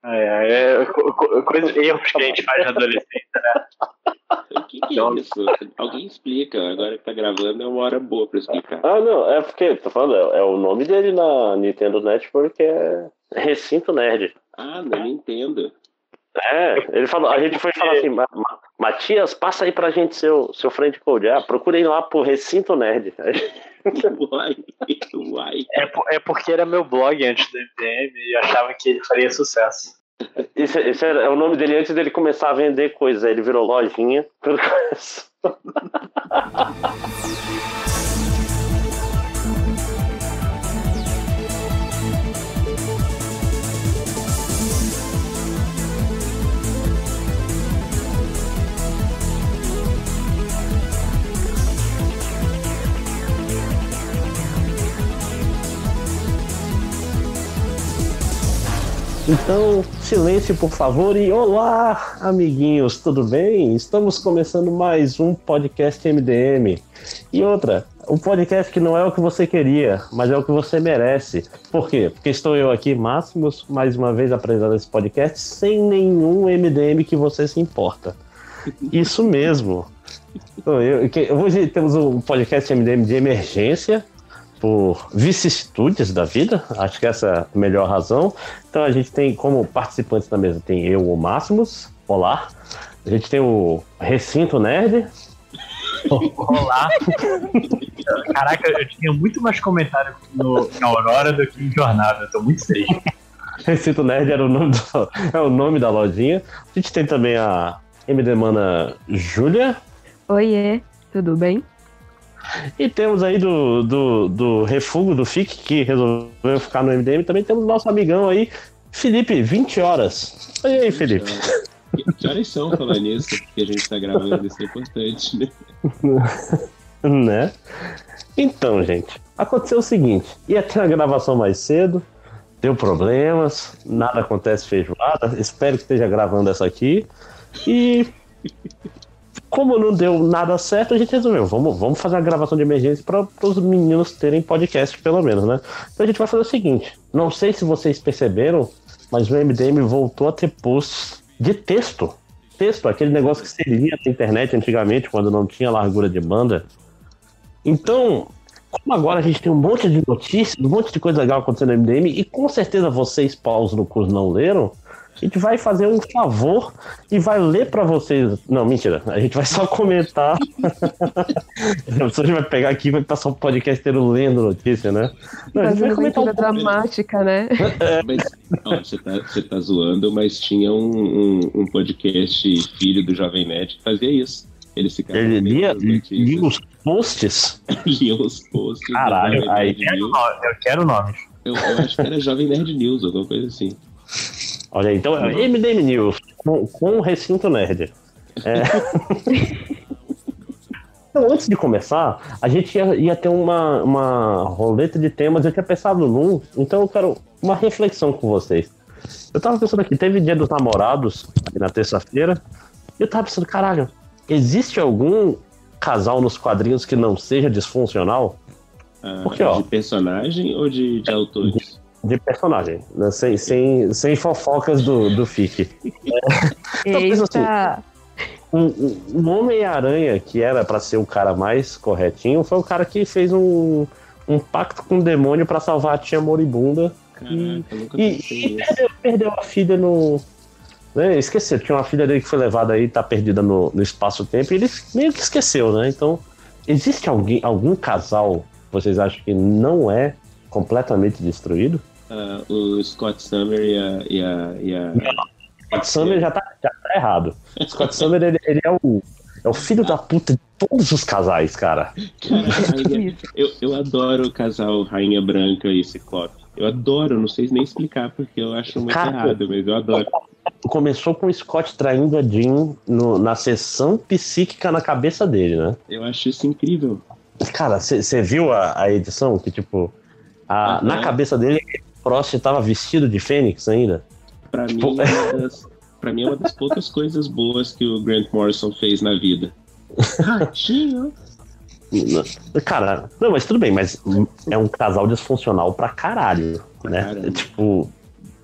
Erros que a gente faz na adolescência, né? O que é isso? Alguém explica. Agora que tá gravando é uma hora boa pra explicar. Não, é porque, tô falando, é o nome dele na Nintendo Network é Recinto Nerd. Na Nintendo. Ele falou, a gente foi falar assim, Matias, passa aí pra gente seu friend code. Procurei lá por Recinto Nerd. Uai. É porque era meu blog antes do MDM e achava que ele faria sucesso. Esse é o nome dele antes dele começar a vender coisas. Ele virou lojinha. Tudo começou. Então, silêncio, por favor, e olá, amiguinhos, tudo bem? Estamos começando mais um podcast MDM. E outra, um podcast que não é o que você queria, mas é o que você merece. Por quê? Porque estou eu aqui, Máximos, mais uma vez apresentando esse podcast, sem nenhum MDM que você se importa. Isso mesmo. Hoje temos um podcast MDM de emergência, por vicissitudes da vida, acho que essa é a melhor razão. Então a gente tem como participantes da mesa, tem eu, o Máximos, olá. A gente tem o Recinto Nerd. Olá. Caraca, eu tinha muito mais comentário na Aurora do que em Jornada, eu tô muito triste. Recinto Nerd era o nome da lojinha. A gente tem também a MD Mana Júlia. Oiê, tudo bem? E temos aí do refúgio do FIC, que resolveu ficar no MDM. Também temos o nosso amigão aí, Felipe, 20 horas. E aí, Felipe? Que horas são falar nisso? Porque a gente tá gravando, isso é importante, né? Né? Então, gente, aconteceu o seguinte: ia ter a gravação mais cedo, deu problemas, nada acontece feijoada. Espero que esteja gravando essa aqui. E como não deu nada certo, a gente resolveu, vamos fazer uma gravação de emergência para os meninos terem podcast, pelo menos, né? Então a gente vai fazer o seguinte, não sei se vocês perceberam, mas o MDM voltou a ter posts de texto, aquele negócio que se lia na internet antigamente, quando não tinha largura de banda. Então, como agora a gente tem um monte de notícias, um monte de coisa legal acontecendo no MDM, e com certeza vocês, paus no curso, não leram, a gente vai fazer um favor e vai ler pra vocês. Não, mentira. A gente vai só comentar. A gente vai pegar aqui e vai passar o podcast inteiro lendo notícia, né? Não, a gente vai comentar uma dramática, né? Mas, você tá zoando, mas tinha um podcast filho do Jovem Nerd que fazia isso. Ele lia os posts? Lia os posts. Caralho, aí eu quero nomes. Eu acho que era Jovem Nerd News, alguma coisa assim. Olha aí, então é MDM News com Recinto Nerd. Então, antes de começar, a gente ia ter uma roleta de temas. Eu tinha pensado num, então eu quero uma reflexão com vocês. Eu tava pensando aqui, teve Dia dos Namorados aqui na terça-feira, e eu tava pensando, caralho, existe algum casal nos quadrinhos que não seja disfuncional? Porque, de personagem ou de autores? De personagem, né? sem fofocas do FIC. Então, assim, o Homem-Aranha, que era pra ser o cara mais corretinho, foi o cara que fez um pacto com o demônio pra salvar a tia moribunda. Caraca, e perdeu a filha no... Né? Esqueceu, tinha uma filha dele que foi levada aí, tá perdida no espaço-tempo, e ele meio que esqueceu, né? Então, existe algum casal, vocês acham que não é completamente destruído? O Scott Summer e a... Scott Summer já tá errado. Scott Summer, ele é o filho da puta de todos os casais, cara. Eu adoro o casal Rainha Branca e Ciclope. Eu adoro, não sei nem explicar porque eu acho muito errado, mas eu adoro. Começou com o Scott traindo a Jean na sessão psíquica na cabeça dele, né? Eu acho isso incrível. Cara, você viu a edição? Que tipo, na cabeça dele, Frost tava vestido de Fênix ainda? Pra mim é uma das poucas coisas boas que o Grant Morrison fez na vida. Ratinho! Cara, mas tudo bem, mas é um casal disfuncional pra caralho, né? Caramba. Tipo,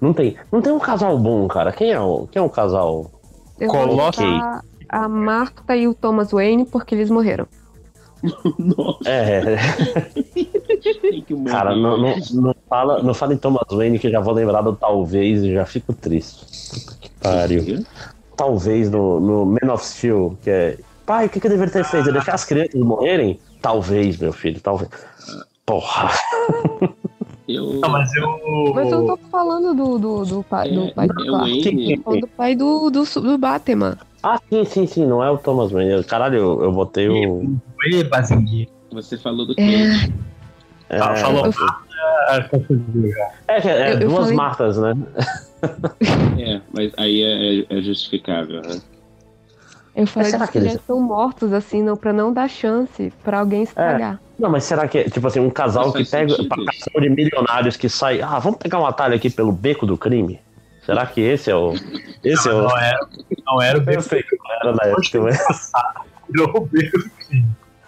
Não tem um casal bom, cara. Quem é o casal? Eu vou Coloque botar a Marta e o Thomas Wayne porque eles morreram. Nossa, É. tem que morrer. Cara, não fala em Thomas Wayne que eu já vou lembrar do talvez e já fico triste. Puta que pariu. Talvez no Man of Steel, que é. Pai, o que eu deveria ter feito? Deixar as crianças morrerem? Talvez, meu filho, talvez. Porra. Não, mas Mas eu tô falando do pai do Clark. o Wayne. Tô falando do pai do Batman. Ah, sim, não é o Thomas Wayne. Caralho, eu botei o. Oi, Bazinguinho. Você falou do Kate. Falou eu- Marta, confundiu já. É Eu duas falei- Martas, né? Mas aí é justificável, né? Eu falei será que que eles- eles estão mortos, assim, não, pra não dar chance pra alguém estragar. Não, mas será que é tipo assim, um casal Mas que faz pega sentido pra isso. casal de milionários que sai. Ah, vamos pegar um atalho aqui pelo beco do crime? Será que esse é o. Esse é o. Não era o Eu beco sei que não era na época, mas. virou o beco do crime.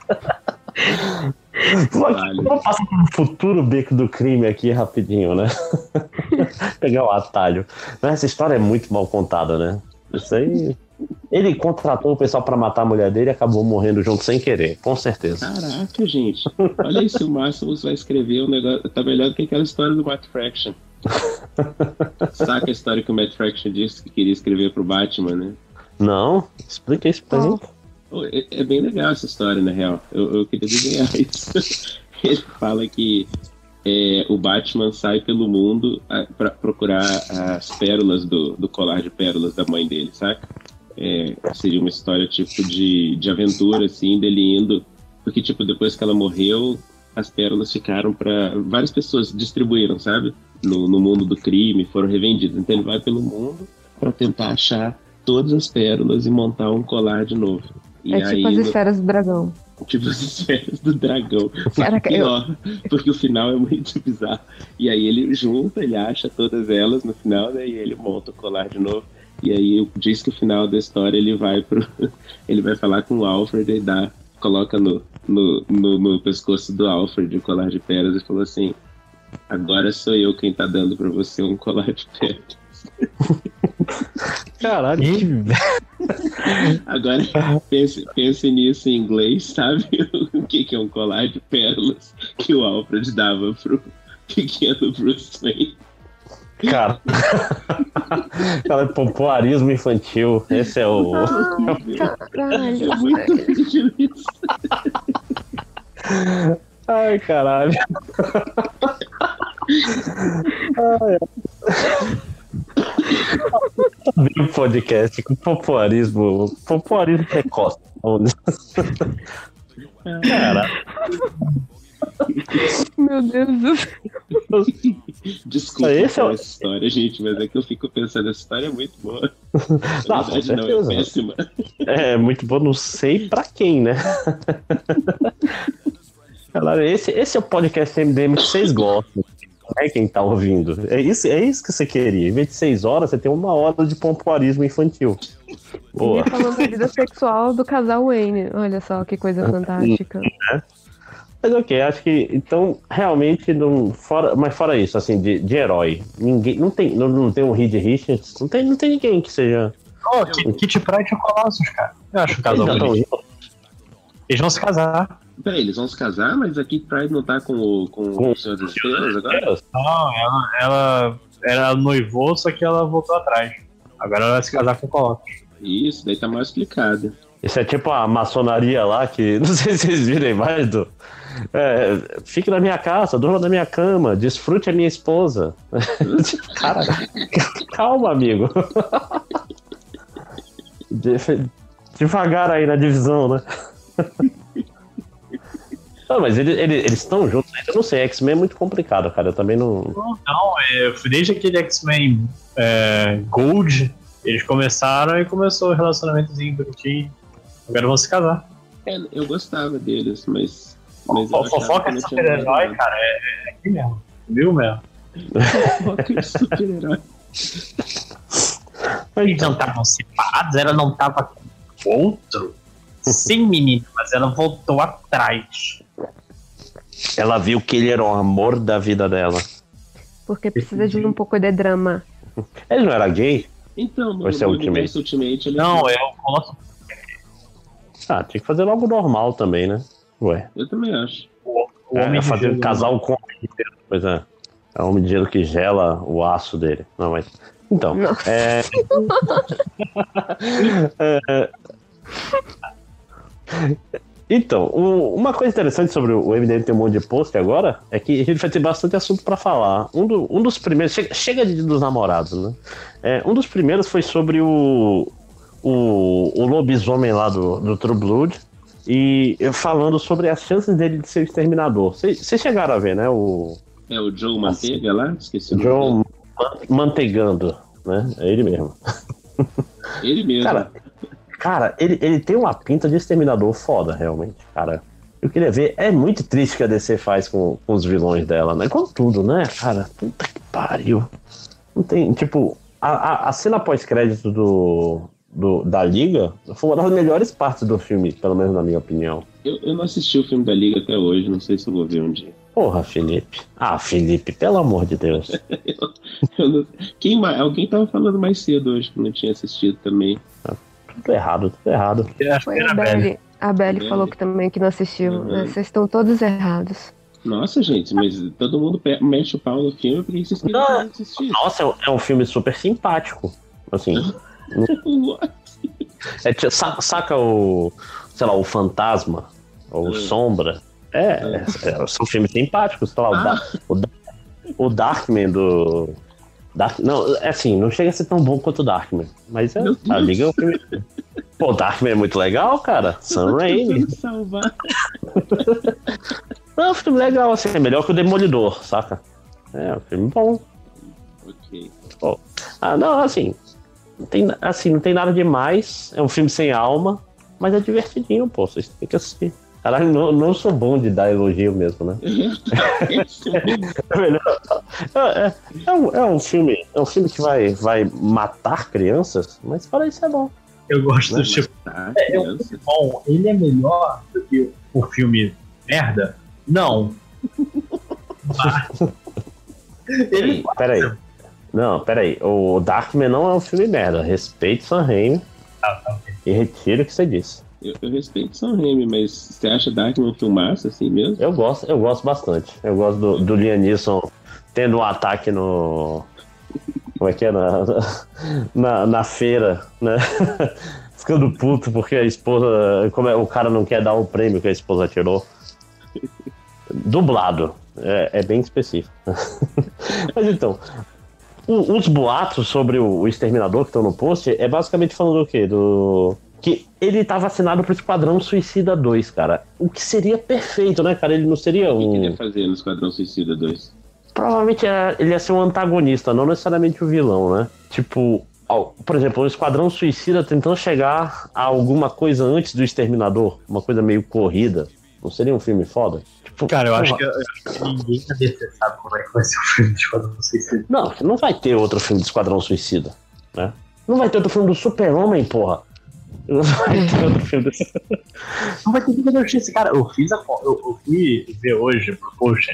Vamos passar pro futuro beco do crime aqui rapidinho, né? Pegar o atalho. Mas essa história é muito mal contada, né? Isso aí. Ele contratou o pessoal pra matar a mulher dele e acabou morrendo junto sem querer, com certeza. Caraca, gente. Olha aí se o Máximos vai escrever um negócio. Tá melhor do que aquela história do Matt Fraction. Saca a história que o Matt Fraction disse que queria escrever pro Batman, né? Não? Explica isso pra mim. Pô, é bem legal essa história, na real. Eu queria desenhar isso. Ele fala que o Batman sai pelo mundo pra procurar as pérolas do colar de pérolas da mãe dele, saca? Seria uma história tipo de aventura, assim, dele indo. Porque, tipo, depois que ela morreu, as pérolas ficaram pra. Várias pessoas distribuíram, sabe? No mundo do crime, foram revendidas. Então ele vai pelo mundo pra tentar achar todas as pérolas e montar um colar de novo. E É tipo as esferas do dragão. Tipo as esferas do dragão. Caraca, Pior, porque o final é muito bizarro. E aí ele junta, ele acha todas elas no final, né? E ele monta o colar de novo. E aí diz que o final da história ele vai falar com o Alfred e coloca no pescoço do Alfred o colar de pérolas e falou assim: agora sou eu quem tá dando pra você um colar de pérolas. Caralho. Agora pense nisso em inglês, sabe? O que é um colar de pérolas que o Alfred dava pro pequeno Bruce Wayne. Cara, popularismo infantil. Esse é o. Caralho. É muito vídeo isso. Ai, caralho. Ai, podcast com popularismo precoce. Caralho. Meu Deus do céu. Desculpa Esse é o- essa história, gente, mas é que eu fico pensando, essa história é muito boa. Não, Na com verdade, não, é certeza. péssima. É muito bom, não sei pra quem, né? Galera, esse é o podcast MDM que vocês gostam. Não é quem tá ouvindo. É isso que você queria. Em vez de 6 horas, você tem 1 hora de pompoarismo infantil. Boa. E falando da vida sexual do casal Wayne. Olha só que coisa fantástica. Mas ok, acho que então realmente mas fora isso, assim, de herói, ninguém não tem um Reed Richards, não tem ninguém que seja. Kitty Pryde e o Colossus, cara. Eu acho o casal Eles já tão bonito. juntos. Eles vão se casar. Peraí, eles vão se casar, mas aqui Pride não tá com o Senhor das Estrelas agora? Não, ela noivou, só que ela voltou atrás. Agora ela vai se casar com o Colossus. Isso, daí tá mal explicado. Isso é tipo a maçonaria lá que não sei se vocês virem mais do. Fique na minha casa, durma na minha cama, desfrute a minha esposa. Cara, calma, amigo. Devagar aí na divisão, né? Não, mas eles estão juntos ainda. Eu não sei, X-Men é muito complicado, cara. Eu também não. Desde aquele X-Men Gold, eles começaram e começou o relacionamentozinho bonitinho. Agora vão se casar. Eu gostava deles, mas eu achava Fofoca que de não tinha super-herói, nada. cara, é aqui mesmo. Viu mesmo? Fofoca de super-herói. Eles não estavam separados, ela não tava com outro. Sim, menino, mas ela voltou atrás. Ela viu que ele era o amor da vida dela. Porque precisa de um pouco de drama. Ele não era gay? Então, no Esse é o universo Ultimate ele Não, é o Colossus. Ah, tinha que fazer logo normal também, né? Ué. Eu também acho. O Homem de fazer Gelo, um casal com Homem de Gelo. Pois é. É o Homem de Gelo que gela o aço dele. Não, mas... Então, Nossa. Então, uma coisa interessante sobre o MDM ter um monte de post agora é que a gente vai ter bastante assunto pra falar. Um dos primeiros... Chega dos namorados, né? Um dos primeiros foi sobre o lobisomem lá do True Blood. E falando sobre as chances dele de ser o exterminador. Vocês chegaram a ver, né? O Joe Manteiga lá? Esqueci o nome. Joe Manteigando, né? É ele mesmo. Ele mesmo. Cara, ele tem uma pinta de exterminador foda, realmente, cara. Eu queria ver, é muito triste que a DC faz com os vilões dela, né? Com tudo, né, cara? Puta que pariu. Não tem, tipo, a cena pós-crédito da Liga foi uma das melhores partes do filme, pelo menos na minha opinião. Eu não assisti o filme da Liga até hoje, não sei se eu vou ver um dia. Porra, Felipe. Ah, Felipe, pelo amor de Deus. Eu não... Alguém tava falando mais cedo hoje que não tinha assistido também. Tudo errado. Foi a Belly. A Belly falou que também que não assistiu. Né? Vocês estão todos errados. Nossa, gente, mas todo mundo mexe o pau no filme porque vocês queriam assistir. Nossa, é um filme super simpático. Assim. Saca sei lá, o Fantasma ou o Sombra. São filmes simpáticos, sei lá, o Darkman do... Não, assim, não chega a ser tão bom quanto o Darkman, mas a Liga é um filme... Pô, o Darkman é muito legal, cara. Sam Raimi. Não, é um filme legal, assim, é melhor que o Demolidor, saca? É um filme bom. Ok. Pô. Não, assim, não tem nada demais, é um filme sem alma, mas é divertidinho, pô, vocês têm que assistir. Caralho, não sou bom de dar elogio mesmo, né? É um filme que vai matar crianças, mas para isso é bom. Eu gosto do tipo. É um filme bom. Ele é melhor do que o filme merda? Não. Peraí. O Darkman não é um filme merda. Respeite Sam Raimi. Okay. E retiro o que você disse. Eu respeito Sam Raimi, mas você acha Darkman um filmaço assim mesmo? Eu gosto bastante. Eu gosto do Liam Neeson tendo um ataque no... Como é que é? Na feira, né? Ficando puto porque a esposa... o cara não quer dar o prêmio que a esposa tirou. Dublado. É bem específico. Mas então... Os boatos sobre o Exterminador que estão no post é basicamente falando o quê? Que ele tá vacinado pro Esquadrão Suicida 2, cara. O que seria perfeito, né, cara? Ele não seria O que ele ia fazer no Esquadrão Suicida 2? Provavelmente ele ia ser um antagonista, não necessariamente o vilão, né? Tipo, por exemplo, o Esquadrão Suicida tentando chegar a alguma coisa antes do Exterminador. Uma coisa meio corrida. Não seria um filme foda? Tipo, cara, eu acho que ninguém na DC sabe como é que vai ser o filme do Esquadrão Suicida. Não vai ter outro filme do Esquadrão Suicida, né? Não vai ter outro filme do Super-Homem, porra. Não vai ter outro filme do... Não vai ter Liga da Justiça. Cara, eu fui ver hoje pro post,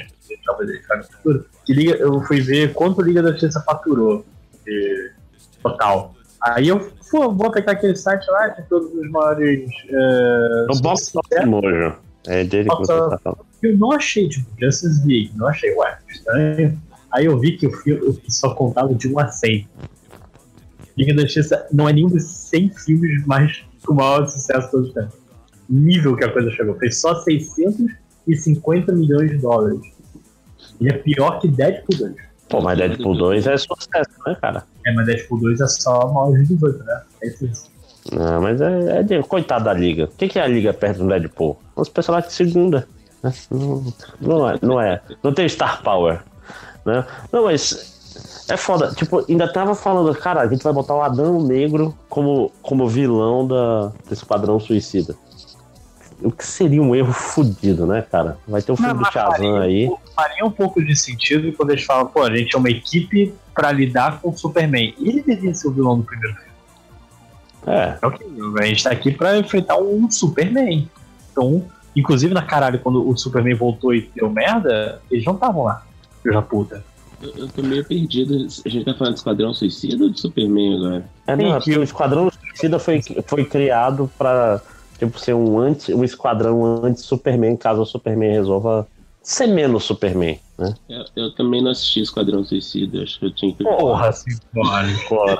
eu fui ver quanto Liga da Justiça faturou total. Aí eu vou pegar aquele site lá, de todos os maiores... o Box Office Mojo. É dele que você tá falando. Eu não achei, tipo, Justice League, não achei, estranho. Aí eu vi que o filme só contava de 1 a 100. Liga da Justiça não é nenhum dos 100 filmes mais com o maior sucesso de todos os tempos. O nível que a coisa chegou. Fez só 650 milhões de dólares. E é pior que Deadpool 2. Pô, mas Deadpool 2 é sucesso, né, cara? Mas Deadpool 2 é só maior de 18, né? É isso. Não, mas coitado da Liga. O que é a Liga perto do Deadpool? Os personagens de segunda. Né? Não é. Não tem Star Power. Né? Não, mas é foda. Tipo, ainda tava falando, cara, a gente vai botar o Adão Negro como vilão do Esquadrão Suicida. O que seria um erro fodido, né, cara? Vai ter o filme do Shazam aí. Faria um pouco de sentido quando eles falam, pô, a gente é uma equipe pra lidar com o Superman. Ele devia ser o vilão do primeiro filme. Ok, a gente tá aqui pra enfrentar um Superman. Então, inclusive na caralho, quando o Superman voltou e deu merda, eles não estavam lá. Filho da puta. Eu tô meio perdido. A gente tá falando de Esquadrão Suicida ou de Superman agora? Não, que o Esquadrão Suicida foi criado pra tipo, ser um esquadrão anti-Superman, caso o Superman resolva ser menos Superman, né? Eu também não assisti Esquadrão Suicida, acho que eu tinha que... Porra, 5 horas.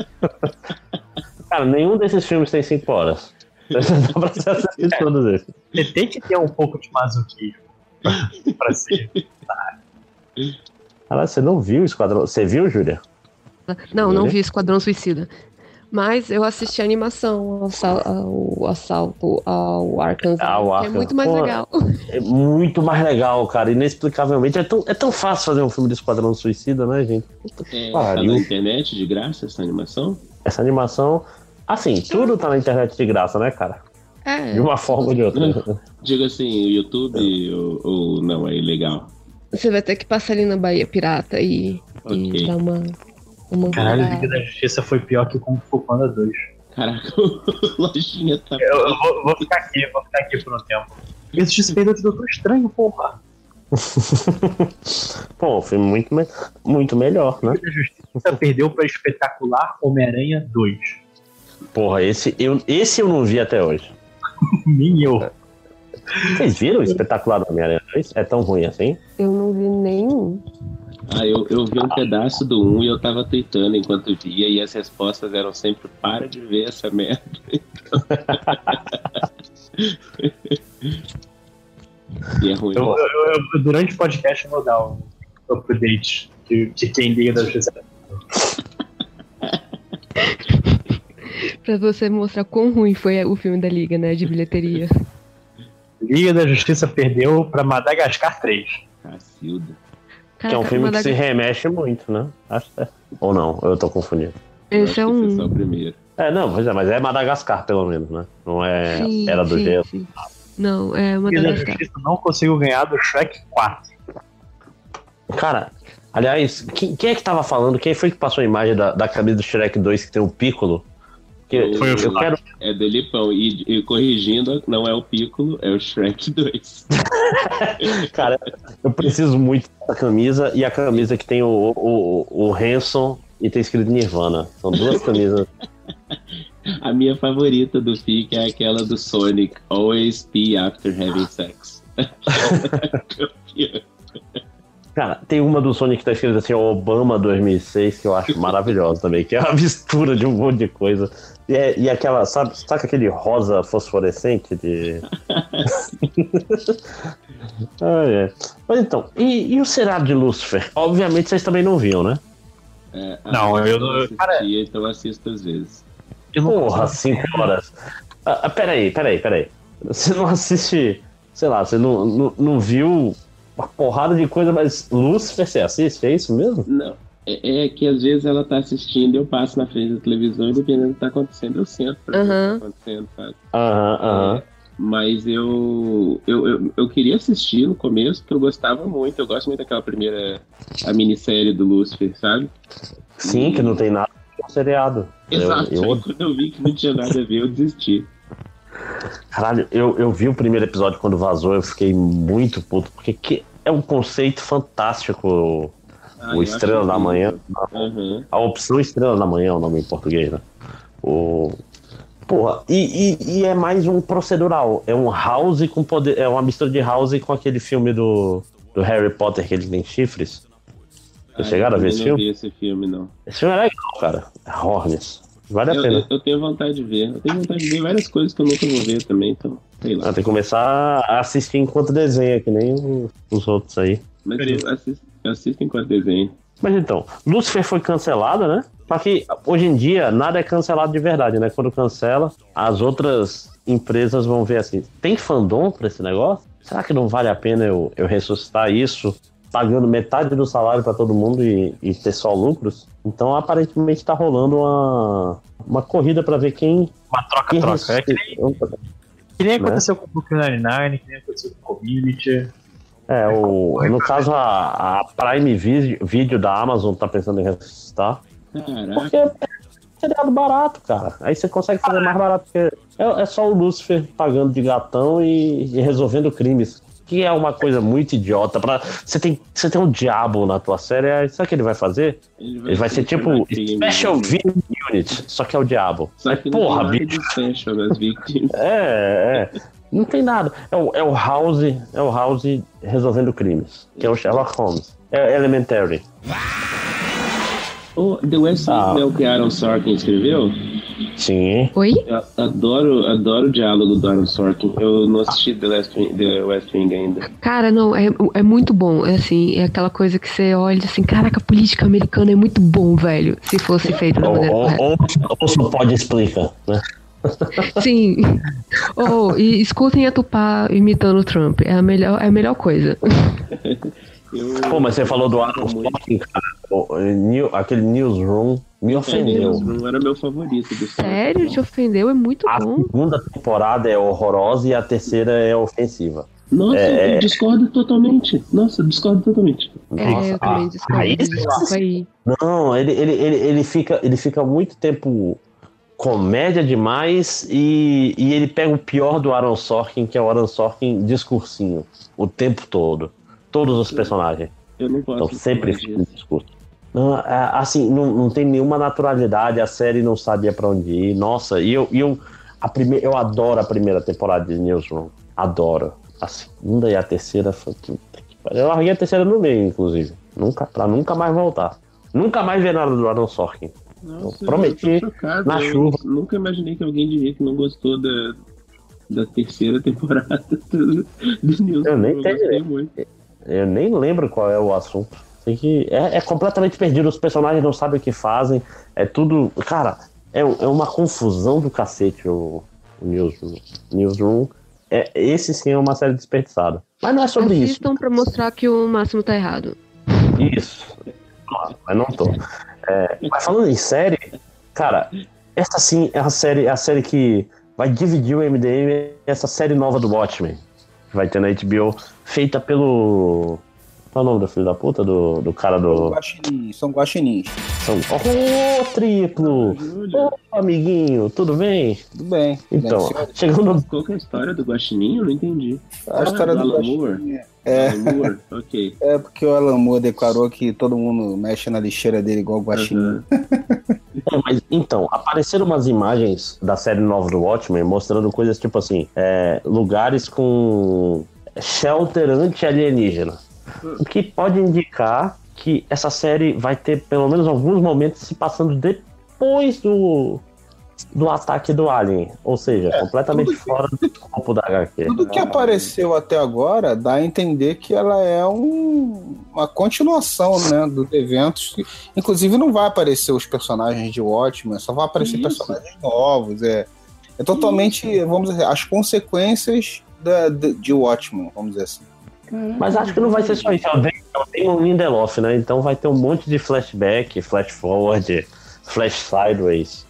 Cara, nenhum desses filmes tem 5 horas. Dá pra você assistir todos eles. Você tem que ter um pouco de masoquismo pra ser. Cara, você não viu o Esquadrão... Você viu, Júlia? Não vi Esquadrão Suicida. Mas eu assisti a animação, o assalto ao Arkham, que é muito mais legal. É muito mais legal, cara. Inexplicavelmente. É tão fácil fazer um filme de Esquadrão Suicida, né, gente? Tá na internet de graça essa animação? Essa animação... Assim, tudo tá na internet de graça, né, cara? De uma forma ou de outra. Diga assim, o YouTube ou não, é ilegal? Você vai ter que passar ali na Bahia Pirata e dar uma Caralho, a Liga da Justiça foi pior que o Kung Fu Panda 2. Caraca, o Lojinha tá... Eu vou ficar aqui por um tempo. Liga da Justiça perdeu de Doutor Estranho, porra. Pô, foi muito melhor, né? Liga da Justiça perdeu pra Espetacular Homem-Aranha 2. Porra, esse eu não vi até hoje. Nem eu. Vocês viram o Espetacular Homem-Aranha 2? É tão ruim assim? Eu não vi nenhum. Eu vi um pedaço do 1 e eu tava tweetando enquanto via, e as respostas eram sempre: para de ver essa merda. E é ruim. Durante o podcast eu vou dar um update de quem Liga da Justiça. Pra você mostrar quão ruim foi o filme da Liga, né, de bilheteria. Liga da Justiça perdeu pra Madagascar 3. Cacilda. Que é um filme que se remexe muito, né? Acho que é. Ou não, eu tô confundindo. Esse é um... Esse é só o primeiro. Não, mas é Madagascar, pelo menos, né? Não é Era do Gelo. Sim. Não, é Liga Madagascar. da Justiça não conseguiu ganhar do Shrek 4. Cara, aliás, quem é que tava falando? Quem foi que passou a imagem da camisa do Shrek 2 que tem o Piccolo? Foi o Flávio. É do Lipão. E corrigindo, não é o Piccolo, é o Shrek 2. Cara, eu preciso muito dessa camisa e a camisa que tem o Hanson e tem escrito Nirvana. São duas camisas. A minha favorita do FIC é aquela do Sonic, Always Pee After Having Sex. Cara, tem uma do Sonic que tá escrito assim, Obama 2006, que eu acho maravilhosa também, que é uma mistura de um monte de coisa. E aquela, sabe aquele rosa fosforescente de... Mas então, e o seriado de Lucifer? Obviamente vocês também não viam, né? Não, eu não assisti, cara, então eu assisto às vezes. Porra, 5 horas. Peraí. Você não assiste, sei lá, você não viu uma porrada de coisa, mas Lucifer você assiste, é isso mesmo? Não. É que às vezes ela tá assistindo e eu passo na frente da televisão e dependendo do que tá acontecendo, eu sento pra ver o que tá acontecendo, sabe? Mas eu queria assistir no começo, porque eu gostava muito. Eu gosto muito daquela primeira a minissérie do Lucifer, sabe? Sim, que não tem nada com seriado. Exato, aí quando eu vi que não tinha nada a ver, eu desisti. Caralho, eu vi o primeiro episódio quando vazou, eu fiquei muito puto, porque é um conceito fantástico. O Estrela da Manhã. A opção Estrela da Manhã é o nome em português, né? Porra, e é mais um procedural. É um House com poder. É uma mistura de House com aquele filme do Harry Potter que ele tem chifres. Vocês chegaram a ver esse filme? Eu não vi esse filme, não. Esse filme é legal, cara. É Hornets. Vale a pena. Eu tenho vontade de ver. Eu tenho vontade de ver várias coisas que eu nunca vou ver também, então, sei lá. Tem que começar a assistir enquanto desenha, que nem os outros aí. Mas eu assisto enquanto desenho. Mas então, Lucifer foi cancelada, né? Só que hoje em dia nada é cancelado de verdade, né? Quando cancela, as outras empresas vão ver assim, tem fandom pra esse negócio? Será que não vale a pena eu ressuscitar isso, pagando metade do salário pra todo mundo e ter só lucros? Então aparentemente tá rolando uma corrida pra ver quem... Uma troca-troca. É que nem aconteceu com o Brooklyn Nine-Nine, que nem aconteceu com o Community... no caso, a Prime Video da Amazon tá pensando em ressuscitar. Caraca. Porque é seriado barato, cara. Aí você consegue fazer mais barato, porque é só o Lucifer pagando de gatão e resolvendo crimes. que é uma coisa muito idiota. Você tem um diabo na tua série, sabe o que ele vai fazer? Ele vai ser tipo Special Victim Unit, só que é o diabo. Só que porra, bicho. Special das Victims. Não tem nada. É o House resolvendo crimes, que é o Sherlock Holmes. É Elementary. The West Wing é o que Aaron Sorkin escreveu? Sim. Oi? Eu adoro o diálogo do Aaron Sorkin. Eu não assisti The West Wing ainda. Cara, não, é muito bom. É assim, é aquela coisa que você olha assim, caraca, a política americana é muito bom, velho. Se fosse feito da maneira correta. Ou só pode explicar, né? Sim. E escutem a Tupá imitando o Trump. É a melhor coisa. Pô, mas você falou do Aaron Sorkin, cara. Aquele Newsroom me ofendeu. Newsroom era meu favorito. Sério? Te ofendeu? É muito bom. A segunda temporada é horrorosa e a terceira é ofensiva. Nossa, eu discordo totalmente. Eu também discordo aí. Não, ele fica muito tempo comédia demais e ele pega o pior do Aaron Sorkin, que é o Aaron Sorkin discursinho, o tempo todo. Todos os personagens. Eu não gosto. Então sempre fica no discurso. Não, assim, não tem nenhuma naturalidade, a série não sabia pra onde ir. Nossa, eu adoro a primeira temporada de Newsroom. Adoro. A segunda e a terceira foi tudo. Eu larguei a terceira no meio, inclusive. Pra nunca mais voltar. Nunca mais ver nada do Aaron Sorkin. Nossa, eu prometi na chuva. Nunca imaginei que alguém diria que não gostou da terceira temporada do Newsroom. Eu nem entendi. Eu nem lembro qual é o assunto. É completamente perdido. Os personagens não sabem o que fazem. É tudo. Cara, é uma confusão do cacete o Newsroom. Esse sim é uma série desperdiçada. Mas não é sobre isso. Assistam pra mostrar que o Máximo tá errado. Isso. Mas não tô. Mas falando em série, cara, essa sim é a série que vai dividir o MDM. Essa série nova do Watchmen, que vai ter na HBO, feita pelo... Qual é o nome do filho da puta? Do cara do... São guaxinins. Triplo! Amiguinho, tudo bem? Tudo bem. Então, chegando... Qual que é a história do guaxininho? Eu não entendi. A história do Alan Moore? Alan Moore, ok. É porque o Alan Moore declarou que todo mundo mexe na lixeira dele igual o guaxinim. Então, apareceram umas imagens da série nova do Watchmen mostrando coisas tipo assim, lugares com shelter anti-alienígena. O que pode indicar que essa série vai ter pelo menos alguns momentos se passando depois do ataque do Alien. Ou seja, completamente fora do escopo da HQ. Tudo que apareceu até agora dá a entender que ela é uma continuação, né, dos eventos. Inclusive não vai aparecer os personagens de Watchmen, só vai aparecer personagens novos. É totalmente, vamos dizer, as consequências de Watchmen, vamos dizer assim. Mas acho que não vai ser só isso. Eu tenho um Lindelof, né? Então vai ter um monte de flashback, flash forward, flash sideways.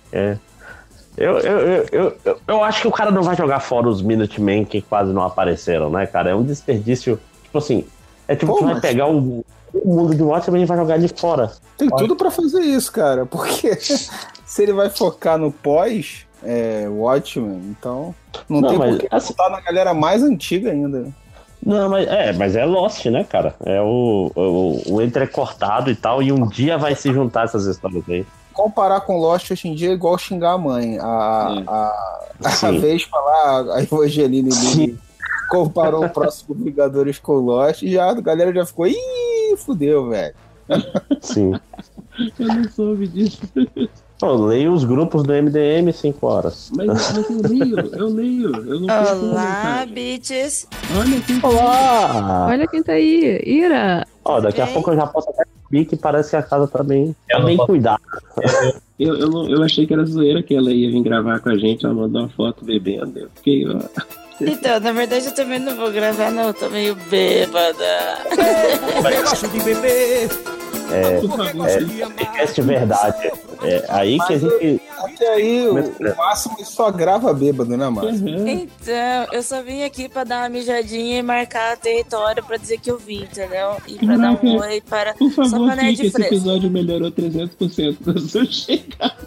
Eu acho que o cara não vai jogar fora os Minutemen que quase não apareceram, né, cara? É um desperdício. Tipo assim, que vai pegar o mundo de Watchmen e vai jogar ele fora. Tem tudo pra fazer isso, cara. Porque se ele vai focar no pós Watchmen, então não tem por que voltar na galera mais antiga ainda. Não, mas é Lost, né, cara? É o entrecortado e tal, e um dia vai se juntar essas histórias aí. Comparar com Lost hoje em dia é igual xingar a mãe. A vez falar, a Evangeline comparou o próximo Vingadores com Lost e a galera já ficou, fudeu, velho. Sim. Eu não soube disso. Eu leio os grupos do MDM 5 horas. Mas eu leio. Eu não Olá, bitches. Olá! Olha quem tá aí, Ira. Daqui a pouco eu já posso até subir que parece que a casa tá bem cuidada. Eu achei que era zoeira que ela ia vir gravar com a gente, ela mandou uma foto bebendo. Eu fiquei, Então, na verdade eu também não vou gravar não, eu tô meio bêbada. Eu gosto de beber. Podcast verdade. Aí que a gente... Até aí, o Máximo só grava bêbado, né, Máximo? Então, eu só vim aqui pra dar uma mijadinha e marcar território pra dizer que eu vim, entendeu? E pra dar um oi para... Por favor, só pra que esse episódio melhorou 300% da sua chegada.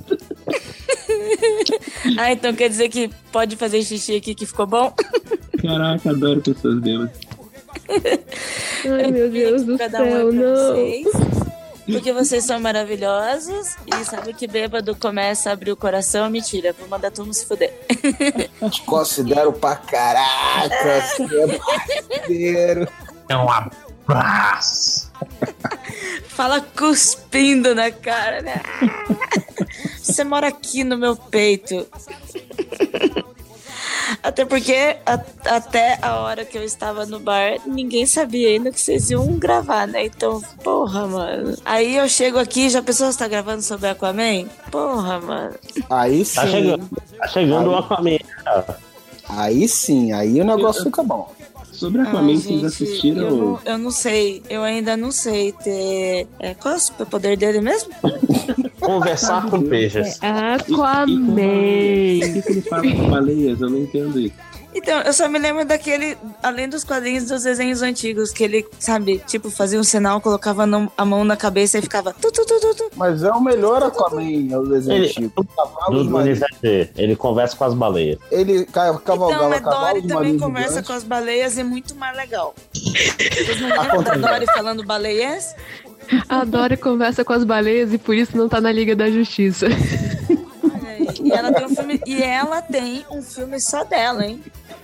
Então quer dizer que pode fazer xixi aqui que ficou bom? Caraca, adoro pessoas bêbadas. Ai, meu Deus do céu, não. Porque vocês são maravilhosos e sabe que bêbado começa a abrir o coração. Mentira, vou mandar todo mundo se fuder. Te considero pra caraca, você é parceiro. É um abraço. Fala cuspindo na cara, né? Você mora aqui no meu peito. Até porque até a hora que eu estava no bar, ninguém sabia ainda que vocês iam gravar, né? Então, porra, mano. Aí eu chego aqui, já a pessoa está gravando sobre Aquaman? Porra, mano. Aí sim. Tá chegando o Aquaman. Aí sim, aí o negócio fica bom. Sobre Aquaman, vocês assistiram? Eu não sei, eu ainda não sei ter... qual é o poder dele mesmo? Conversar com peixes. Aquaman. Por que ele fala com baleias? Eu não entendo isso. Então, eu só me lembro daquele, além dos quadrinhos dos desenhos antigos, que ele, sabe, tipo, fazia um sinal, colocava a mão na cabeça e ficava... Mas é o melhor Aquaman, é o desenho antigo. Ele conversa com as baleias. Ele cavalgava então, mas cavalo Dory de também marinho conversa gigante. com as baleias e é muito mais legal. Vocês não lembram da Dory falando baleias? A Dory conversa com as baleias e por isso não tá na Liga da Justiça. E ela tem um filme só dela, hein?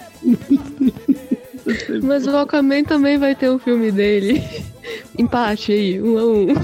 Mas o Aquaman também vai ter um filme dele. Empate aí, 1-1.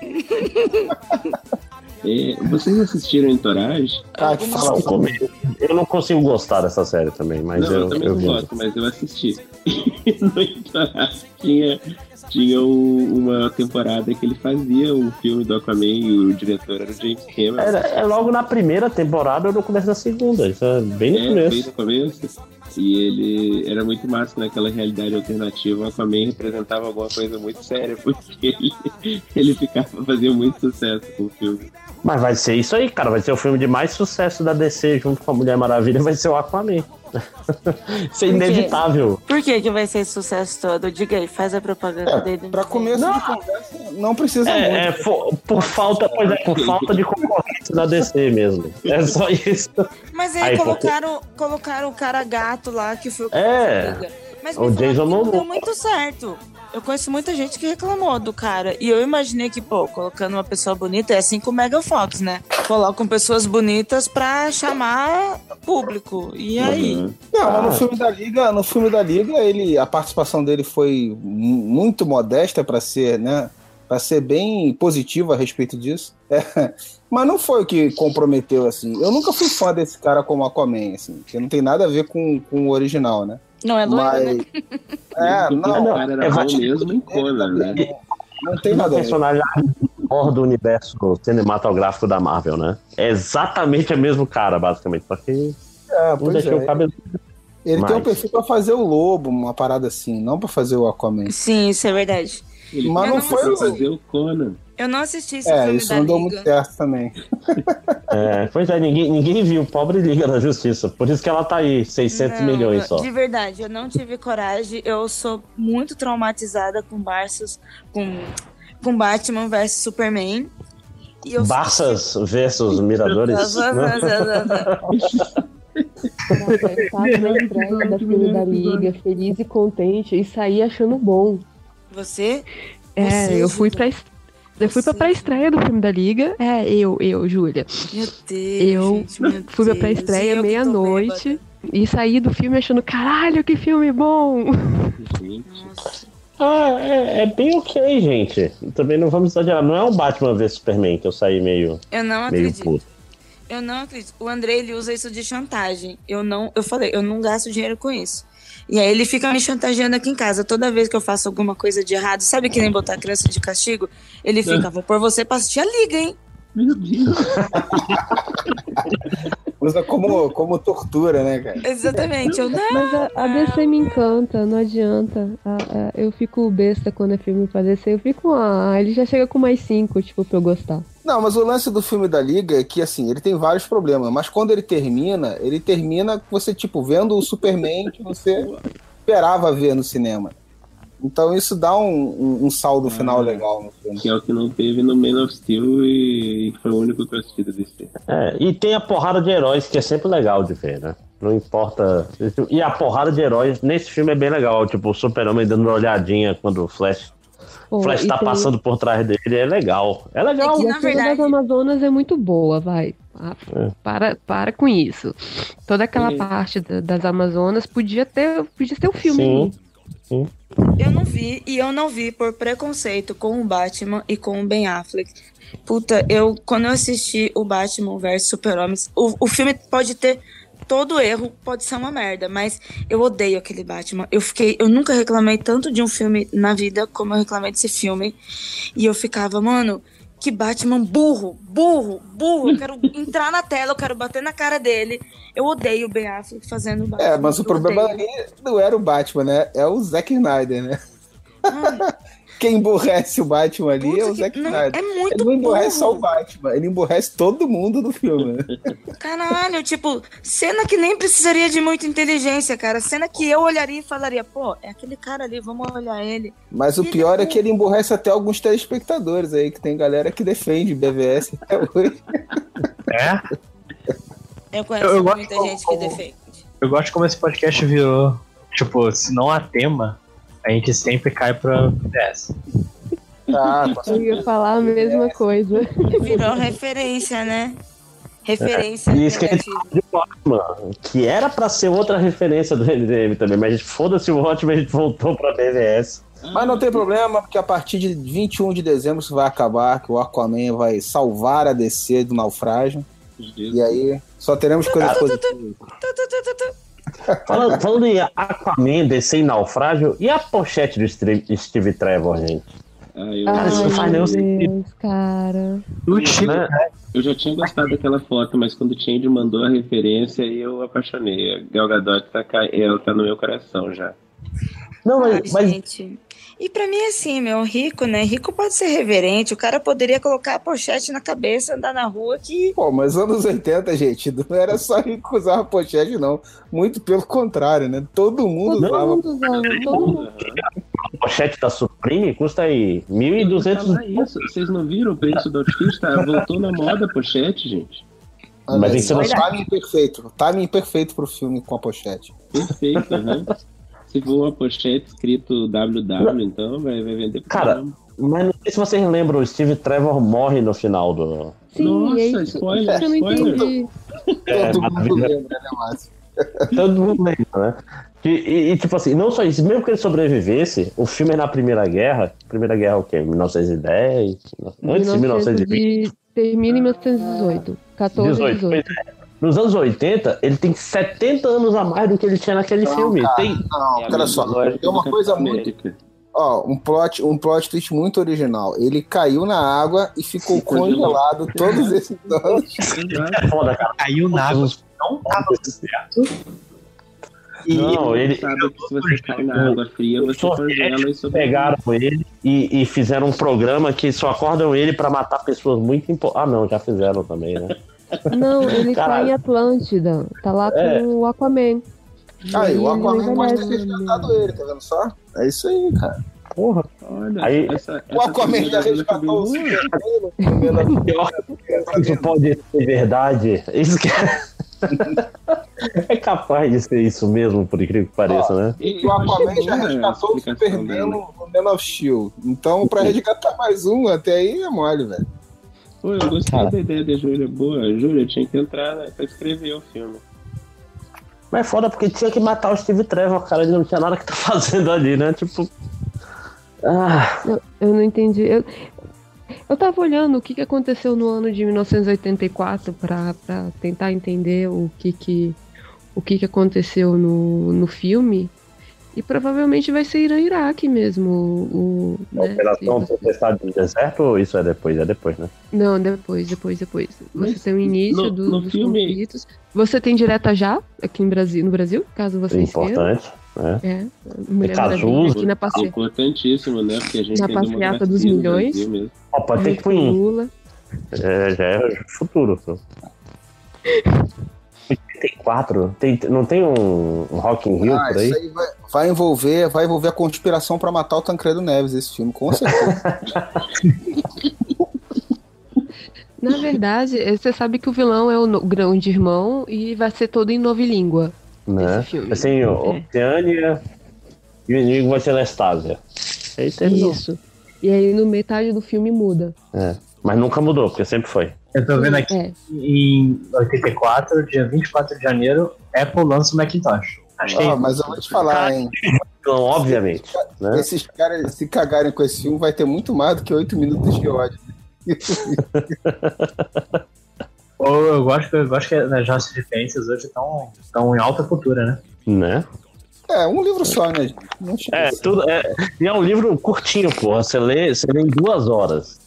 Vocês assistiram Entourage? Eu não consigo gostar dessa série também, mas eu também não gosto, mas eu assisti. No Entourage tinha uma temporada que ele fazia um filme do Aquaman e o diretor era o James Cameron. É logo na primeira temporada ou no começo da segunda. Isso é bem no começo. Bem no começo. E ele era muito massa naquela realidade alternativa. O Aquaman representava alguma coisa muito séria, porque ele fazia muito sucesso com o filme. Mas vai ser isso aí, cara. Vai ser o filme de mais sucesso da DC junto com a Mulher Maravilha, vai ser o Aquaman. Isso é inevitável. Por que vai ser esse sucesso todo? Diga aí, faz a propaganda dele. Pra começo de conversa, não precisa muito. Por falta de concorrência da DC mesmo. É só isso. Mas aí colocaram o cara gato lá, que foi o Mas o Jason não deu muito certo. Eu conheço muita gente que reclamou do cara. E eu imaginei que, colocando uma pessoa bonita, é assim com o Megan Fox, né? Colocam pessoas bonitas pra chamar público. E aí? Não, mas no filme da Liga, a participação dele foi muito modesta pra ser, né? Pra ser bem positiva a respeito disso. Mas não foi o que comprometeu, assim. Eu nunca fui fã desse cara como Aquaman, assim. Porque não tem nada a ver com o original, né? Não é loiro, né? O cara era bom mesmo em Conan, né? Não tem nada a ver. Personagem do universo cinematográfico da Marvel, né? É exatamente o mesmo cara, basicamente. Só que não deixou o cabelo. Ele tem um perfil pra fazer o Lobo, uma parada assim, não pra fazer o Aquaman. Sim, isso é verdade. Mas não foi fazer o Conan. Eu não assisti esse filme isso não deu muito certo também. Pois é, ninguém viu. Pobre Liga da Justiça. Por isso que ela tá aí, 600 milhões só. De verdade, eu não tive coragem. Eu sou muito traumatizada com Batman vs Superman. Barças versus Miradores? Eu tava na estreia da filme da Liga, feliz e contente, e saí achando bom. Você? Eu fui pra pré-estreia do filme da Liga. Eu, Júlia. Meu Deus. Eu fui pra pré-estreia meia-noite e saí do filme achando, caralho, que filme bom! É bem ok, gente. Também não vamos exagerar. Não é o Batman vs Superman que eu saí meio. Eu não meio acredito. puto. Eu não acredito. O André, ele usa isso de chantagem. Eu falei, eu não gasto dinheiro com isso. E aí ele fica me chantageando aqui em casa. Toda vez que eu faço alguma coisa de errado, sabe que nem botar a criança de castigo? Ele fica, vou pôr você pra assistir a Liga, hein? Meu Deus. Usa como tortura, né, cara? Exatamente. Mas a DC me encanta, não adianta. Eu fico besta quando é filme pra DC. Eu fico, ele já chega com mais 5, tipo, pra eu gostar. Não, mas o lance do filme da Liga é que, assim, ele tem vários problemas, mas quando ele termina com você, tipo, vendo o Superman que você esperava ver no cinema. Então isso dá um saldo final legal no filme. Que é o que não teve no Man of Steel e foi o único que eu assisti desse filme. E tem a porrada de heróis que é sempre legal de ver, né? Não importa. E a porrada de heróis nesse filme é bem legal. Tipo, o Super-Homem dando uma olhadinha quando o Flash tá passando por trás dele. É legal. É legal. E a cena das Amazonas é muito boa, vai. Para com isso. Toda aquela parte das Amazonas podia ter o filme. Sim. Eu não vi, e eu não vi por preconceito com o Batman e com o Ben Affleck. Puta, quando eu assisti o Batman vs Super-Homem, o filme pode ter todo erro, pode ser uma merda, mas eu odeio aquele Batman. Eu nunca reclamei tanto de um filme na vida como eu reclamei desse filme. E eu ficava, mano, que Batman burro. Eu quero entrar na tela, eu quero bater na cara dele. Eu odeio o Ben Affleck fazendo o Batman. Mas o problema ali não era o Batman, né? É o Zack Snyder, né? Quem emburrece o Batman ali é o Zack Snyder. É muito ele não emburrece só o Batman, ele emburrece todo mundo do filme. Caralho, tipo, cena que nem precisaria de muita inteligência, cara. Cena que eu olharia e falaria, pô, é aquele cara ali, vamos olhar ele. Mas o pior é que ele emburrece até alguns telespectadores aí, que tem galera que defende BVS até hoje. Eu conheço muita gente que defende. Eu gosto como esse podcast virou, tipo, se não há tema, a gente sempre cai pra BVS. Eu ia falar a mesma coisa. Virou referência, né? Referência Isso de Watchmen, que era pra ser outra referência do MDM também, mas foda-se o Watchmen, a gente voltou pra BVS. Mas não tem problema, porque a partir de 21 de dezembro isso vai acabar, que o Aquaman vai salvar a DC do naufrágio. E aí só teremos coisas positivas. Falando em Aquaman, DC e naufrágio, e a pochete do Steve Trevor, gente? Isso não faz nenhum sentido. Cara. Eu já tinha gostado daquela foto, mas quando o Change mandou a referência, eu apaixonei. A Gal Gadot ela tá no meu coração já. Não, mas... gente. E pra mim é assim, meu, rico, né? Rico pode ser reverente, o cara poderia colocar a pochete na cabeça, andar na rua que... Pô, mas anos 80, gente, não era só rico usar a pochete, não. Muito pelo contrário, né? Todo mundo usava. A pochete da Supreme custa aí 1.200. Vocês não viram o preço do outfit? Voltou na moda a pochete, gente. Mas tem que ser timing perfeito pro filme com a pochete. Perfeito, Se for uma pochete escrito WW, então vai vender. Cara, mas não sei se vocês lembram, o Steve Trevor morre no final do... Sim, nossa, spoiler. Eu não entendi. Todo mundo lembra, né, Márcio? Todo mundo lembra, né? E tipo assim, não só isso, mesmo que ele sobrevivesse, o filme é na Primeira Guerra o quê? 1910? Antes de 1920? Termina em 1918. 18. Nos anos 80, ele tem 70 anos a mais do que ele tinha naquele filme. Olha só, tem uma coisa muito... um plot twist muito original. Ele caiu na água e ficou congelado todos esses anos. É foda, cara. Caiu na água, não tava certo. Não, ele sabe que se você cai na água fria, você congela e pegaram ele e fizeram um programa que só acordam ele pra matar pessoas muito importantes. Ah, não, já fizeram também, né? Não, ele tá em Atlântida. Tá lá com o Aquaman. Aí, o Aquaman pode ter resgatado ele, tá vendo só? É isso aí, cara. Porra. Olha, aí, o Aquaman já resgatou o Superman. Isso pode ser verdade. Isso que é capaz de ser isso mesmo, por incrível que pareça, né? O Aquaman já resgatou o Superman no Man of Steel. Então, pra resgatar mais um, até aí é mole, velho. Pô, eu gostei da ideia da Júlia. Boa, Júlia tinha que entrar, né, pra escrever o filme. Mas é foda porque tinha que matar o Steve Trevor, cara. Ele não tinha nada que tá fazendo ali, né? Tipo. Eu não entendi. Eu tava olhando o que aconteceu no ano de 1984 pra tentar entender o que aconteceu no filme. E provavelmente vai ser Irã-Iraque mesmo. A Operação Tempestade do Deserto ou isso é depois? É depois, né? Não, depois. Você tem o início dos conflitos. Você tem direta já aqui no Brasil, caso vocês queiram. Importante, né? Mulher Maravilha aqui na importantíssimo, né? Porque a gente na passeata dos milhões. Pode ter Queen. Lula. Já é o futuro. 84? Não tem um Rock in Rio por aí? Isso aí vai envolver a conspiração pra matar o Tancredo Neves, esse filme, com certeza. Na verdade, você sabe que o vilão é o Grande Irmão e vai ser todo em novilíngua. Né? Esse filme. Assim, Oceânia e o inimigo vai ser Lestásia. Aí terminou. Isso. E aí no metade do filme muda. Mas nunca mudou, porque sempre foi. Eu tô vendo aqui em 84, dia 24 de janeiro, Apple lança o Macintosh. Acho que Mas eu vou te falar, hein? Então, obviamente. Né? Esses caras, se cagarem com esse filme, vai ter muito mais do que 8 minutos de ódio. eu gosto que as nossas referências hoje estão em alta cultura, né? Né? Um livro só, né? E é um livro curtinho, porra. Você lê em 2 horas.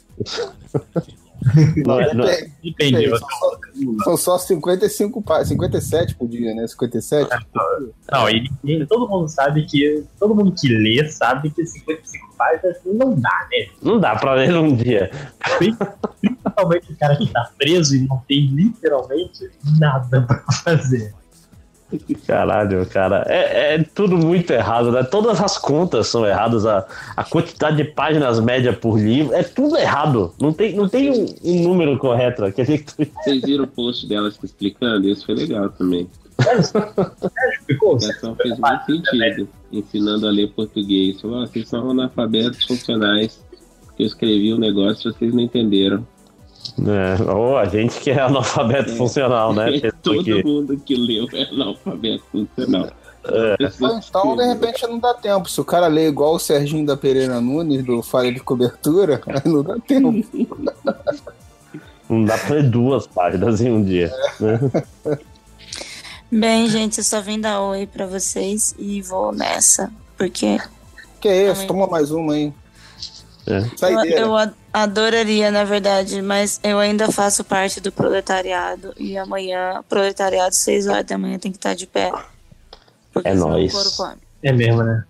Depende. São só 55 páginas, 57 por dia, né? 57. Não, e todo mundo que lê sabe que 55 páginas não dá, né? Não dá pra ler num dia. Principalmente o cara que tá preso e não tem literalmente nada pra fazer. Caralho, cara. É tudo muito errado, né? Todas as contas são erradas. A quantidade de páginas média por livro é tudo errado. Não tem um número correto. Vocês viram o post delas explicando? Isso foi legal também. Explicou? A explicação fez muito sentido. Ensinando a ler português. Falou, vocês são analfabetos funcionais. Eu escrevi um negócio e vocês não entenderam. Ou a gente que é analfabeto funcional, né? Todo mundo que leu é analfabeto funcional. Então, de repente, não dá tempo. Se o cara lê igual o Serginho da Pereira Nunes, do Falha de Cobertura, não dá tempo. Não dá pra ler 2 páginas em um dia. Né? Bem, gente, eu só vim dar oi pra vocês e vou nessa, porque... Que é isso? Toma mais uma aí. Eu adoraria, na verdade, mas eu ainda faço parte do proletariado e amanhã, proletariado, 6 horas da manhã, tem que estar de pé. É nóis. É mesmo, né?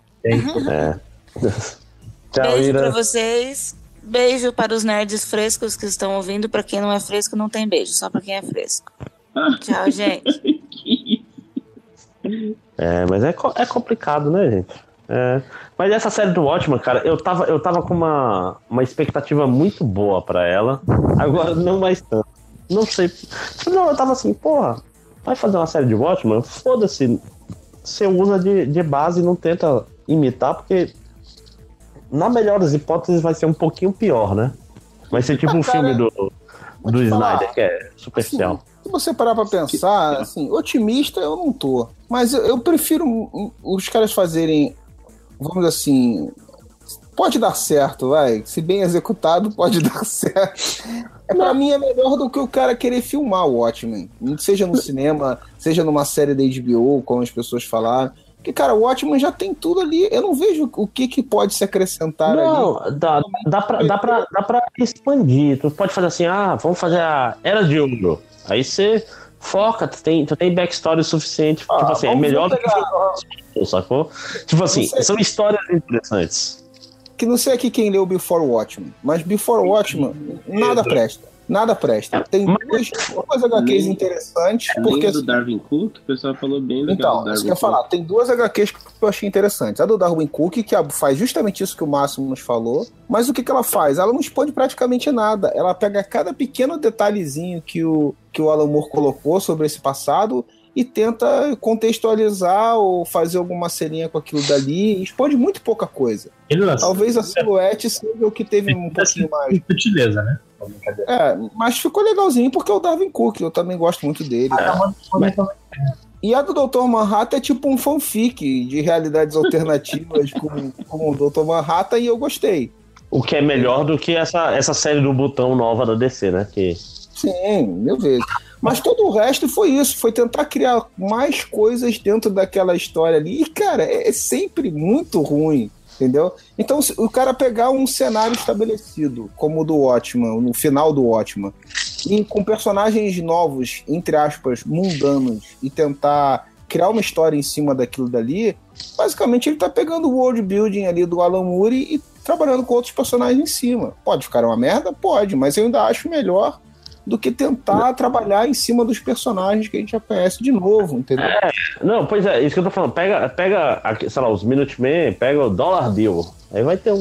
Tchau, beijo Ira. pra vocês. Beijo para os nerds frescos que estão ouvindo. Pra quem não é fresco, não tem beijo, só pra quem é fresco. Tchau, gente. Mas é complicado, né, gente? Mas essa série do Watchmen, cara, eu tava com uma expectativa muito boa pra ela. Agora não mais tanto. Não sei. Não, eu tava assim, porra, vai fazer uma série de Watchmen? Foda-se. Você usa de base e não tenta imitar, porque na melhor das hipóteses vai ser um pouquinho pior, né? Vai ser tipo um filme do Snyder, que é superficial. Assim, se você parar pra pensar, assim, otimista eu não tô. Mas eu prefiro os caras fazerem, vamos dizer assim, pode dar certo, vai. Se bem executado, pode dar certo. Pra mim é melhor do que o cara querer filmar o Watchmen. Seja no cinema, seja numa série da HBO, como as pessoas falaram. Porque, cara, o Watchmen já tem tudo ali. Eu não vejo o que pode se acrescentar ali. Não, dá pra expandir. Tu pode fazer assim, vamos fazer a Era de Ouro. Aí você foca, tu tem backstory suficiente. Tipo assim, é melhor do que sacou? Tipo assim, são histórias interessantes. Que não sei aqui quem leu Before Watchmen, mas Before Watchmen nada presta. Nada presta. Tem duas HQs interessantes. Porque do Darwin Cook, o pessoal falou bem legal. Então, isso que eu ia falar. Tem 2 HQs que eu achei interessantes. A do Darwin Cook, que faz justamente isso que o Máximo nos falou. Mas o que ela faz? Ela não expõe praticamente nada. Ela pega cada pequeno detalhezinho que o Alan Moore colocou sobre esse passado e tenta contextualizar ou fazer alguma ceninha com aquilo dali e expõe muito pouca coisa. Talvez a silhuete seja o que teve um pouquinho mais. Sutileza, né? Mas ficou legalzinho porque é o Darwin Cook, eu também gosto muito dele. E a do Dr. Manhattan é tipo um fanfic de realidades alternativas com o Dr. Manhattan e eu gostei. O que é melhor do que essa série do Botão nova da DC, né? Sim, eu vejo. Mas todo o resto foi isso, foi tentar criar mais coisas dentro daquela história ali. E, cara, é sempre muito ruim, entendeu? Então, se o cara pegar um cenário estabelecido, como o do Watchmen, no final do Watchmen, e com personagens novos, entre aspas, mundanos, e tentar criar uma história em cima daquilo dali, basicamente ele tá pegando o world building ali do Alan Moore e trabalhando com outros personagens em cima. Pode ficar uma merda? Pode, mas eu ainda acho melhor do que tentar trabalhar em cima dos personagens que a gente já conhece de novo, entendeu? Não, pois é, isso que eu tô falando. Pega sei lá, os Minutemen, pega o Dollar Bill. Aí vai ter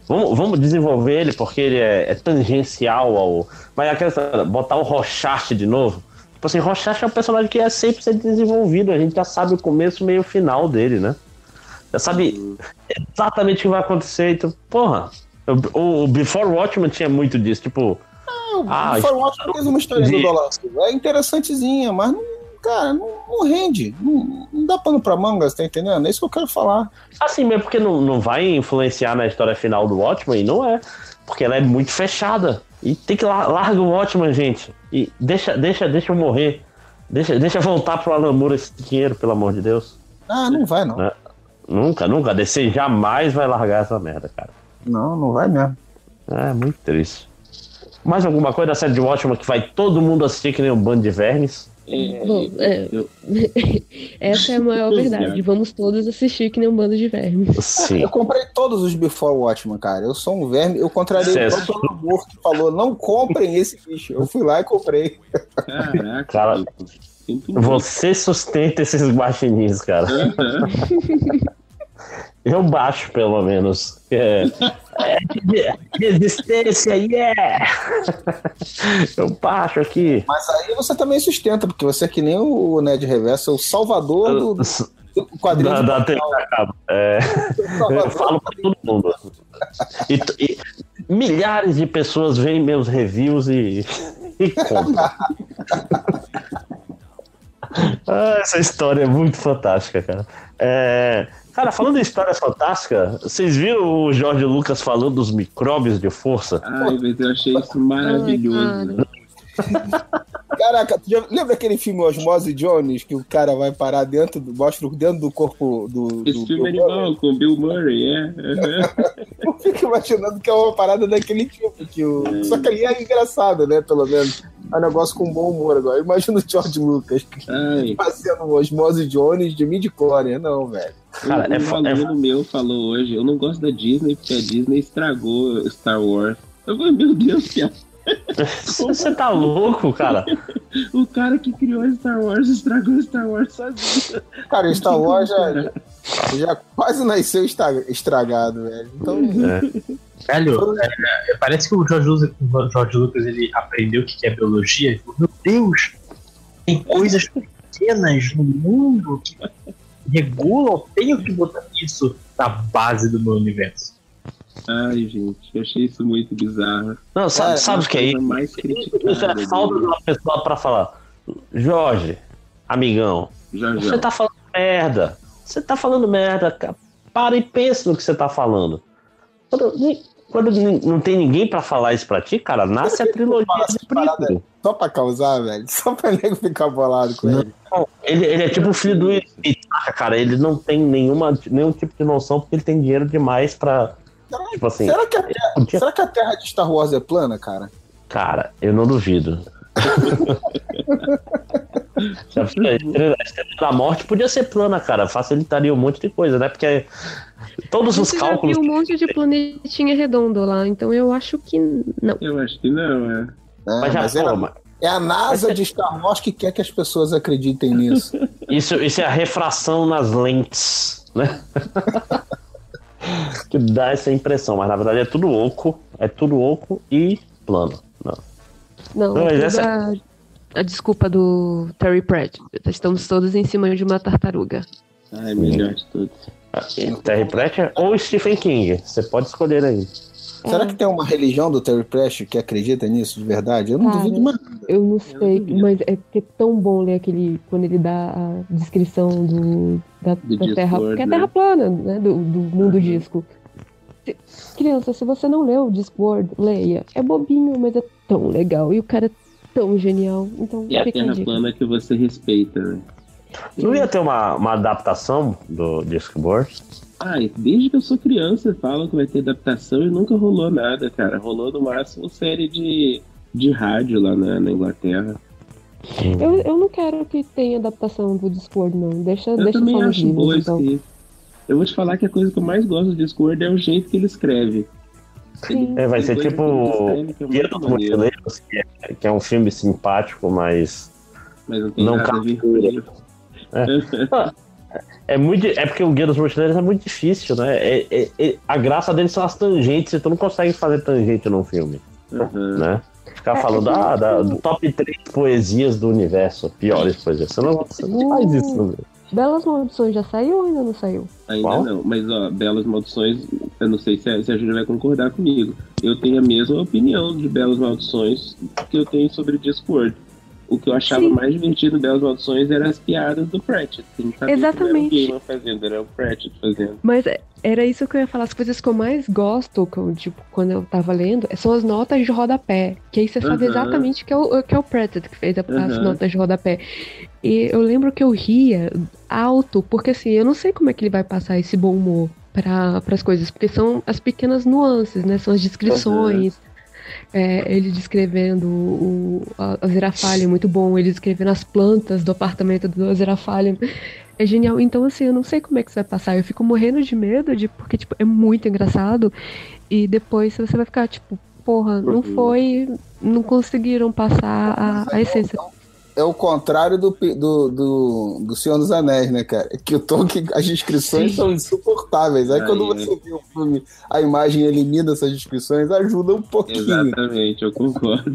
Vamos desenvolver ele porque ele é tangencial ao... Mas aquela história, botar o Rorschach de novo. Tipo assim, Rorschach é um personagem que é sempre ser desenvolvido. A gente já sabe o começo, meio final dele, né? Já sabe exatamente o que vai acontecer. Então, porra, o Before Watchmen tinha muito disso. Tipo... O Before Watchmen fez uma história do Dólar Azul. É interessantezinha, mas cara, não rende. Não dá pano pra manga, você tá entendendo? É isso que eu quero falar. Assim mesmo, porque não vai influenciar na história final do Watchmen, não é. Porque ela é muito fechada. E tem que larga o Watchmen, gente. E deixa eu morrer. Deixa voltar pro Alan Moore esse dinheiro, pelo amor de Deus. Não vai, não. Nunca. A DC jamais vai largar essa merda, cara. Não vai mesmo. É muito triste. Mais alguma coisa da série de Watchmen que vai todo mundo assistir que nem um bando de vermes? Bom, essa é a maior verdade. Vamos todos assistir que nem um bando de vermes. Sim. Eu comprei todos os Before Watchmen, cara. Eu sou um verme. Eu contrariei o próprio amor que falou: não comprem esse bicho. Eu fui lá e comprei. Caraca, cara, você sustenta esses guaxinins, cara. Eu baixo, pelo menos. Resistência, yeah! Eu baixo aqui. Mas aí você também sustenta, porque você é que nem o Ned Reverso, é o salvador do quadrinho da TV a cabo. Eu falo pra todo mundo. E milhares de pessoas veem meus reviews e compram. Essa história é muito fantástica, cara. Cara, falando em história fantástica, vocês viram o George Lucas falando dos micróbios de força? Ai, mas eu achei isso maravilhoso. Caraca, tu já lembra aquele filme Osmose Jones, que o cara vai parar dentro do corpo do... Esse filme é animal, com o Bill Murray, Eu fico imaginando que é uma parada daquele tipo, só que ali é engraçado, né, pelo menos. É um negócio com bom humor agora. Imagina o George Lucas fazendo o Osmose Jones de midi-chlorian. Não, velho. Cara, um aluno meu falou hoje, eu não gosto da Disney porque a Disney estragou Star Wars. Eu falei, meu Deus, cara. Você tá louco, cara? O cara que criou Star Wars estragou Star Wars sozinho. Cara, Star Wars já quase nasceu estragado, velho. Então... Velho, parece que o George Lucas ele aprendeu o que é biologia e falou, meu Deus, tem coisas pequenas no mundo que regulam, tenho que botar isso na base do meu universo. Ai, gente, eu achei isso muito bizarro. Não, sabe o que é isso? Mais Isso é falta de uma pessoa pra falar. Jorge, amigão, você tá falando merda. Você tá falando merda, cara. Para e pensa no que você tá falando. Quando não tem ninguém pra falar isso pra ti, cara, nasce a trilogia de prequel. Só pra causar, velho. Só pra nego ficar bolado com ele. Não, ele é tipo o filho do cara. Ele não tem nenhum tipo de noção porque ele tem dinheiro demais pra... Tipo assim, será que a Terra de Star Wars é plana, cara? Cara, eu não duvido. A Estrela da Morte podia ser plana, cara. Facilitaria um monte de coisa, né? Porque todos os cálculos... Já vi um monte de planetinha redondo lá, então eu acho que não. Eu acho que não, é a NASA de Star Wars que quer que as pessoas acreditem nisso. Isso é a refração nas lentes, né? Que dá essa impressão, mas na verdade é tudo oco e plano. Não, a desculpa do Terry Pratchett. Estamos todos em cima de uma tartaruga. Ai, melhor de todos. Terry Pratchett ou Stephen King, você pode escolher aí. Será que tem uma religião do Terry Pratchett que acredita nisso de verdade? Eu não duvido mais. Eu não sei, mas é que é tão bom ler quando ele dá a descrição da Terra, porque é Terra plana, né, do mundo disco. Criança, se você não leu o Discworld, leia. É bobinho, mas é tão legal. E o cara é tão genial. Então, e a Terra plana que você respeita, né? Não ia ter uma adaptação do Discworld? Desde que eu sou criança falam que vai ter adaptação e nunca rolou nada, cara. Rolou no máximo série de rádio lá na Inglaterra. Eu não quero que tenha adaptação do Discworld, não. Deixa também só nos acho livros, boa então. isso. Eu vou te falar que a coisa que eu mais gosto do Discworld é o jeito que ele escreve. Sim. Vai ser tipo Guia dos Mochileiros, que é um filme simpático, mas não tem nada a ver com ele. É porque o Guia dos Mochileiros é muito difícil, né? A graça deles são as tangentes, e tu não consegue fazer tangente num filme, né? Ficar falando do top 3 poesias do universo, piores poesias. Você não faz isso, né? Belas Maldições já saiu ou ainda não saiu? Ainda não, mas Belas Maldições, eu não sei se a Júlia vai concordar comigo. Eu tenho a mesma opinião de Belas Maldições que eu tenho sobre Discord. O que eu achava mais divertido em Belas Maldições eram as piadas do Pratchett. Exatamente. Não era o Gaiman fazendo, era o Pratchett fazendo. Mas era isso que eu ia falar. As coisas que eu mais gosto, quando eu tava lendo, são as notas de rodapé. Que aí você sabe exatamente que é o Pratchett que fez as notas de rodapé. E eu lembro que eu ria alto, porque assim, eu não sei como é que ele vai passar esse bom humor para as coisas, porque são as pequenas nuances, né? São as descrições. Ele descrevendo o Aziraphale é muito bom, ele descrevendo as plantas do apartamento do Aziraphale é genial. Então assim, eu não sei como é que isso vai passar, eu fico morrendo de medo porque tipo, é muito engraçado e depois você vai ficar tipo, porra, não conseguiram passar a essência. É o contrário do Senhor dos Anéis, né, cara? Que o Tolkien, as descrições são insuportáveis. Aí quando você vê o filme, a imagem elimina essas descrições, ajuda um pouquinho. Exatamente, eu concordo.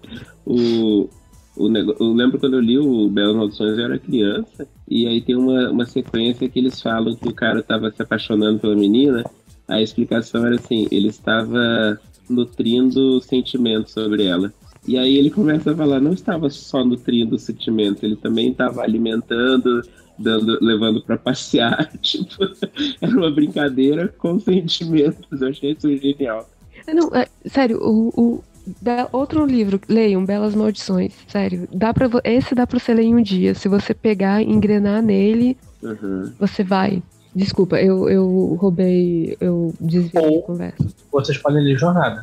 Eu lembro quando eu li o Belas Maldições, eu era criança, e aí tem uma sequência que eles falam que o cara estava se apaixonando pela menina. A explicação era assim, ele estava nutrindo sentimentos sobre ela. E aí ele começa a falar, não estava só nutrindo o sentimento, ele também estava alimentando, levando para passear, tipo, era uma brincadeira com sentimentos, eu achei isso genial. Não, sério, outro livro, leiam, Belas Maldições, sério, esse dá pra você ler em um dia, se você pegar e engrenar nele, você vai. Desculpa, eu desviei a conversa. Vocês podem ler Jornada.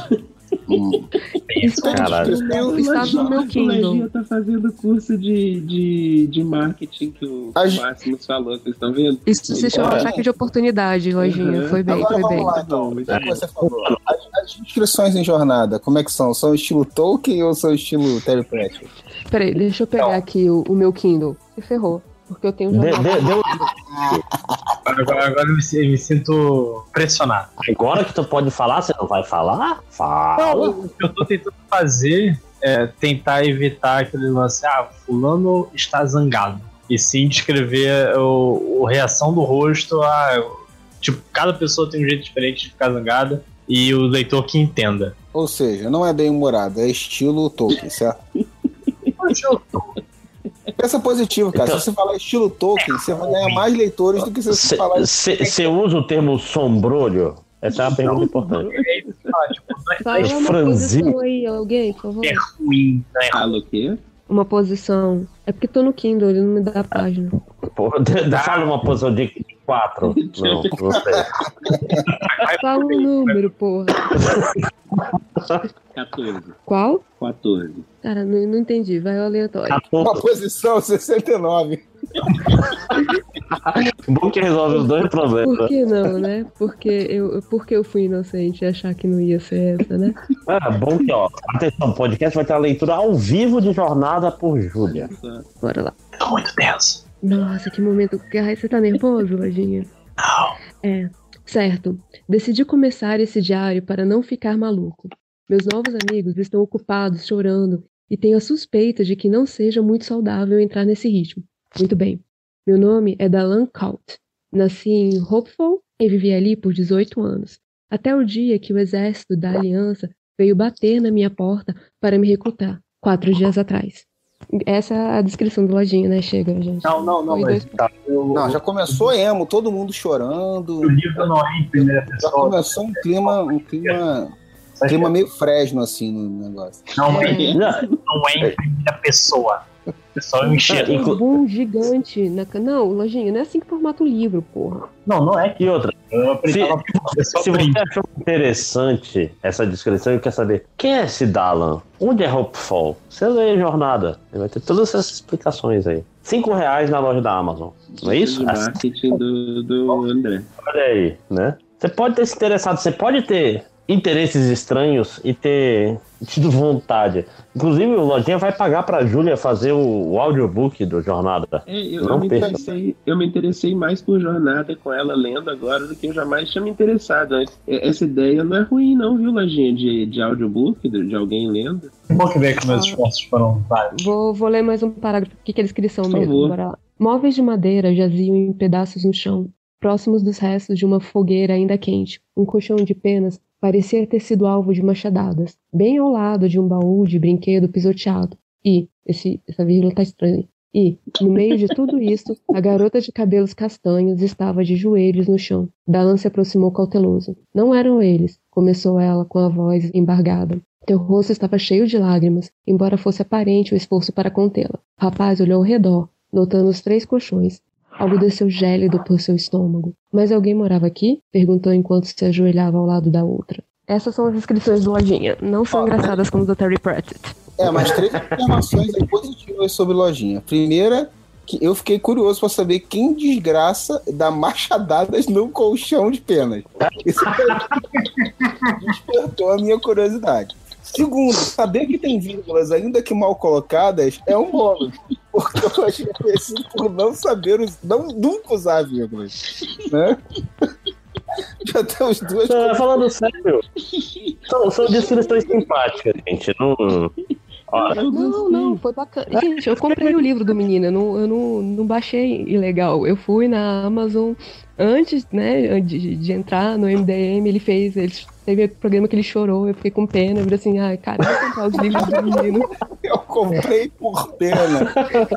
Está no meu Kindle. O Lojinha tá fazendo curso de marketing que o Máximo falou, vocês estão vendo? Isso se chama saque de oportunidade, Lojinha. Foi bem, Agora foi bem. Vamos lá, então. Você falou. As inscrições em Jornada, como é que são? São estilo Tolkien ou são estilo Terry Pratchett? Peraí, deixa eu pegar aqui o meu Kindle. Se ferrou. Porque eu tenho Agora eu me sinto pressionado. Agora que tu pode falar, você não vai falar? Fala. Não, o que eu tô tentando fazer é tentar evitar aquele lance, fulano está zangado. E sim descrever a reação do rosto, tipo, cada pessoa tem um jeito diferente de ficar zangada e o leitor que entenda. Ou seja, não é bem humorado, é estilo Tolkien, certo? Pensa positivo, cara. Então, se você falar estilo Tolkien, você vai ganhar mais leitores do que se você falar... Você usa o termo sombrolho? Essa é uma pergunta importante. Fala uma posição aí, alguém, por favor. É ruim, né? Fala o quê? Uma posição. É porque tô no Kindle, ele não me dá a página. Porra, fala uma posição de 4. Não sei. Fala um número, porra. 14. Qual? 14. Cara, não entendi. Vai ao aleatório. Uma posição 69. Bom que resolve os dois problemas. Por que não, né? Porque eu fui inocente e achar que não ia ser essa, né? Bom que, atenção, o podcast vai ter a leitura ao vivo de Jornada por Júlia. Bora lá. Tô muito tenso. Nossa, que momento. Você tá nervoso, Lojinha? Não. Certo. Decidi começar esse diário para não ficar maluco. Meus novos amigos estão ocupados, chorando, e tenho a suspeita de que não seja muito saudável entrar nesse ritmo. Muito bem. Meu nome é Dalan Kaut. Nasci em Hopeful e vivi ali por 18 anos. Até o dia que o exército da Aliança veio bater na minha porta para me recrutar, 4 dias atrás. Essa é a descrição do Lojinha, né? Chega, gente. Não, mas Não, já começou emo, todo mundo chorando. O livro não é em primeira pessoa. Já começou um clima meio Fresno, assim, no negócio. Não é em primeira pessoa. É só eu enxergo. Um boom gigante Não, Lojinha, não é assim que formata o livro, porra. Não é. E outra, se você aprendi. achou interessante essa descrição e quer saber quem é esse Dalan, onde é Hopeful, você lê a Jornada, vai ter todas essas explicações aí. R$5 na loja da Amazon, não é isso? O marketing do André. Olha aí, né? Você pode ter se interessado, você pode ter interesses estranhos e ter tido vontade. Inclusive, o Lojinha vai pagar pra Júlia fazer o audiobook do Jornada. Eu me interessei mais por Jornada com ela lendo agora do que eu jamais tinha me interessado antes. Essa ideia não é ruim não, viu, Lojinha, de audiobook, de alguém lendo. É bom que ver que meus esforços foram vários. Vou ler mais um parágrafo, o que eles são mesmo. Bora lá. Móveis de madeira jaziam em pedaços no chão, próximos dos restos de uma fogueira ainda quente. Um colchão de penas parecia ter sido alvo de machadadas, bem ao lado de um baú de brinquedo pisoteado. E, essa vírgula tá estranha. E, no meio de tudo isso, a garota de cabelos castanhos estava de joelhos no chão. Dalan se aproximou cauteloso. Não eram eles, começou ela com a voz embargada. Teu rosto estava cheio de lágrimas, embora fosse aparente o esforço para contê-la. O rapaz olhou ao redor, notando os 3 colchões. Algo desceu gélido por seu estômago. Mas alguém morava aqui? Perguntou enquanto se ajoelhava ao lado da outra. Essas são as inscrições do Lojinha. Não são engraçadas como do Terry Pratchett. Mas 3 informações positivas sobre Lojinha. Primeira, que eu fiquei curioso para saber quem desgraça dá machadadas no colchão de penas. Isso despertou a minha curiosidade. Segundo, saber que tem vírgulas, ainda que mal colocadas, é um bônus. Porque eu achei conhecido por não saber, nunca usar vírgulas. Né? Já temos 2 coisas. Falando sério, são descrições simpáticas, gente. Não, foi bacana. Gente, eu comprei o livro do menino, eu não baixei ilegal. Eu fui na Amazon antes, né, de entrar no MDM, ele teve um programa que ele chorou, eu fiquei com pena, eu falei assim, cara, eu vou comprar os livros do menino. Eu comprei por pena.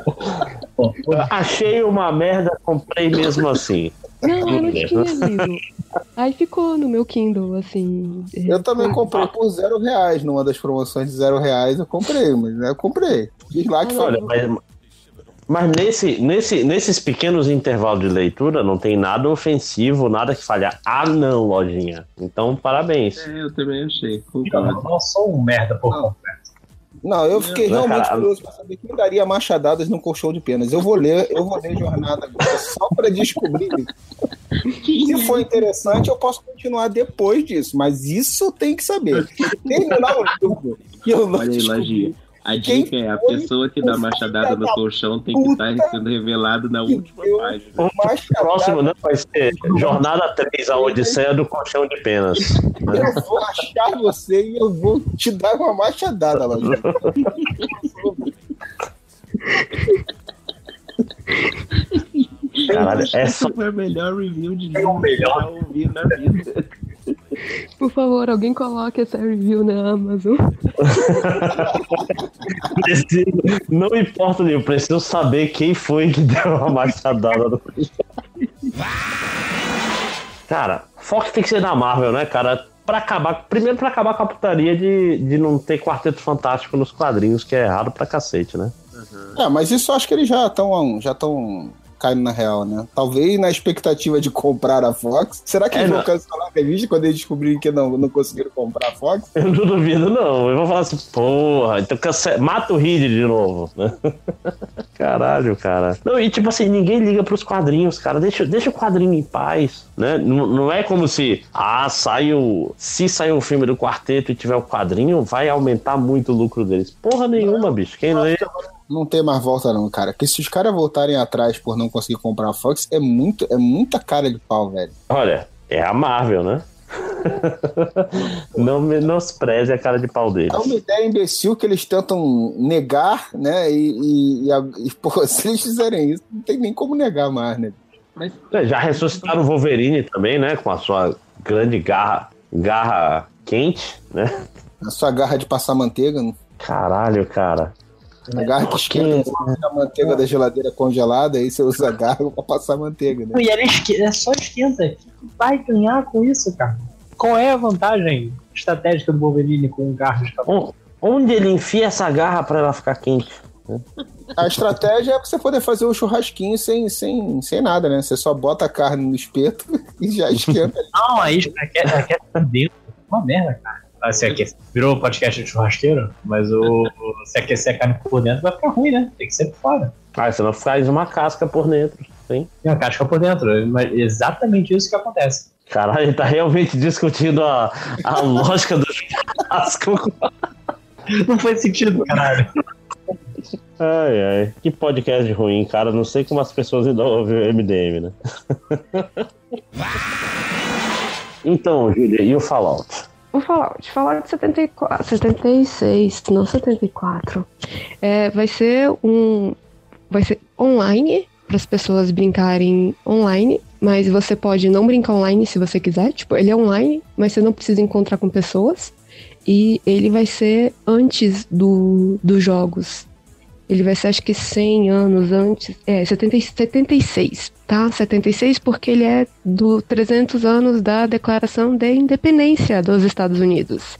Achei uma merda, comprei mesmo assim. Não tinha livro. Aí ficou no meu Kindle, assim. Eu também comprei por R$0, numa das promoções de R$0 eu comprei, mas eu comprei. Diz lá que foi. Mas nesses pequenos intervalos de leitura não tem nada ofensivo, nada que falhar. Não, Lojinha. Então, parabéns. Eu também achei. Eu não sou um merda por completo. Não, eu fiquei realmente curioso para saber quem daria machadadas no colchão de penas. Eu vou ler Jornada agora só para descobrir isso. Se for interessante, eu posso continuar depois disso, mas isso tem que saber. Terminar o livro. Olha aí, Lojinha. A dica é a pessoa que dá machadada no colchão tem que estar sendo revelado na última página. O próximo não vai ser Jornada 3, a Odisseia do Colchão de Penas. Eu vou achar você e eu vou te dar uma machadada, Lojinha. Caralho, essa foi a melhor review de livro que eu já ouvi na vida. Por favor, alguém coloque essa review na Amazon. Não importa, eu preciso saber quem foi que deu a machadada no... Cara, foco tem que ser da Marvel, né, cara? Primeiro pra acabar com a putaria de não ter Quarteto Fantástico nos quadrinhos, que é errado pra cacete, né? Mas isso eu acho que eles já estão caindo na real, né? Talvez na expectativa de comprar a Fox. Será que eles vão cancelar a revista quando eles descobrirem que não conseguiram comprar a Fox? Eu não duvido, não. Eu vou falar assim, porra, então mata o Reed de novo, né? Caralho, cara. Não, e tipo assim, ninguém liga pros quadrinhos, cara. Deixa o quadrinho em paz, né? Não é como se, se sair um filme do Quarteto e tiver o quadrinho, vai aumentar muito o lucro deles. Porra nenhuma, bicho. Quem lê... Não tem mais volta não, cara. Porque se os caras voltarem atrás por não conseguir comprar a Fox, é muita cara de pau, velho. Olha, é a Marvel, né? Não menospreze a cara de pau deles. É uma ideia imbecil que eles tentam negar, né? E pô, se eles fizerem isso, não tem nem como negar mais, né? Mas... Já ressuscitaram o Wolverine também, né? Com a sua grande garra quente, né? A sua garra de passar manteiga. Né? Caralho, cara. A garra que esquenta a manteiga da geladeira congelada, aí você usa a garra pra passar manteiga, né? E ela só esquenta. O que vai ganhar com isso, cara? Qual é a vantagem estratégica do Wolverine com garra de cabelo? Onde ele enfia essa garra pra ela ficar quente? A estratégia é você poder fazer o churrasquinho sem nada, né? Você só bota a carne no espeto e já esquenta. Não, aí aquece dentro. Uma merda, cara. Se aquecer. Virou podcast de churrasqueiro, mas se aquecer a carne por dentro vai ficar ruim, né? Tem que ser por fora. Você não faz uma casca por dentro, sim? Tem uma casca por dentro, mas exatamente isso que acontece. Caralho, ele tá realmente discutindo a lógica do churrasco. Não faz sentido, caralho. Ai. Que podcast ruim, cara. Não sei como as pessoas ainda ouvem o MDM, né? Então, Júlia, e o Fallout? O Fallout 74, 76, não 74. Vai ser online, para as pessoas brincarem online, mas você pode não brincar online se você quiser. Tipo, ele é online, mas você não precisa encontrar com pessoas. E ele vai ser antes dos jogos. Ele vai ser, acho que 100 anos antes. 76, tá? 76 porque ele é do 300 anos da Declaração de Independência dos Estados Unidos.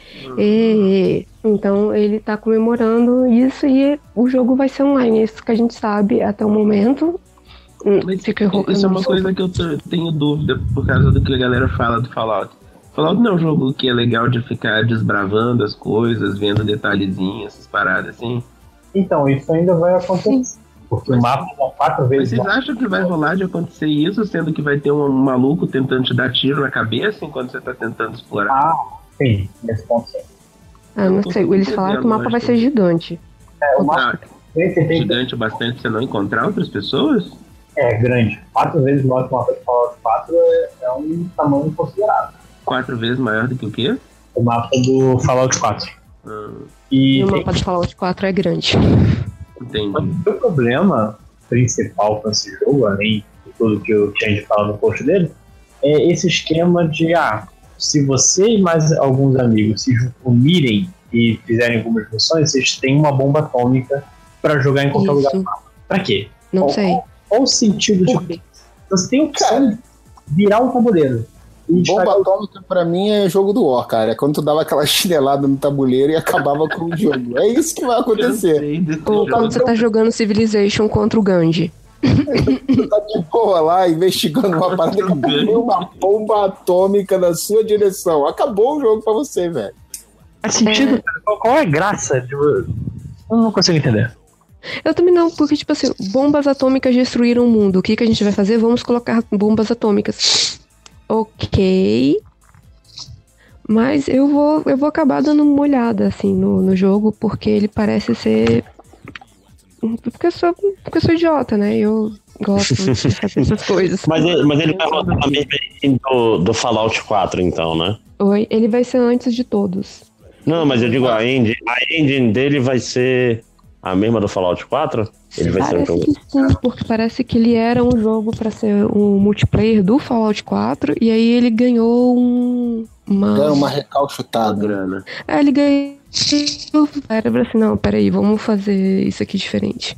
Então ele tá comemorando isso e o jogo vai ser online. Isso que a gente sabe até o momento. Isso é uma coisa que eu tenho dúvida por causa do que a galera fala do Fallout. Fallout não é um jogo que é legal de ficar desbravando as coisas, vendo detalhezinhos, essas paradas assim. Então, isso ainda vai acontecer. Porque o mapa é 4 vezes. Mas vocês acham que vai rolar de acontecer isso, sendo que vai ter um maluco tentando te dar tiro na cabeça enquanto você tá tentando explorar? Sim, nesse ponto sim. Não sei, eles falaram que o mapa vai ser gigante. O mapa gigante bastante pra você não encontrar outras pessoas? É grande. 4 vezes maior que o mapa de Fallout 4 é um tamanho considerável. 4 vezes maior do que o quê? O mapa do Fallout 4. E o mapa do Fallout 4 é grande. Entendi. O problema principal com esse jogo, além de tudo que eu tinha de falar no post dele, é esse esquema de se você e mais alguns amigos se unirem e fizerem algumas missões, vocês têm uma bomba atômica pra jogar em qualquer lugar do mapa. Pra quê? Não sei. Qual o sentido de... Você tem a opção de virar um tabuleiro. Bomba atômica pra mim é jogo do War, cara. É quando tu dava aquela chinelada no tabuleiro e acabava com o jogo. É isso que vai acontecer. Ou quando você tá jogando Civilization contra o Gandhi. Tu tá de boa lá, investigando uma parada que caiu uma bomba atômica na sua direção. Acabou o jogo pra você, velho. Faz sentido, cara? Qual é a graça? Eu não consigo entender. Eu também não, porque, tipo assim, bombas atômicas destruíram o mundo. O que a gente vai fazer? Vamos colocar bombas atômicas. Ok. Mas eu vou acabar dando uma olhada, assim, no jogo, porque ele parece ser... Porque eu sou idiota, né? Eu gosto de fazer essas coisas. Mas ele vai rodar na mesma engine do Fallout 4, então, né? Oi, ele vai ser antes de todos. Não, mas eu digo, a engine dele vai ser a mesma do Fallout 4? Ele vai ser um jogo. Sim, porque parece que ele era um jogo pra ser um multiplayer do Fallout 4, e aí ele ganhou uma recalchutada. Grana. Ele ganhou. Era assim, não, peraí, vamos fazer isso aqui diferente.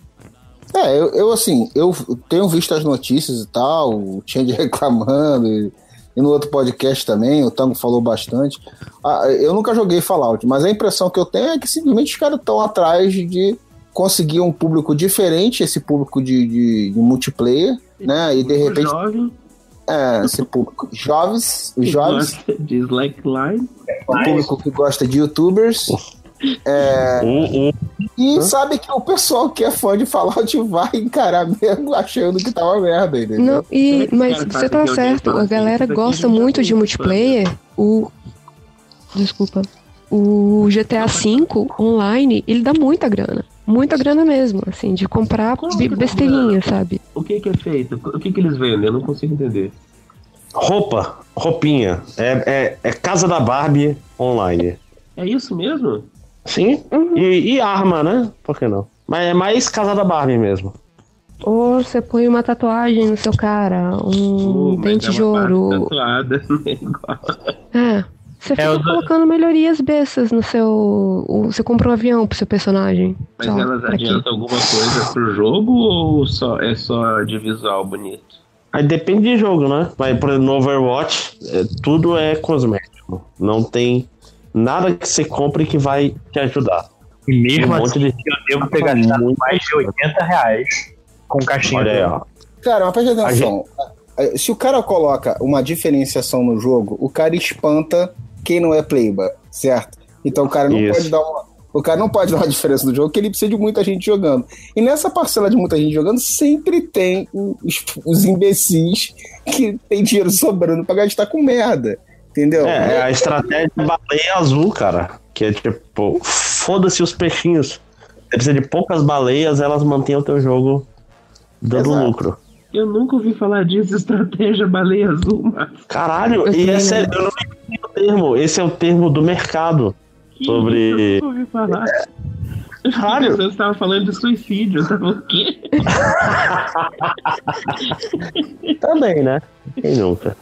Eu tenho visto as notícias e tal, o Change reclamando, e no outro podcast também, o Tango falou bastante. Eu nunca joguei Fallout, mas a impressão que eu tenho é que simplesmente os caras estão atrás de conseguir um público diferente, esse público de multiplayer, né? E de repente. Jovem. Esse público. Os jovens. De Slackline. O público que gosta de youtubers. E sabe que o pessoal que é fã de Fallout vai encarar mesmo achando que tá uma merda, entendeu? Não, mas você tá certo, a galera gosta muito de multiplayer. O GTA V online, ele dá muita grana mesmo, assim, de comprar besteirinha, sabe? O que é feito? O que eles vendem? Eu não consigo entender. Roupinha. É Casa da Barbie online. É isso mesmo? Sim. Uhum. E arma, né? Por que não? Mas é mais Casa da Barbie mesmo. Ou você põe uma tatuagem no seu cara, dente de ouro. Tatuada, igual. Você fica colocando melhorias bestas no seu... Você compra um avião pro seu personagem. Mas elas adiantam alguma coisa pro jogo ou é só de visual bonito? Aí depende de jogo, né? Mas, por exemplo, no Overwatch, tudo é cosmético. Não tem nada que você compre que vai te ajudar. E mesmo assim, eu devo ter gastado mais de R$80 com caixinha. Olha aí, ó. Cara, mas preste atenção. Se o cara coloca uma diferenciação no jogo, o cara espanta quem não é playboy, certo? Então o cara não pode dar O cara não pode dar uma diferença no jogo, porque ele precisa de muita gente jogando. E nessa parcela de muita gente jogando, sempre tem os imbecis que tem dinheiro sobrando pra gastar com merda. Entendeu? É a estratégia da baleia azul, cara. Que é tipo, foda-se os peixinhos. Você precisa de poucas baleias, elas mantêm o teu jogo dando lucro. Eu nunca ouvi falar disso, estratégia baleia azul, mas... Caralho, e é sério, eu não entendi o termo. Esse é o termo do mercado. Sobre... Eu nunca ouvi falar. Caralho. Você estava falando de suicídio, eu tava o quê? Também, né? Quem nunca?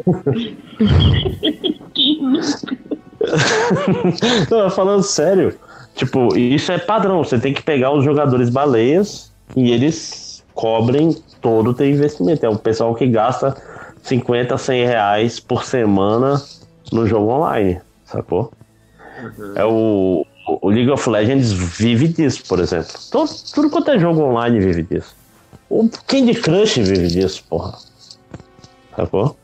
Quem nunca? Não, falando sério, tipo, isso é padrão. Você tem que pegar os jogadores baleias e eles cobrem todo o teu investimento. É o pessoal que gasta 50, 100 reais por semana no jogo online, sacou? É o League of Legends vive disso, por exemplo. Tudo quanto é jogo online vive disso. O Candy Crush vive disso, porra. Sacou?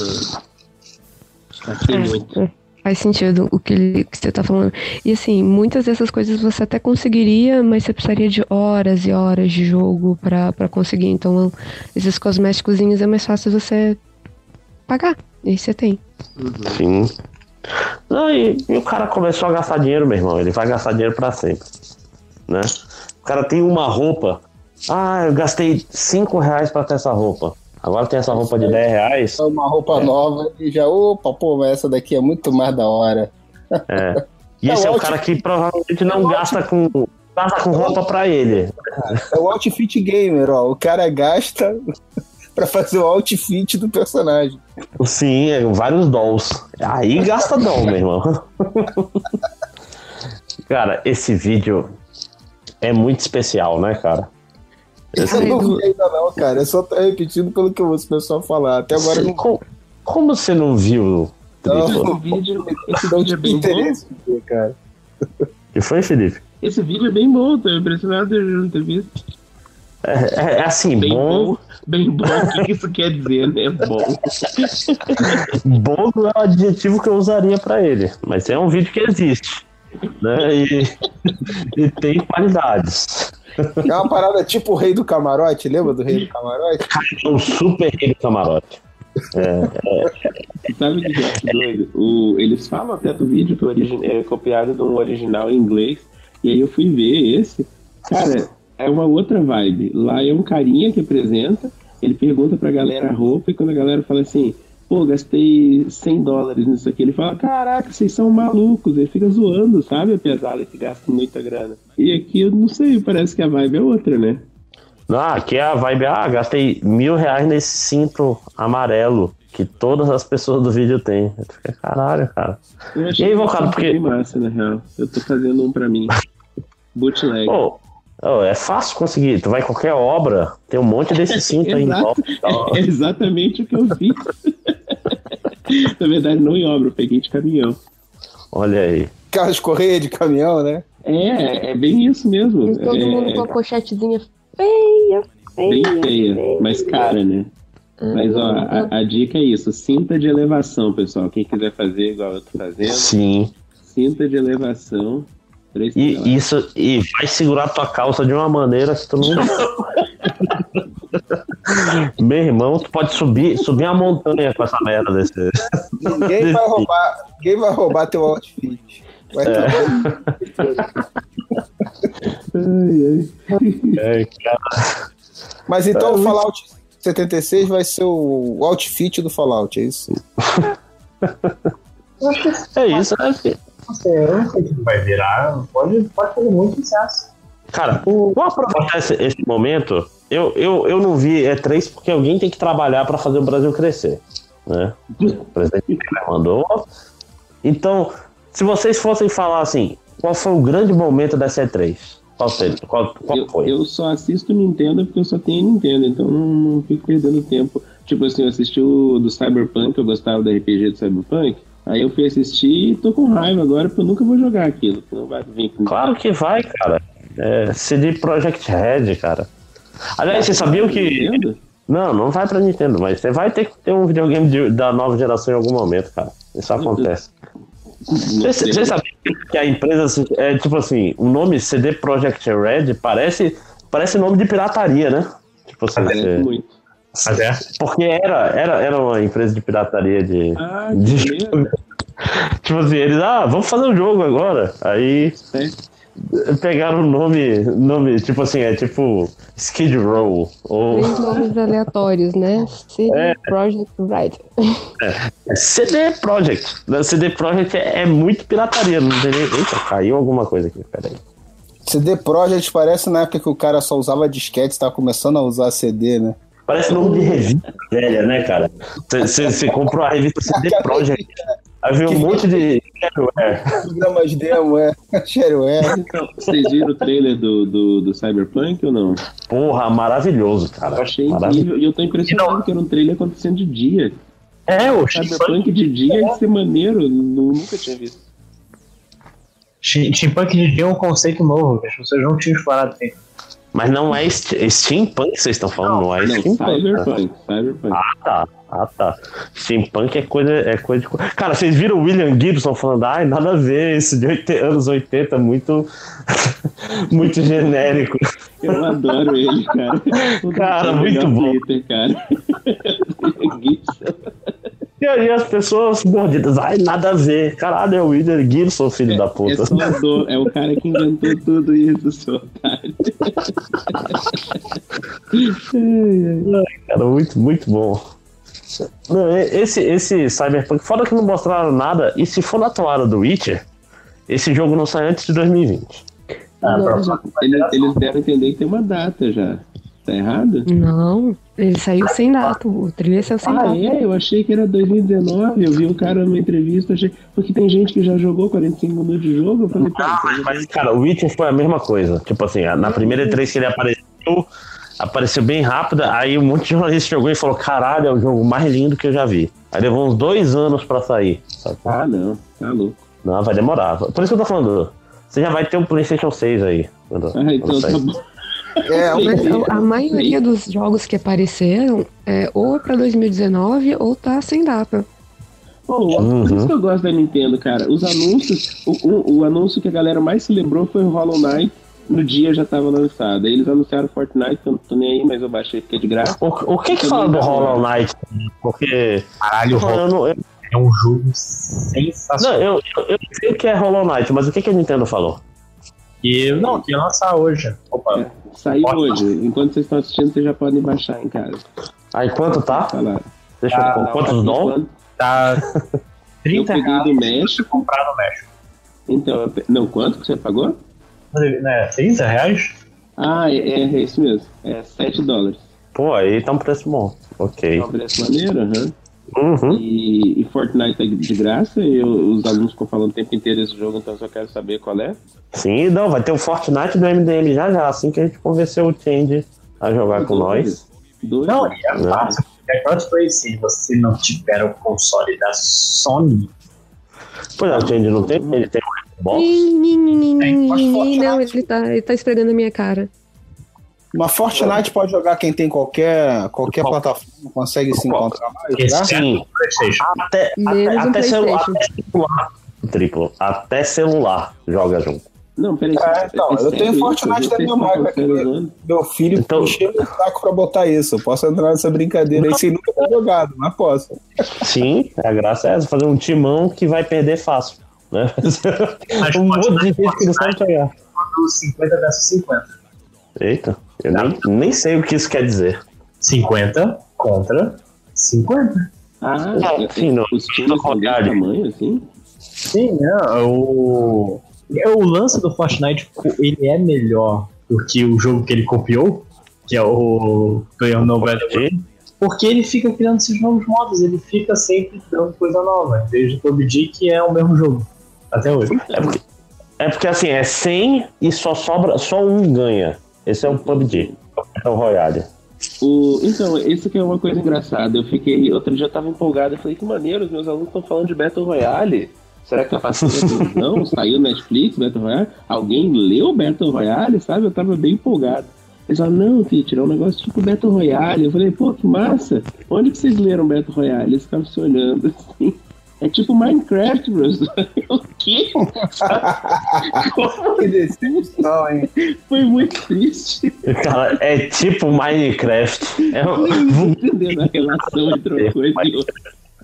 Achei muito. Faz sentido o que você tá falando. E assim, muitas dessas coisas você até conseguiria, mas você precisaria de horas e horas de jogo pra conseguir. Então, esses cosméticozinhos é mais fácil você pagar. E aí você tem. Sim. Não, e o cara começou a gastar dinheiro, meu irmão. Ele vai gastar dinheiro pra sempre, né? O cara tem uma roupa. Ah, eu gastei 5 reais pra ter essa roupa. Agora tem essa roupa de 10 reais. É uma roupa nova e já, opa, pô, mas essa daqui é muito mais da hora. É. E esse é o cara que provavelmente não gasta com roupa pra ele. É o outfit gamer, ó. O cara gasta pra fazer o outfit do personagem. Sim, vários dolls. Aí gasta doll, meu irmão. Cara, esse vídeo é muito especial, né, cara? Eu não vi ainda não, cara. Eu só tô repetindo pelo que eu ouço o pessoal falar. Até agora eu não... Como você não viu? Esse vídeo é bem bom. Cara. Que foi, Felipe? Esse vídeo é bem bom, tô impressionado de não ter visto. É assim, bem bom. Bem bom, o que isso quer dizer, né? Bom. Bom não é o adjetivo que eu usaria pra ele, mas é um vídeo que existe, né? E tem qualidades. É uma parada tipo o Rei do Camarote, lembra do Rei do Camarote? É um super Rei do Camarote. Sabe o que é doido? Eles falam até do vídeo que é copiado do original em inglês, e aí eu fui ver esse. Cara, é uma outra vibe. Lá é um carinha que apresenta, ele pergunta pra galera a roupa, e quando a galera fala assim, pô, gastei $100 nisso aqui, ele fala, caraca, vocês são malucos, ele fica zoando, sabe, a pesada que gasta muita grana. E aqui, eu não sei, parece que a vibe é outra, né? Não, aqui a vibe é, gastei R$1.000 nesse cinto amarelo que todas as pessoas do vídeo têm. Eu fiquei, caralho, cara. Eu achei e aí, Vocado, porque... bem massa, na real. Eu tô fazendo um pra mim. Bootleg. É fácil conseguir. Tu vai em qualquer obra, tem um monte desse cinto aí em volta. É exatamente o que eu fiz. Na verdade, não em obra, eu peguei de caminhão. Olha aí. Carros Correia de caminhão, né? É bem isso mesmo. E todo mundo com a pochetezinha feia. Bem feia, mas cara, né? Mas ó, a dica é isso, cinta de elevação, pessoal. Quem quiser fazer igual eu tô fazendo. Sim. Cinta de elevação. E vai segurar tua calça de uma maneira que tu não. Meu irmão, tu pode subir a montanha com essa merda desse. Ninguém vai roubar teu outfit. Vai cara. Mas então o Fallout 76 vai ser o outfit do Fallout, é isso? É isso, né, filho? Eu não sei o que vai virar. Pode fazer muito sucesso. Cara, vou aproveitar esse momento. Eu não vi E3 porque alguém tem que trabalhar pra fazer o Brasil crescer, né? O presidente mandou. Então, se vocês fossem falar assim, qual foi o grande momento dessa E3? Qual foi? Eu só assisto Nintendo porque eu só tenho Nintendo, então não fico perdendo tempo. Tipo assim, eu assisti o do Cyberpunk, eu gostava do RPG do Cyberpunk. Aí eu fui assistir e tô com raiva agora porque eu nunca vou jogar aquilo. Não vai vir com... Claro que vai, cara. CD Projekt Red, cara. Aliás, vocês sabiam que... Não vai pra Nintendo, mas você vai ter que ter um videogame da nova geração em algum momento, cara. Isso acontece. Você sabe que a empresa é tipo assim, o nome CD Projekt Red parece nome de pirataria, né? Tipo assim, muito. Mas é. porque era uma empresa de pirataria de tipo assim, eles, vamos fazer um jogo agora. Aí pegaram o nome, tipo assim, é tipo Skid Row. Ou... 3 nomes aleatórios, né? CD Projekt Red. CD Projekt. CD Projekt é muito pirataria. Não tem nem... Eita, caiu alguma coisa aqui, peraí. CD Projekt parece na época que o cara só usava disquete, tava começando a usar CD, né? Parece nome de revista velha, né, cara? Você comprou a revista CD Projekt. Aí veio um monte de shareware. Programas demo, shareware. Então, vocês viram o trailer do Cyberpunk ou não? Porra, maravilhoso, cara. Eu achei incrível e eu tô impressionado que era um trailer acontecendo de dia. O Cyberpunk de dia ia ser maneiro, nunca tinha visto. Steampunk de dia é um conceito novo, que as pessoas não tinham explorado tempo. Mas não é Steampunk que vocês estão falando, não é Steampunk. Cyberpunk. Ah, tá. Steampunk é coisa de... Cara, vocês viram o William Gibson falando, nada a ver, isso de anos 80, muito muito genérico. Eu adoro ele, cara. Cara, muito bom. Twitter, cara. Gibson. E aí as pessoas mordidas, nada a ver. Caralho, é o William Gibson, filho da puta. É o cara que inventou tudo isso, seu otário. Cara, muito, muito bom. Não, esse Cyberpunk, fora que não mostraram nada, e se for na toada do Witcher, esse jogo não sai antes de 2020. Eles deram a entender que tem uma data já. Tá errado? Não, ele saiu sem data. O trailer saiu sem data. Eu achei que era 2019. Eu vi o cara numa entrevista, porque tem gente que já jogou 45 minutos de jogo. Eu falei, mas cara, o Witcher foi a mesma coisa. Tipo assim, na primeira E3 que ele apareceu bem rápido. Aí um monte de jornalista jogou e falou: caralho, é o jogo mais lindo que eu já vi. Aí levou uns 2 anos pra sair. Sabe? Não, tá louco. Não, vai demorar. Por isso que eu tô falando, você já vai ter um PlayStation 6 aí. Então tá bom. Mas a maioria dos jogos que apareceram ou é pra 2019 ou tá sem data. Por isso que eu gosto da Nintendo, cara. Os anúncios, o anúncio que a galera mais celebrou foi o Hollow Knight. No dia já tava lançado. Aí eles anunciaram Fortnite, que eu não tô nem aí, mas eu baixei porque é de graça. O que fala do Hollow Knight? Porque... Caralho, é um jogo sensacional. Não, eu sei o que é Hollow Knight, mas o que a Nintendo falou? Que ia lançar hoje. Opa. Saiu hoje. Enquanto vocês estão assistindo, vocês já podem baixar em casa. Aí quanto tá? Deixa eu ver. Quantos dólares? Tá 30 reais. Eu peguei do México. Comprar no México. Então, não, quanto que você pagou? 30 reais? É isso mesmo. É $7. Pô, aí tá um preço bom. Ok. Tá um preço maneiro, E Fortnite é de graça, e os alunos ficam falando o tempo inteiro desse jogo, então eu só quero saber qual é. Sim, não, vai ter o Fortnite do MDM já, assim que a gente convenceu o Change a jogar com nós. Não, é fácil. É crossplay se você não tiver o console da Sony. Pois é, o Change não tem, ele tem um Xbox. Não, ele tá esfregando a minha cara. Uma Fortnite pode jogar quem tem qualquer plataforma, consegue se encontrar mais, sim. Até celular, triplo. Até celular joga junto. Não, peraí. Eu tenho Fortnite da minha marca. Meu filho puxa o saco pra botar isso. Eu posso entrar nessa brincadeira aí sem nunca ter jogado, mas posso. Sim, a graça é essa, fazer um timão que vai perder fácil. Né? Um monte de gente que não sabe jogar. 50 versus 50. Eita, eu nem sei o que isso quer dizer. 50 contra 50. Sim, os times são desse tamanho, assim? Sim, o lance do Fortnite, ele é melhor do que o jogo que ele copiou, que é o PlayerUnknown's, porque ele fica criando esses novos modos, ele fica sempre dando coisa nova, desde o PUBG, que é o mesmo jogo, até hoje. É porque assim, é 100 e só um ganha. Esse é o PUBG, é o Royale. Então, isso que é uma coisa engraçada. Outro dia eu tava empolgado, eu falei, que maneiro, os meus alunos estão falando de Battle Royale. Será que eu faço não? Saiu Netflix, Battle Royale? Alguém leu Battle Royale, sabe? Eu tava bem empolgado. Eles falaram, não, teacher, é um negócio tipo Battle Royale. Eu falei, pô, que massa. Onde que vocês leram Battle Royale? Eles ficavam se olhando assim. É tipo Minecraft, bros. O quê? Que decepção, hein? Foi muito triste. Cara, é tipo Minecraft. Não entendendo a relação entre uma coisa e outra.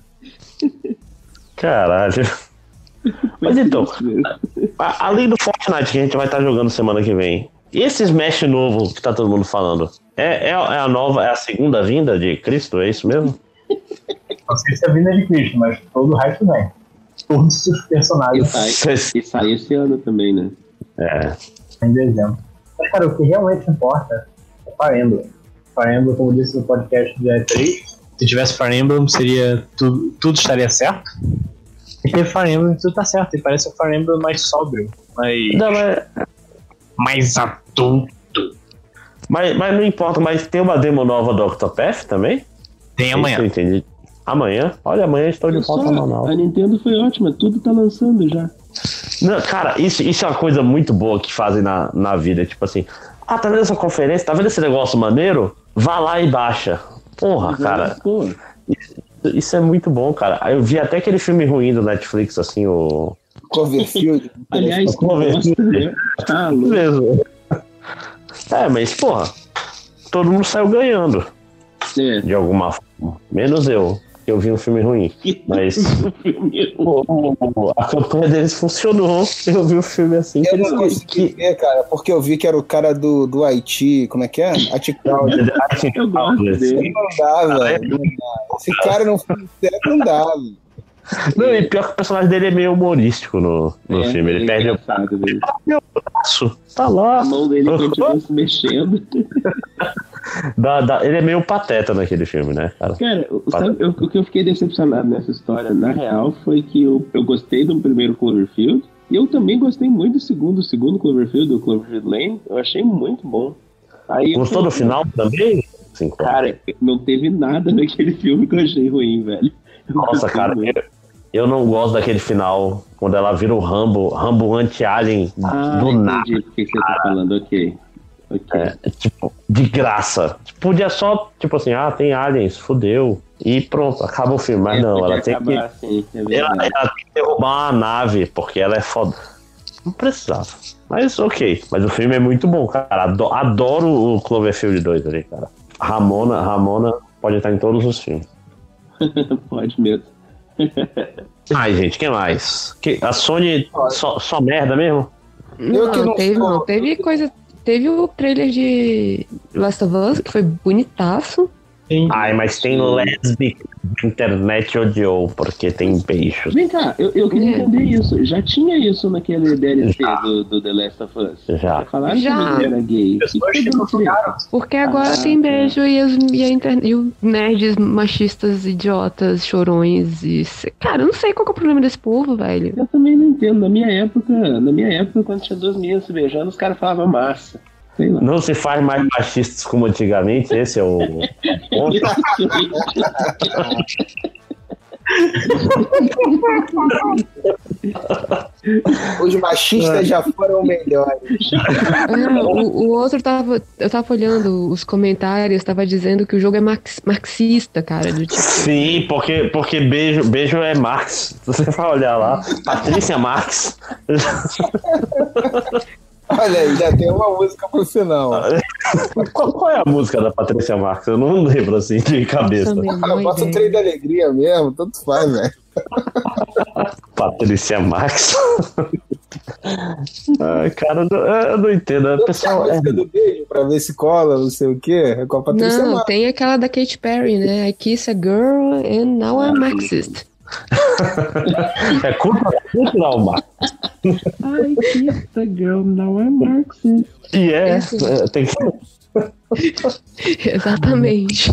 Caralho. Mas então, além do Fortnite que a gente vai estar jogando semana que vem, e esse Smash novo que tá todo mundo falando, é a segunda vinda de Cristo, é isso mesmo? Não sei se é a vinda de Cristo, mas todo o resto vem. Todos os personagens E sai esse ano também, né? em dezembro. Mas, cara, o que realmente importa é Fire Emblem. Fire Emblem, como eu disse no podcast do E3, se tivesse Fire Emblem, seria tudo estaria certo. E tem Fire Emblem, tudo tá certo. E parece um Fire Emblem mais sóbrio, mais adulto. Mas não importa, mas tem uma demo nova do Octopath também? Tem amanhã. Eu entendi. Amanhã? Olha, amanhã estou de volta a Manaus. A Nintendo foi ótima, tudo tá lançando já. Não, cara, isso é uma coisa muito boa que fazem na vida. Tipo assim, tá vendo essa conferência? Tá vendo esse negócio maneiro? Vá lá e baixa. Porra, cara. Pô. Isso é muito bom, cara. Eu vi até aquele filme ruim do Netflix, assim, o... Cloverfield. Aliás, Cloverfield. Tá louco. Mesmo. Mas, porra, todo mundo saiu ganhando. De alguma forma. Menos eu. Eu vi um filme ruim. Mas a campanha deles funcionou. Eu vi um filme assim. Eu não consegui ver, cara, porque eu vi que era o cara do Haiti. Como é que é? Atical. Eu gosto dele. Não dá, velho. Esse cara não foi sério, não dá, velho. Não, e pior que o personagem dele é meio humorístico no filme. Ele perde o meu braço. Tá lá. A mão dele continua se mexendo. Ele é meio pateta naquele filme, né, cara? Cara, sabe, o que eu fiquei decepcionado nessa história, na real, foi que eu gostei do primeiro Cloverfield e eu também gostei muito do segundo Cloverfield, do Cloverfield Lane. Eu achei muito bom. Aí gostou do final também? Sim, cara, não teve nada naquele filme que eu achei ruim, velho. Nossa, cara, eu não gosto daquele final, quando ela vira o Rambo anti-alien do nada. Entendi o que você tá falando, ok. Tipo, de graça. Podia só, tipo assim, tem aliens, fudeu. E pronto, acaba o filme. Mas não, ela tem que. Assim, ela tem que derrubar uma nave, porque ela é foda. Não precisava. Mas ok. Mas o filme é muito bom, cara. Adoro o Cloverfield 2 ali, cara. Ramona pode estar em todos os filmes. Pode mesmo. Ai, gente, quem mais? A Sony só merda mesmo? Não, teve coisa. Teve o trailer de Last of Us, que foi bonitaço. Ai, mas tem lésbica. A internet odiou, porque tem beijos. Vem cá, eu queria entender isso. Já tinha isso naquele DLC do The Last of Us? Já. Falaram que era gay. Porque agora tem beijo e os nerds machistas, idiotas, chorões e... Cara, eu não sei qual que é o problema desse povo, velho. Eu também não entendo. Na minha época, quando tinha duas meninas se beijando, os caras falavam massa. Não se faz mais machistas como antigamente, esse é o ponto. Os machistas já foram melhores. O outro eu tava olhando os comentários, tava dizendo que o jogo é marxista, cara. Do tipo... Sim, porque beijo é Marx. Se você vai olhar lá, Patrícia Marx. Olha aí, já tem uma música pro final. Qual é a música da Patrícia Marx? Eu não lembro assim de cabeça. Bota o trem da alegria mesmo, tanto faz, velho. Patrícia Marx. Ai, cara, eu não entendo. Não pessoal, tem a música do beijo pra ver se cola, não sei o quê. É com a Patrícia Marx. Não, tem aquela da Katy Perry, né? I kiss a girl and now I'm Marxist. É cultural, Marx. I kissed a girl, now I'm Marxist. E tem que... Exatamente.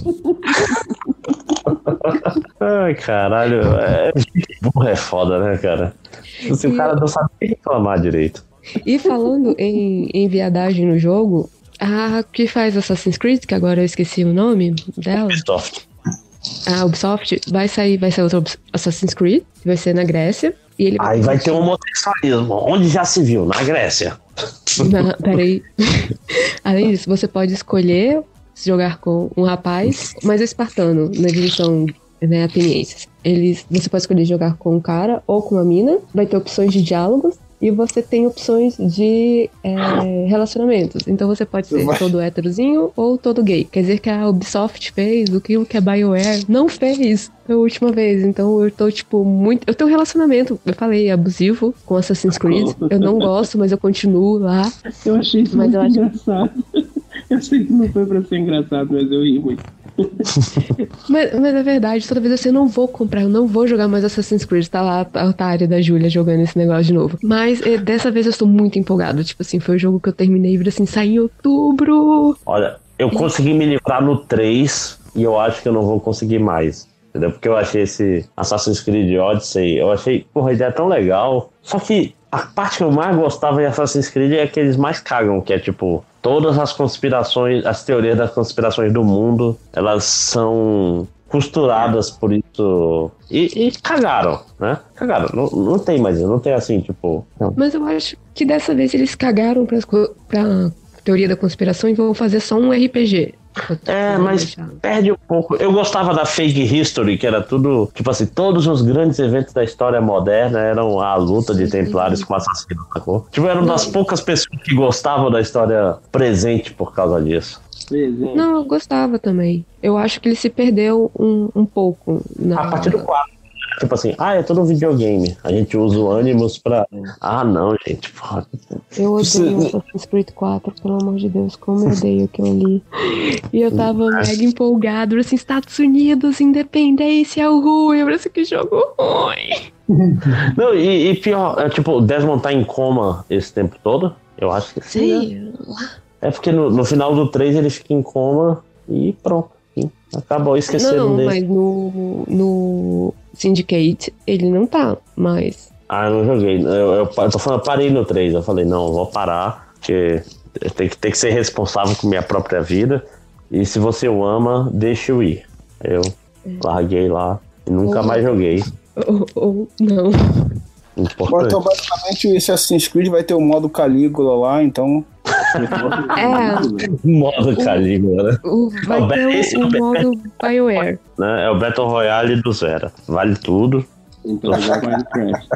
Ai, caralho. Burra é foda, né, cara? Se o cara não sabe reclamar direito. E falando em viadagem no jogo, a que faz Assassin's Creed, que agora eu esqueci o nome dela. A Ubisoft vai sair outro Assassin's Creed, que vai ser na Grécia. E ele vai ter um homossexualismo. Onde já se viu? Na Grécia. Peraí. Além disso, você pode escolher se jogar com um rapaz mais espartano, na direção né, atenienses. Você pode escolher jogar com um cara ou com uma mina, vai ter opções de diálogos e você tem opções de relacionamentos. Então você pode ser todo héterozinho ou todo gay. Quer dizer que a Ubisoft fez aquilo que a BioWare não fez a última vez. Então eu tô, tipo, muito... Eu tenho um relacionamento, eu falei, abusivo com Assassin's Creed. Eu não gosto, mas eu continuo lá. Eu achei isso muito engraçado. Eu sei que não foi pra ser engraçado, mas eu ri muito. mas é verdade, toda vez assim, eu não vou comprar, eu não vou jogar mais Assassin's Creed. Tá lá a otária da Júlia jogando esse negócio de novo. Mas dessa vez eu estou muito empolgado. Tipo assim, foi o jogo que eu terminei e assim, sai em outubro. Olha, eu consegui me livrar no 3 e eu acho que eu não vou conseguir mais. Entendeu? Porque eu achei esse Assassin's Creed Odyssey, eu achei, porra, a ideia tão legal. Só que a parte que eu mais gostava em Assassin's Creed é que eles mais cagam, que é tipo, todas as conspirações, as teorias das conspirações do mundo, elas são costuradas por isso. E cagaram, né? Cagaram. Não tem mais, não tem assim, tipo... Não. Mas eu acho que dessa vez eles cagaram pra teoria da conspiração e vão fazer só um RPG. Mas perde um pouco. Eu gostava da Fake History, que era tudo, tipo assim, todos os grandes eventos da história moderna eram a luta de templários com assassinos, sacou? Tipo, era uma das poucas pessoas que gostavam da história presente por causa disso. Não, eu gostava também. Eu acho que ele se perdeu um pouco. A partir do 4. Tipo assim, é todo um videogame. A gente usa o Animus pra... não, gente. Porra. Eu odeio Assassin's Creed 4, pelo amor de Deus. Como eu odeio aquilo ali. E eu tava mega empolgado. Assim, Estados Unidos, independência, ruim. Eu pensei, que jogo ruim. Não, e pior, tipo, o Desmond tá em coma esse tempo todo? Eu acho que sim. É porque no final do 3 ele fica em coma e pronto. Acabou esquecendo dele. Mas no Syndicate ele não tá, mas... Eu não joguei. Eu tô falando, eu parei no 3. Eu falei, não, eu vou parar, porque tem que ser responsável com minha própria vida. E se você o ama, deixa eu ir. Eu larguei lá e nunca mais joguei. Ou não. Importante. Então, basicamente, esse Assassin's Creed vai ter o modo Calígula lá, então... Modo Calígula, né? Vai ter o modo BioWare. Né? É o Battle Royale do Zero. Vale tudo. Então já Minecraft.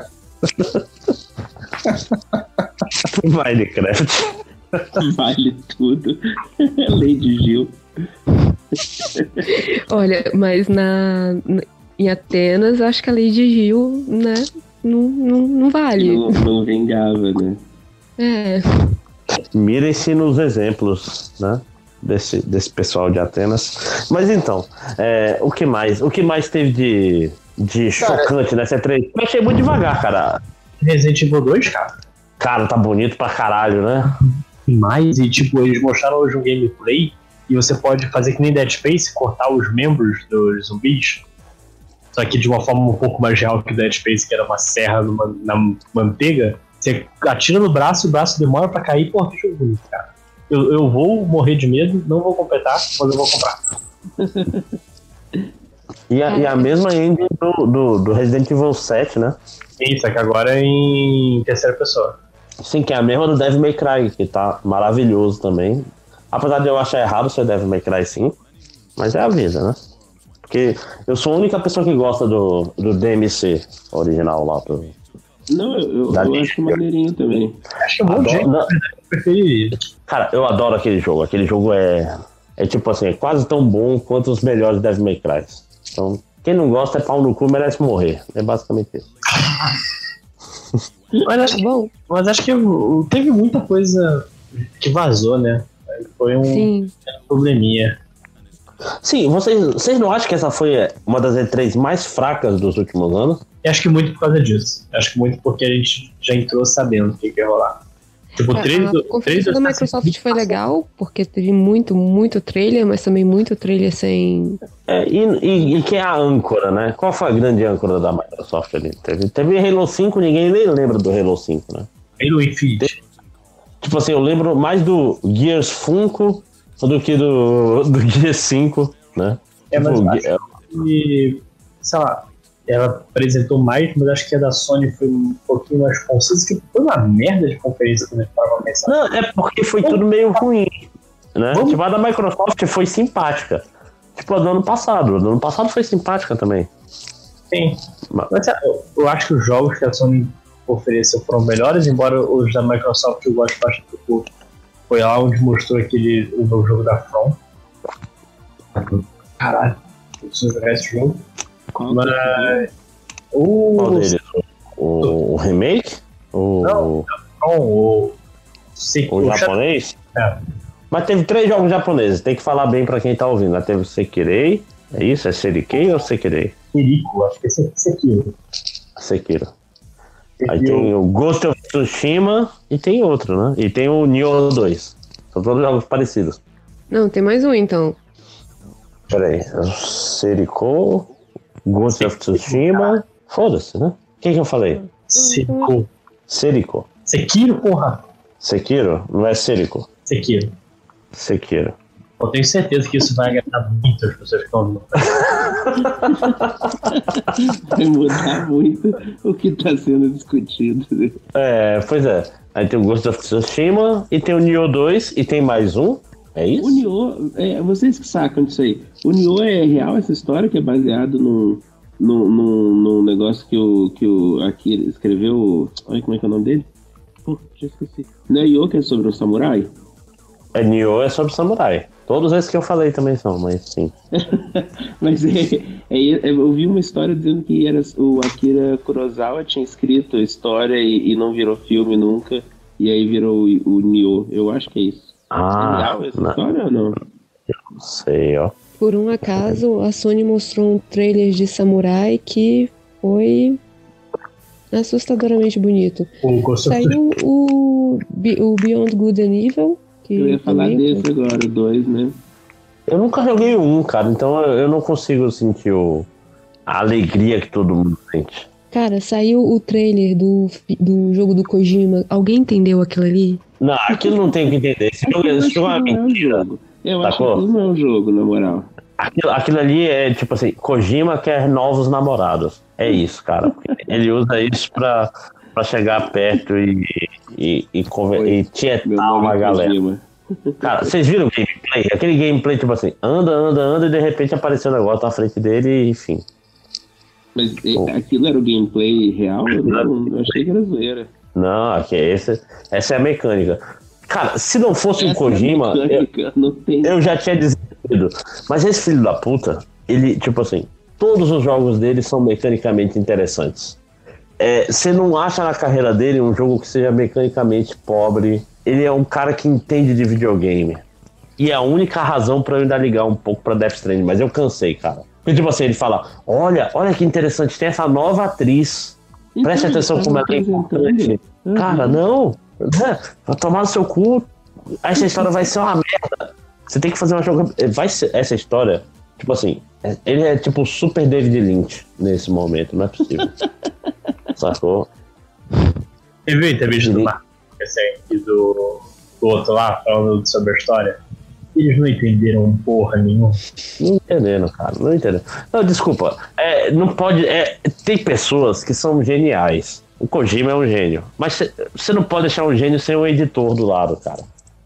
Minecraft. Vale tudo. Lady Gil. Olha, mas em Atenas, acho que a Lady Gil, né? Não vale. Não vingava, né? Mirem-se nos exemplos, né? Desse pessoal de Atenas. Mas então, o que mais teve de chocante nessa E3? Eu achei muito devagar, cara. Resident Evil 2, cara. Cara, tá bonito pra caralho, né? Demais, e tipo, eles mostraram hoje um gameplay e você pode fazer que nem Dead Space, cortar os membros dos zumbis. Só que de uma forma um pouco mais real que o Dead Space, que era uma serra na manteiga. Você atira no braço e o braço demora pra cair. Pô, que jogo bonito, cara. Eu vou morrer de medo, não vou completar, mas eu vou comprar. E a mesma engine do Resident Evil 7, né? Isso, é que agora é em terceira pessoa. Sim, que é a mesma do Devil May Cry, que tá maravilhoso também. Apesar de eu achar errado ser Devil May Cry 5, mas é a vida, né? Porque eu sou a única pessoa que gosta do DMC original lá. Não, eu acho maneirinho também. Acho que é um bom jeito, eu preferiria. Cara, eu adoro aquele jogo. Aquele jogo é tipo assim, é quase tão bom quanto os melhores Devil May Cry. Então, quem não gosta é pau no cu, merece morrer. É basicamente isso. Mas acho que teve muita coisa que vazou, né? Foi um probleminha. Sim, vocês não acham que essa foi uma das E3 mais fracas dos últimos anos? Eu acho que muito por causa disso. Eu acho que muito porque a gente já entrou sabendo o que ia rolar. Tipo, a conferência da Microsoft foi legal, porque teve muito trailer, mas também muito trailer sem... E quem é a âncora, né? Qual foi a grande âncora da Microsoft ali? Teve Halo 5, ninguém nem lembra do Halo 5, né? Halo Infinite. Tipo assim, eu lembro mais do Gears Funko do que do Gears 5, né? Mas sei lá, ela apresentou mais, mas acho que a da Sony foi um pouquinho mais concisa, que foi uma merda de conferência quando a gente tava pensando. Não, é porque foi tudo meio ruim, né? Tipo, a da Microsoft foi simpática. Tipo, tipo a do ano passado. A do ano passado foi simpática também. Sim. Mas eu acho que os jogos que a Sony ofereceu foram melhores, embora os da Microsoft eu gosto bastante. Foi lá onde mostrou o novo jogo da From. Caralho, eu preciso jogar esse jogo. Mas qual deles? O remake? Não, o japonês? É. Mas teve 3 jogos japoneses, tem que falar bem pra quem tá ouvindo. Lá teve o Sekirei, é isso? É Serikei ou Sekirei? Kiriko, acho que é Sekiro. Sekiro. Aí tem o Ghost of Tsushima e tem outro, né? E tem o Nioh 2. São todos jogos parecidos. Não, tem mais um então. Peraí, Seriko, Ghost of Tsushima. Foda-se, né? Quem que eu falei? Seriko. Sekiro, porra. Sekiro? Não é Seriko. Sekiro. Eu tenho certeza que isso vai agradar muito as pessoas que estão ouvindo. Vai mudar muito o que está sendo discutido. Pois é. Aí tem o Ghost of Tsushima e tem o Nioh 2 e tem mais um. É isso? O Nioh, vocês que sacam disso aí. O Nioh é real essa história que é baseado num negócio que o Akira escreveu. Olha como é que é o nome dele? Pô, já esqueci. Não é Nioh que é sobre um samurai? Nioh é sobre samurai. Todos esses que eu falei também são, mas sim. Mas eu vi uma história dizendo que o Akira Kurosawa tinha escrito a história e não virou filme nunca. E aí virou o Nioh. Eu acho que é isso. É real essa história ou não? Eu não sei, ó. Por um acaso, a Sony mostrou um trailer de samurai que foi assustadoramente bonito. Saiu o Beyond Good and Evil. Eu ia falar desse agora, o 2, né? Eu nunca joguei o 1, cara, então eu não consigo sentir a alegria que todo mundo sente. Cara, saiu o trailer do jogo do Kojima. Alguém entendeu aquilo ali? Não, aquilo não tem o que entender. Esse jogo é uma mentira. Eu acho que aquilo não é um jogo, na moral. Aquilo ali é tipo assim, Kojima quer novos namorados. É isso, cara. Ele usa isso pra chegar perto e tietar uma galera. Cara, vocês viram o gameplay? Aquele gameplay tipo assim, anda e de repente apareceu um negócio na frente dele e enfim. Mas aquilo era o gameplay real? Eu achei que era zoeira. Não, essa é a mecânica. Cara, se não fosse o Kojima, eu já tinha desistido. Mas esse filho da puta, ele, tipo assim, todos os jogos dele são mecanicamente interessantes. Você não acha na carreira dele um jogo que seja mecanicamente pobre. Ele é um cara que entende de videogame. E é a única razão pra eu ainda ligar um pouco pra Death Stranding. Mas eu cansei, cara. Porque, tipo assim, ele fala, olha que interessante, tem essa nova atriz. Preste atenção como ela é importante. Cara, não. Vai tomar no seu cu. Essa história vai ser uma merda. Você tem que fazer uma jogada. Vai ser essa história, tipo assim, ele é tipo super David Lynch nesse momento, não é possível. Sacou? Você viu a entrevista do Marcos e do outro lá, falando sobre a história? Eles não entenderam porra nenhuma. Não entenderam, cara. Não entenderam. Não, desculpa. Não pode. Tem pessoas que são geniais. O Kojima é um gênio. Mas você não pode deixar um gênio sem um editor do lado, cara.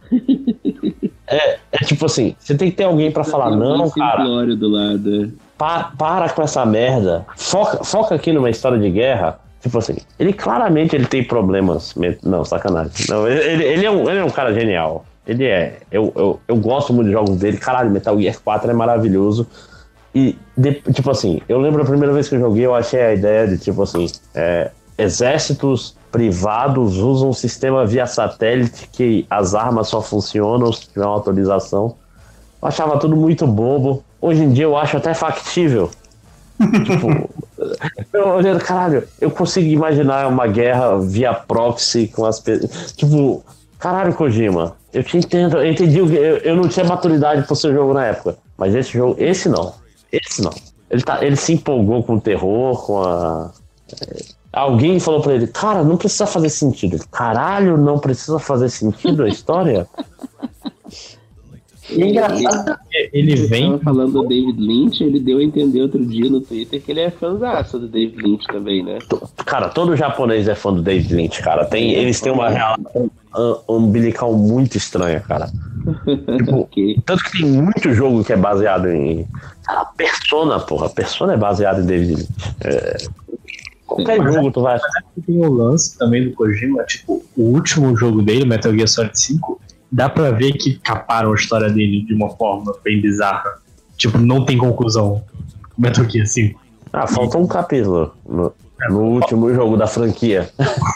Tipo assim, você tem que ter alguém pra falar, não, cara. Do lado. Para com essa merda. Foca aqui numa história de guerra. Tipo assim, ele claramente tem problemas. Não, sacanagem. Não, ele é um cara genial. Ele é. Eu gosto muito de jogos dele. Caralho, Metal Gear 4 é maravilhoso. E, tipo assim, eu lembro a primeira vez que eu joguei, eu achei a ideia de, tipo assim, exércitos privados usam um sistema via satélite que as armas só funcionam se tiver uma autorização. Eu achava tudo muito bobo. Hoje em dia eu acho até factível. Tipo, eu olhando, caralho, eu consigo imaginar uma guerra via proxy com as pessoas. Tipo, caralho, Kojima, eu te entendo, eu entendi, eu não tinha maturidade pro seu jogo na época, mas esse não. Ele se empolgou com o terror, com a. Alguém falou pra ele, cara, não precisa fazer sentido. Caralho, não precisa fazer sentido a história? E é engraçado que ele vem falando do David Lynch, ele deu a entender outro dia no Twitter que ele é fãzaço do David Lynch também, né? Cara, todo japonês é fã do David Lynch, cara. Eles têm uma relação umbilical muito estranha, cara. Tipo, tanto que tem muito jogo que é baseado em. A Persona, porra. Persona é baseado em David Lynch. Qualquer jogo tu vai. Mas tem o lance também do Kojima, tipo, o último jogo dele, Metal Gear Solid 5, dá pra ver que caparam a história dele de uma forma bem bizarra. Tipo, não tem conclusão. Metal Gear 5. Falta um capítulo no último jogo da franquia.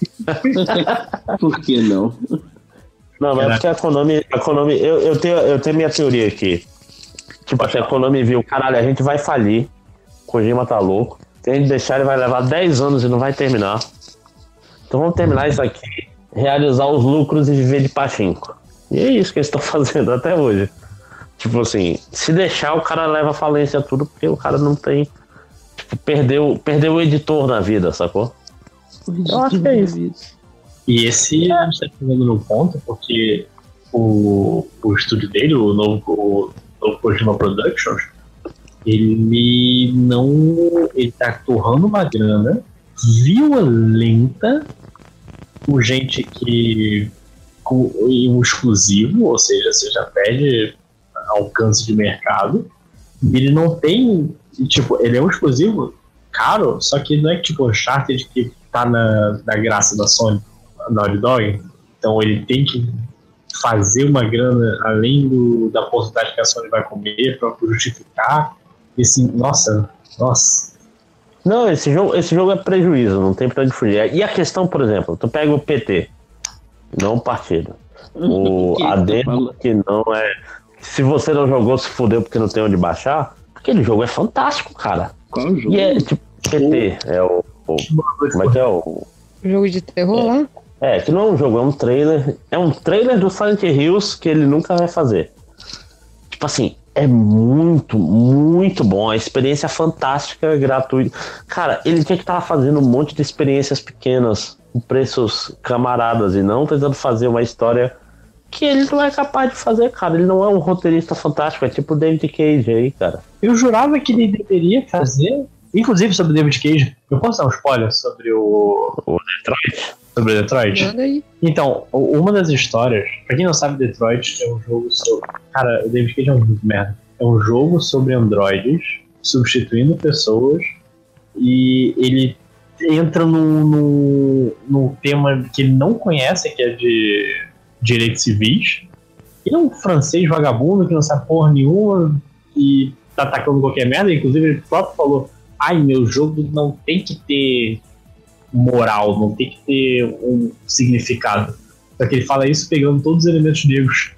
Por que não? Não, mas é porque a Konami eu tenho minha teoria aqui. Tipo, assim, a Konami viu, caralho, a gente vai falir, Kojima tá louco, se a gente deixar ele vai levar 10 anos e não vai terminar. Então vamos terminar isso aqui, realizar os lucros e viver de pachinko. E é isso que eles estão fazendo até hoje. Tipo assim, se deixar o cara leva falência tudo, porque o cara não tem... Tipo, perdeu o editor na vida, sacou? Eu acho que é isso. E esse a gente tá chegando no ponto, porque o estúdio dele, o novo Kojima Productions, ele tá torrando uma grana violenta com gente que com um exclusivo, ou seja, você já perde alcance de mercado, e ele não tem, tipo, ele é um exclusivo caro, só que não é tipo o Uncharted que tá na graça da Sony, Naughty Dog, então ele tem que fazer uma grana além da porcentagem que a Sony vai comer para justificar. E assim, nossa. Não, esse jogo é prejuízo, não tem pra onde fugir. E a questão, por exemplo, tu pega o PT, não o partido. O adendo que não é. Se você não jogou, se fudeu porque não tem onde baixar, aquele jogo é fantástico, cara. Qual jogo? E é tipo, PT, é o como é que é o Jogo de terror lá? que não é um jogo, é um trailer. É um trailer do Silent Hills que ele nunca vai fazer. Tipo assim, é muito, muito bom. A experiência fantástica, gratuita. Cara, ele tinha que estar fazendo um monte de experiências pequenas, com preços camaradas, e não tentando fazer uma história que ele não é capaz de fazer, cara. Ele não é um roteirista fantástico, é tipo o David Cage aí, cara. Eu jurava que ele deveria fazer, inclusive sobre o David Cage. Eu posso dar um spoiler sobre o Detroit? Sobre Detroit? Nada aí. Então, uma das histórias, pra quem não sabe, Detroit é um jogo sobre... Cara, o David Cage é um jogo de merda. É um jogo sobre androides substituindo pessoas, e ele entra num tema que ele não conhece, que é de direitos civis. Ele é um francês vagabundo que não sabe porra nenhuma e tá atacando qualquer merda. Inclusive ele próprio falou: meu jogo não tem que ter moral, não tem que ter um significado. Só que ele fala isso pegando todos os elementos negros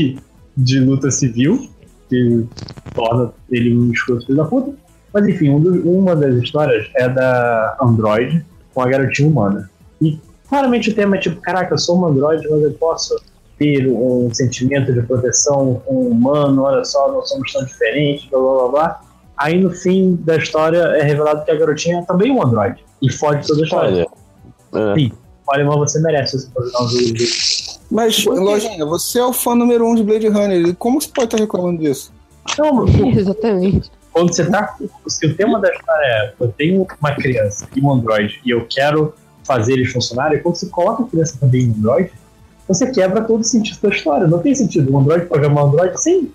de luta civil, que torna ele um escroto filho da puta. Mas enfim, uma das histórias é da Android com a garotinha humana. E claramente o tema é tipo, caraca, eu sou um Android, mas eu posso ter um sentimento de proteção com um humano, olha só, nós somos tão diferentes, blá blá blá blá. Aí no fim da história é revelado que a garotinha é também um Android. E fode toda a história. Sim, olha, mas você merece se fazer um jogo desse. Mas, Lojinha, você é o fã número 1 de Blade Runner. Como você pode estar reclamando disso? Não, Exatamente. quando você tá. Se o tema da história é eu tenho uma criança e um Android e eu quero fazer eles funcionarem, quando você coloca a criança também no Android, você quebra todo o sentido da história. Não tem sentido. Um Android programar um Android? Sim.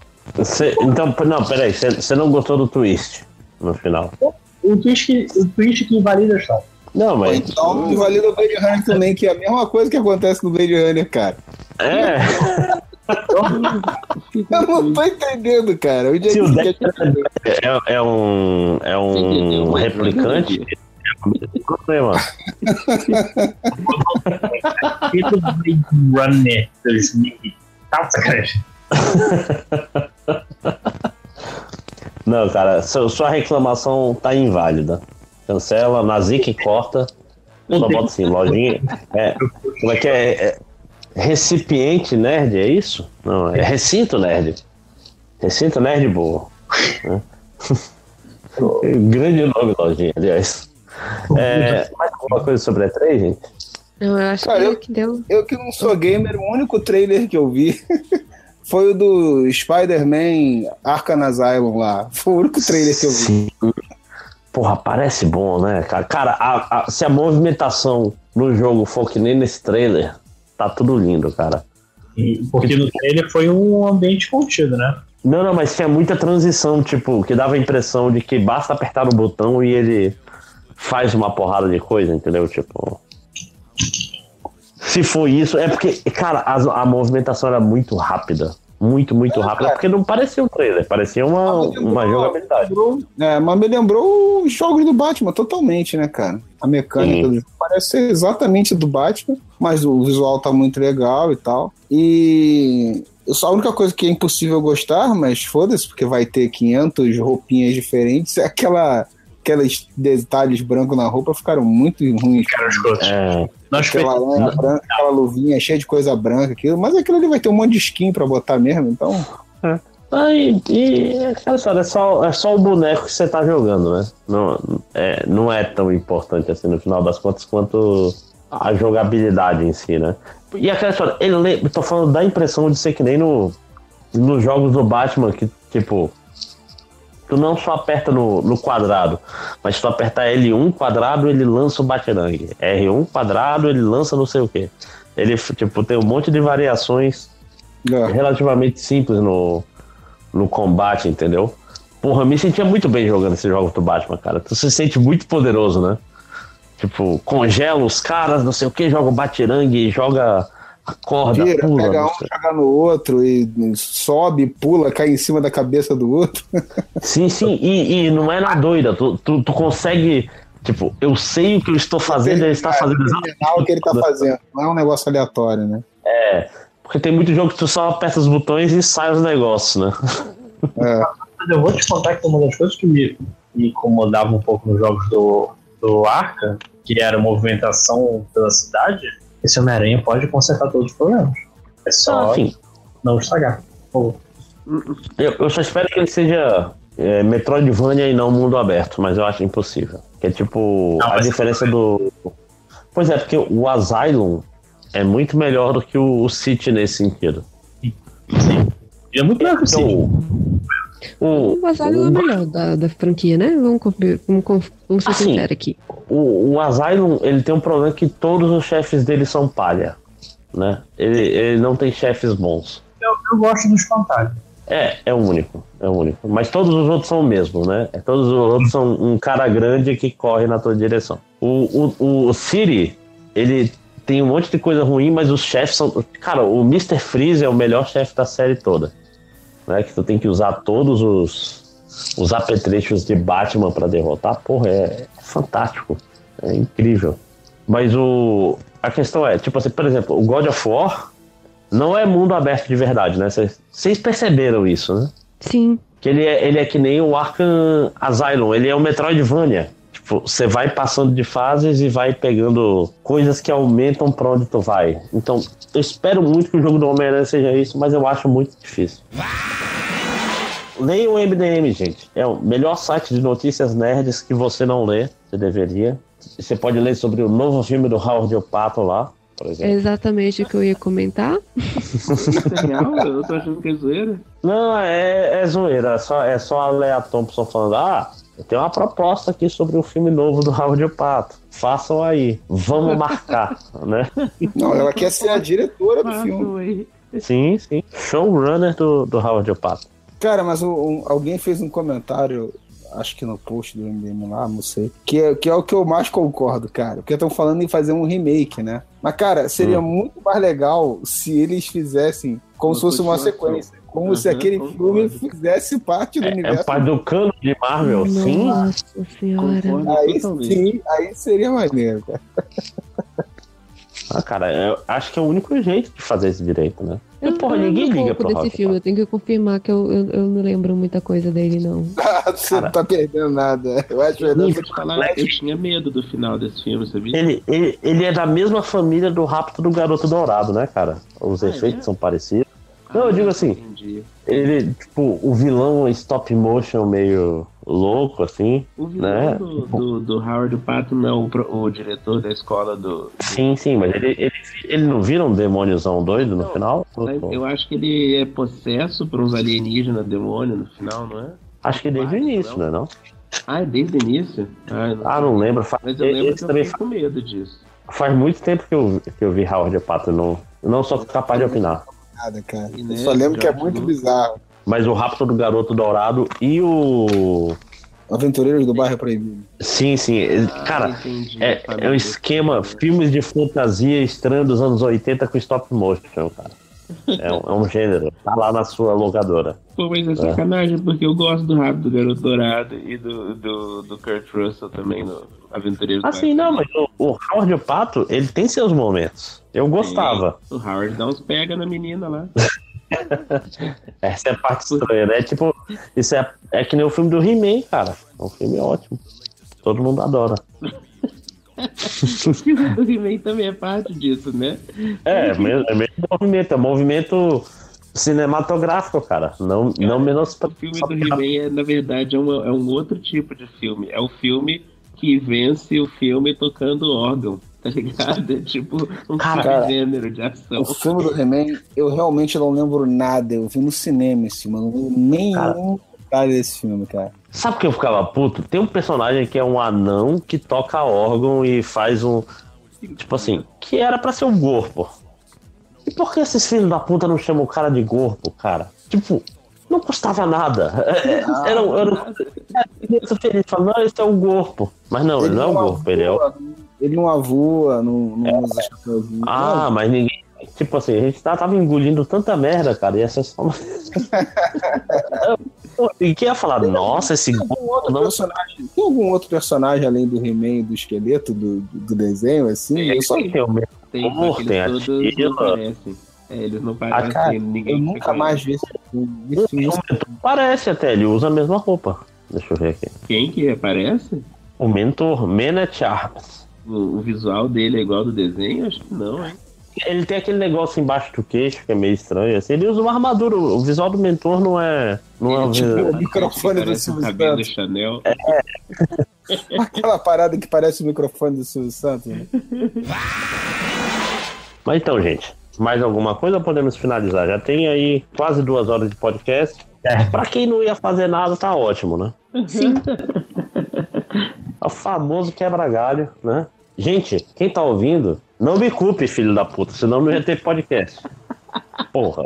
Então, não, peraí, você não gostou do twist no final? O twist que invalida a história. Não, mas. Então, invalida o Blade Runner também, que é a mesma coisa que acontece no Blade Runner, cara. É. Eu não tô entendendo, cara. O Se o Dexter é um replicante, é um problema. Feito Blade Runner 2000. Tá, sacanagem. Não, cara, sua reclamação tá inválida. Cancela, Nazik corta. Só bota assim, lojinha. Como é que é? Recipiente nerd, é isso? Não, é recinto nerd. Recinto nerd boa. Grande nome, lojinha, aliás. Mais alguma coisa sobre a E3, gente? Não, eu acho Cara, que deu. Eu que não sou gamer, o único trailer que eu vi foi o do Spider-Man Arkham Asylum lá. Foi o único trailer que eu vi. Sim. Porra, parece bom, né, cara? Cara, se a movimentação no jogo for que nem nesse trailer, tá tudo lindo, cara. Porque no trailer foi um ambiente contido, né? Não, mas tinha muita transição, tipo, que dava a impressão de que basta apertar o botão e ele faz uma porrada de coisa, entendeu? Tipo... Se for isso, é porque, cara, a movimentação era muito rápida. Muito rápida, porque não parecia um trailer, parecia uma jogabilidade. Mas me lembrou os jogos do Batman totalmente, né, cara? A mecânica do jogo parece ser exatamente do Batman, mas o visual tá muito legal e tal. E a única coisa que é impossível gostar, mas foda-se, porque vai ter 500 roupinhas diferentes, é aqueles detalhes brancos na roupa ficaram muito ruins. Aquela luvinha cheia de coisa branca, mas aquilo ali vai ter um monte de skin pra botar mesmo, então... Cara, é só o boneco que você tá jogando, né? Não é tão importante assim no final das contas quanto a jogabilidade em si, né? E aquela história, eu tô falando da impressão de ser que nem nos jogos do Batman, que tipo... Tu não só aperta no quadrado, mas se tu apertar L1 quadrado, ele lança o Batarang. R1 quadrado, ele lança não sei o que. Ele, tipo, tem um monte de variações relativamente simples no combate, entendeu? Porra, eu me sentia muito bem jogando esse jogo do Batman, cara. Tu se sente muito poderoso, né? Tipo, congela os caras, não sei o que, joga o Batarang, joga... Acorda, pula. Pega um, joga no outro e sobe, pula, cai em cima da cabeça do outro. Sim, e não é na doida. Tu consegue. Tipo, eu sei o que eu estou fazendo, ele está fazendo exatamente o que ele está fazendo. Não é um negócio aleatório, né? Porque tem muito jogo que tu só aperta os botões e sai os negócios, né? Eu vou te contar que uma das coisas que me incomodava um pouco nos jogos do Arkham, que era a movimentação pela cidade. Esse Homem-Aranha pode consertar todos os problemas. É só não estragar. Eu só espero que ele seja Metroidvania e não mundo aberto, mas eu acho impossível. Que é tipo a diferença do... Pois é, porque o Asylum é muito melhor do que o City nesse sentido. Sim. Ele é muito melhor que o City. O Asylum é o melhor da franquia, né? Vamos ser sinceros aqui. O Asylum, ele tem um problema que todos os chefes dele são palha, né? Ele não tem chefes bons. Eu gosto dos fantasmas. É o único. Mas todos os outros são o mesmo, né? Todos os outros são um cara grande que corre na tua direção. O City, ele tem um monte de coisa ruim, mas os chefes são... Cara, o Mr. Freeze é o melhor chefe da série toda. Né? Que tu tem que usar todos os apetrechos de Batman pra derrotar. Porra, é fantástico. É incrível. Mas a questão é, tipo assim, por exemplo, o God of War não é mundo aberto de verdade, né? Vocês perceberam isso, né? Sim. Que ele é que nem o Arkham Asylum, ele é um Metroidvania. Tipo, você vai passando de fases e vai pegando coisas que aumentam pra onde tu vai. Então, eu espero muito que o jogo do Homem-Aranha seja isso, mas eu acho muito difícil. Leia o MDM, gente. É o melhor site de notícias nerds que você não lê. Você deveria. Você pode ler sobre o novo filme do Howard o Pato lá, por exemplo. É exatamente o que eu ia comentar. É real? Eu tô achando que é zoeira. Não, é zoeira. É só a Lea Thompson falando, eu tenho uma proposta aqui sobre o filme novo do Howard o Pato. Façam aí. Vamos marcar, né? Não, ela quer ser a diretora do filme. Sim. Showrunner do Howard o Pato. Cara, mas alguém fez um comentário, acho que no post do MDM lá, não sei, que é o que eu mais concordo, cara. Porque estão falando em fazer um remake, né? Mas, cara, seria muito mais legal se eles fizessem como se fosse uma sequência. Como se aquele filme fizesse parte do universo. É parte do cano de Marvel, sim. Nossa senhora. Aí seria maneiro, cara. Cara, eu acho que é o único jeito de fazer isso direito, né? Ninguém liga pro desse filme. Eu tenho que confirmar que eu não lembro muita coisa dele, não. Você não tá perdendo nada. Eu acho que eu tinha medo do final desse filme, sabia? Ele é da mesma família do Rapto do Garoto Dourado, né, cara? Os efeitos são parecidos. Não, eu digo assim, entendi. Ele, tipo, o vilão stop motion meio louco, assim, o vilão, né? do Howard Pato não é o diretor da escola do... Sim, mas ele não vira um demôniozão doido no final? Eu acho que ele é possesso por uns alienígenas demônio no final, não é? Acho que desde o início, não é não? É desde o início? Não lembro. Mas eu lembro que eu fiquei com medo disso. Faz muito tempo que eu vi Howard Pato, Não sou capaz de opinar. Nada, cara. E, Eu né, só lembro que é George muito Lucas. bizarro. Mas o Rapto do Garoto Dourado e o... Aventureiros do Bairro Proibido. Sim. Cara, Entendi. é um esquema, filmes de fantasia estranho dos anos 80 com stop motion, cara. É um gênero. Tá lá na sua locadora. Pô, mas é sacanagem, porque eu gosto do Rápido do Garoto Dourado e do Kurt Russell também no Aventureiros do Assim, não, mas o Howard o Pato, ele tem seus momentos. Eu gostava. O Howard dá uns pega na menina lá. Essa é a parte estranha, né? Tipo, isso é que nem o filme do He-Man, cara. É um filme ótimo. Todo mundo adora. O filme do He-Man também é parte disso, né? É mesmo movimento. É um movimento cinematográfico, cara. Não menos... O filme do He-Man, na verdade, é um outro tipo de filme. É o filme que vence o filme tocando órgão. Tá ligado? É tipo um gênero de ação. O filme do He-Man, eu realmente não lembro nada. Eu vi no cinema esse filme. Eu não lembro nenhum detalhe desse filme, cara. Sabe que eu ficava puto? Tem um personagem que é um anão que toca órgão e faz um... Tipo assim, que era pra ser um corpo. E por que esses filhos da puta não chamam o cara de corpo, cara? Tipo, não custava nada. Era criança feliz, falando, não, esse é o corpo. Mas não, ele não é o corpo, ele é o... Ele não avoa, não usa chapéuzinho. Ah, mas ninguém... Tipo assim, a gente tava engolindo tanta merda, cara, e essa é só... E quem ia falar, nossa, esse corpo não... Tem algum outro personagem além do He-Man e do esqueleto do desenho, assim? Eu só... Tem, só que tem a eles todos Tila. não parecem. Eles não parecem, cara, ninguém eu nunca mais vi esse filme. Parece até, ele usa a mesma roupa. Deixa eu ver aqui. Quem que aparece? O mentor, Manet Armas. O visual dele é igual ao do desenho? Acho que não, hein? Ele tem aquele negócio embaixo do queixo que é meio estranho, assim. Ele usa uma armadura. O visual do mentor não é o microfone do Parece um Silvio cabelo Santos. Chanel. Aquela parada que parece o microfone do Silvio Santos. Né? Mas então, gente, mais alguma coisa ou podemos finalizar? Já tem aí quase 2 horas de podcast. Pra quem não ia fazer nada, tá ótimo, né? Sim. É o famoso quebra-galho, né? Gente, quem tá ouvindo, não me culpe, filho da puta, senão não ia ter podcast. Porra.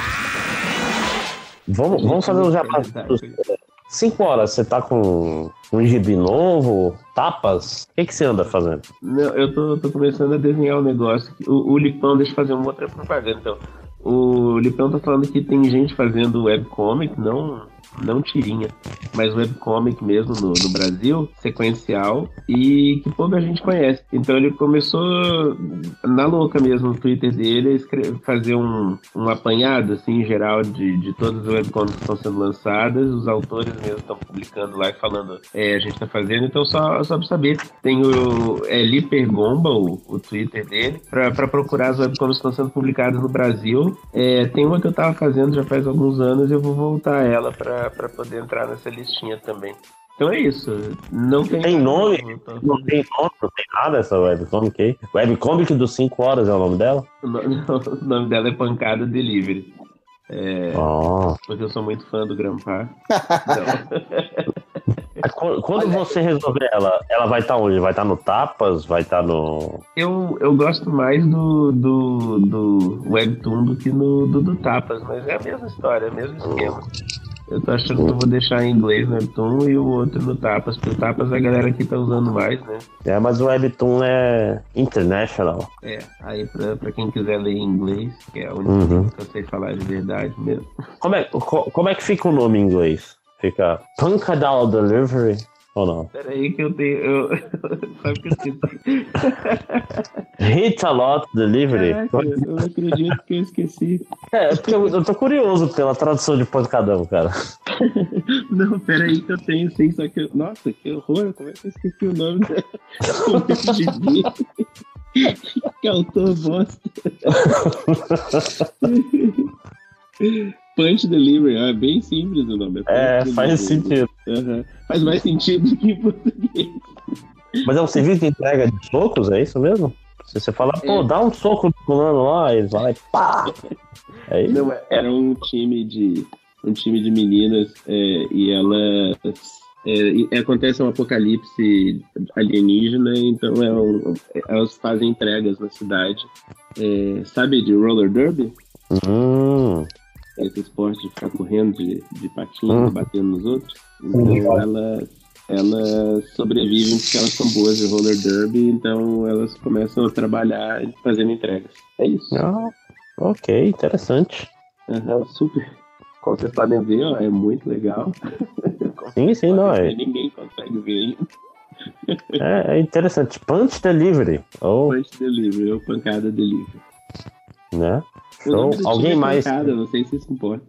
Vamos fazer um jabá. 5 horas, você tá com um gibi novo, tapas? O que você anda fazendo? Não, eu tô começando a desenhar um negócio. O Lipão, deixa eu fazer uma outra propaganda, então. O Lipão tá falando que tem gente fazendo webcomic, não tirinha, mas webcomic mesmo no Brasil, sequencial, e que pouca gente conhece. Então ele começou na louca mesmo no Twitter dele fazer um apanhado assim, em geral de todas as webcomics que estão sendo lançadas. Os autores mesmo estão publicando lá e falando a gente tá fazendo, então só pra saber. Tem o Lipergomba, o Twitter dele, pra procurar as webcomics que estão sendo publicadas no Brasil. Tem uma que eu tava fazendo já faz alguns anos e eu vou voltar a ela pra poder entrar nessa listinha também. Então é isso. Não tem nome? Não tem nada essa webcomic aí. Webcomic dos 5 horas é o nome dela? O nome dela é Pancada Delivery. Porque eu sou muito fã do Grampar. Quando você resolver ela vai estar onde? Vai estar no Tapas? Vai estar no... Eu gosto mais do Webtoon do que do Tapas, mas é a mesma história, é o mesmo esquema. Eu tô achando que eu vou deixar em inglês no Webtoon e o outro no Tapas, porque o Tapas a galera aqui tá usando mais, né? Mas o Webtoon é international. Aí pra quem quiser ler em inglês, que é a única que eu sei falar de verdade mesmo. Como é que fica o nome em inglês? Fica Pancadal Delivery ou não? Peraí que eu tenho... Sabe que eu esqueci? Hit a Lot Delivery? Caraca, eu não acredito que eu esqueci. Porque eu tô curioso pela tradução de Pancadão, cara. Não, peraí que eu tenho sim, só que... Nossa, que horror, como é que eu esqueci o nome dela? Que autor bosta. Punch Delivery, é bem simples o nome. Faz sentido. Faz mais sentido que em português. Mas é um serviço de entrega de socos, é isso mesmo? Se você falar, dá um soco no fulano lá, eles vão lá e pá! É isso? Não, era um time de meninas e elas Acontece um apocalipse alienígena, então elas fazem entregas na cidade. Sabe de roller derby? Esse esporte de ficar correndo de patins, batendo nos outros. Então elas sobrevivem porque elas são boas de roller derby, então elas começam a trabalhar fazendo entregas. É isso. Ok, interessante. Super. Como vocês podem ver, ó, é muito legal. Sim, não é. Ninguém consegue ver ainda. É interessante. Punch Delivery. Punch Delivery, ou Pancada Delivery. Né? Show. Alguém mais? Pancada, não sei se isso importa.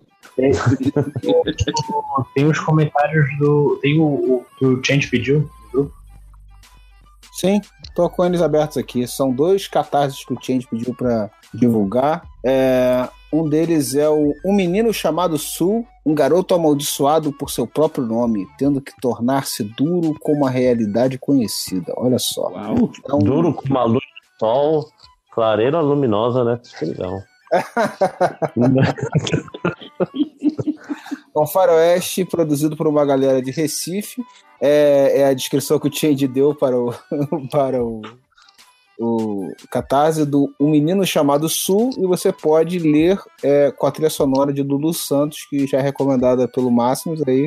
Tem os comentários do. Tem o que o Change pediu no grupo. Sim, tô com eles abertos aqui. São 2 catarses que o Change pediu pra divulgar. Um deles é Um Menino Chamado Sul, um garoto amaldiçoado por seu próprio nome, tendo que tornar-se duro como a realidade conhecida. Olha só. Uau. Então, Duro como a luz do sol, clareira luminosa, né? Legal. Um faroeste produzido por uma galera de Recife. É a descrição que o Change deu para o Catarse do Um Menino Chamado Sul, e você pode ler com a trilha sonora de Lulu Santos, que já é recomendada pelo Máximos aí.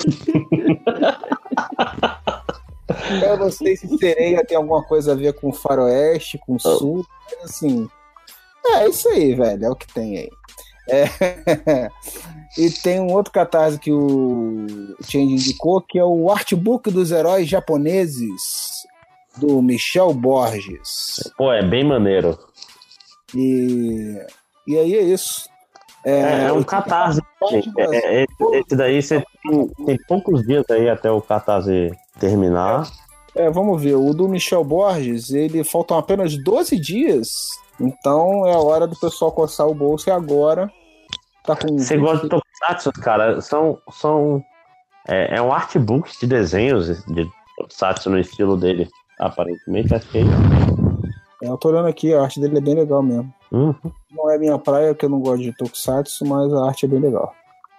Eu não sei se Sereia tem alguma coisa a ver com faroeste, com sul, mas assim, é isso aí, velho, é o que tem aí. E tem um outro catarse que o Change indicou, que é o Artbook dos Heróis Japoneses, do Michel Borges. Pô, é bem maneiro. E aí é isso. É um catarse. Esse daí você tem poucos dias aí até o catarse terminar. Vamos ver. O do Michel Borges, ele faltam apenas 12 dias. Então é a hora do pessoal coçar o bolso, e agora tá com. Você gosta de Tokusatsu, cara? É um artbook de desenhos de Tokusatsu no estilo dele. Aparentemente, acho que é isso. Eu tô olhando aqui, a arte dele é bem legal mesmo. Uhum. Não é minha praia, que eu não gosto de Tokusatsu, mas a arte é bem legal.